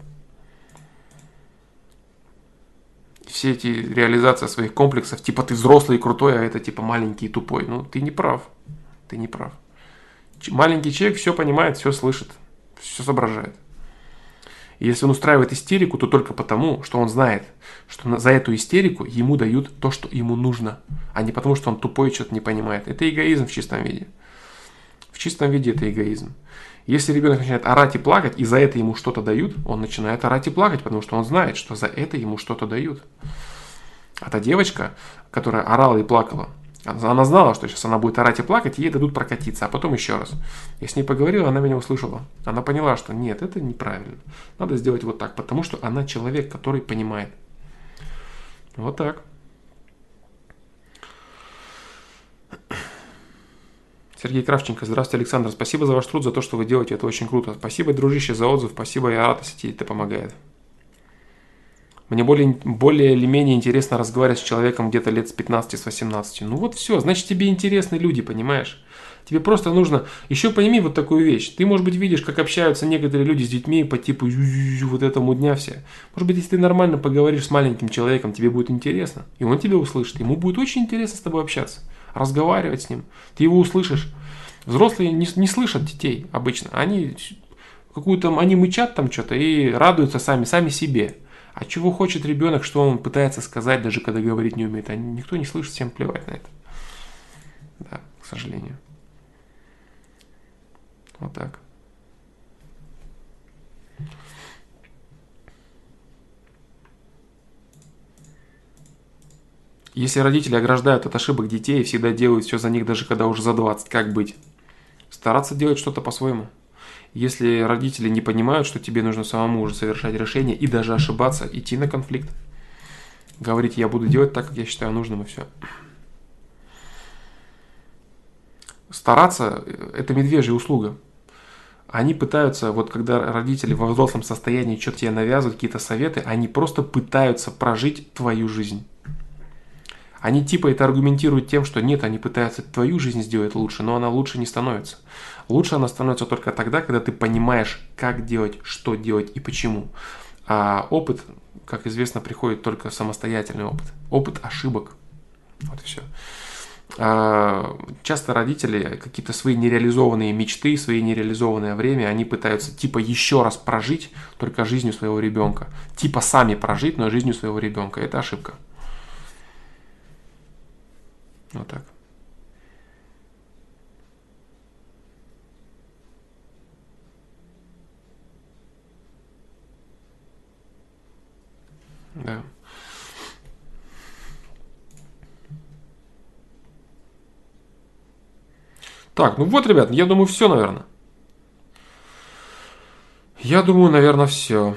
Все эти реализации своих комплексов, типа ты взрослый и крутой, а это типа маленький и тупой. Ну, ты не прав. Ты не прав. Маленький человек все понимает, все слышит, все соображает. И если он устраивает истерику, то только потому, что он знает, что за эту истерику ему дают то, что ему нужно, а не потому, что он тупой и что-то не понимает. Это эгоизм в чистом виде. В чистом виде это эгоизм. Если ребенок начинает орать и плакать, и за это ему что-то дают, он начинает орать и плакать, потому что он знает, что за это ему что-то дают. А та девочка, которая орала и плакала, она знала, что сейчас она будет орать и плакать, и ей дадут прокатиться, а потом еще раз. Я с ней поговорил, она меня услышала. Она поняла, что нет, это неправильно. Надо сделать вот так, потому что она человек, который понимает. Вот так. Сергей Кравченко. Здравствуйте, Александр. Спасибо за ваш труд, за то, что вы делаете. Это очень круто. Спасибо, дружище, за отзыв. Спасибо, я рад, если тебе это помогает. Мне более, более или менее интересно разговаривать с человеком где-то лет с пятнадцати, с восемнадцати. Ну вот все, значит, тебе интересны люди, понимаешь? Тебе просто нужно... Еще пойми вот такую вещь. Ты, может быть, видишь, как общаются некоторые люди с детьми по типу вот этому дня все. Может быть, если ты нормально поговоришь с маленьким человеком, тебе будет интересно. И он тебя услышит. Ему будет очень интересно с тобой общаться. Разговаривать с ним. Ты его услышишь. Взрослые не, не слышат детей обычно. Они какую-то, они мычат там что-то и радуются сами, сами себе. А чего хочет ребенок, что он пытается сказать, даже когда говорить не умеет? Они, никто не слышит, всем плевать на это. Да, к сожалению. Вот так. Если родители ограждают от ошибок детей и всегда делают все за них, даже когда уже за двадцать, как быть? Стараться делать что-то по-своему. Если родители не понимают, что тебе нужно самому уже совершать решение и даже ошибаться, идти на конфликт. Говорить, я буду делать так, как я считаю нужным, и все. стараться, это медвежья услуга. Они пытаются, вот когда родители во взрослом состоянии что-то тебе навязывают, какие-то советы, они просто пытаются прожить твою жизнь. Они типа это аргументируют тем, что нет, они пытаются твою жизнь сделать лучше, но она лучше не становится. Лучше она становится только тогда, когда ты понимаешь, как делать, что делать и почему. А опыт, как известно, приходит только самостоятельный опыт. Опыт ошибок. Вот и все. А часто родители какие-то свои нереализованные мечты, свои нереализованное время, они пытаются типа еще раз прожить только жизнью своего ребенка. Типа сами прожить, но жизнью своего ребенка. Это ошибка. Вот так. Да. Так, ну вот, ребят, я думаю, все, наверное. Я думаю, наверное, все.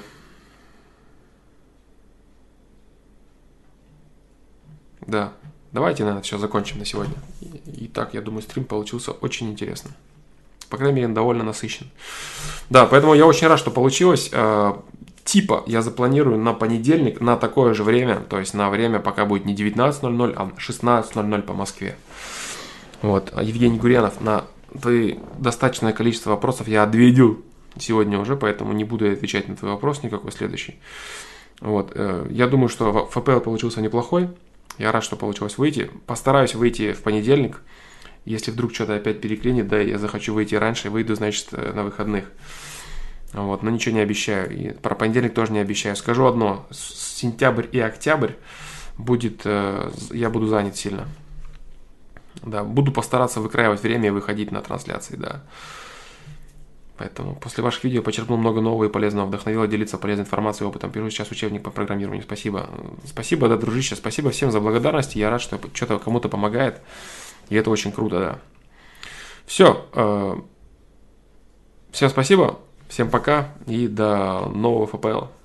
Да. Давайте, наверное, все закончим на сегодня. Итак, я думаю, стрим получился очень интересным. По крайней мере, довольно насыщен. Да, поэтому я очень рад, что получилось. Типа я запланирую на понедельник на такое же время, то есть на время, пока будет не девятнадцать ноль ноль, а шестнадцать ноль ноль по Москве. Вот. А Евгений Гурьянов, на твои достаточное количество вопросов я ответил сегодня уже, поэтому не буду отвечать на твой вопрос никакой следующий. Вот. Я думаю, что эф пи эл получился неплохой. Я рад, что получилось выйти. Постараюсь выйти в понедельник. Если вдруг что-то опять переклинит, да, я захочу выйти раньше, выйду, значит, на выходных. Вот, но ничего не обещаю. И про понедельник тоже не обещаю. Скажу одно. Сентябрь и октябрь будет, я буду занят сильно. Да, буду постараться выкраивать время и выходить на трансляции, да. Поэтому после ваших видео почерпнул много нового и полезного, вдохновило делиться полезной информацией и опытом. Пишу сейчас учебник по программированию. Спасибо. Спасибо, да, дружище. Спасибо всем за благодарность. Я рад, что что-то кому-то помогает. И это очень круто, да. Все. Всем спасибо. Всем пока. И до нового эф пи эл.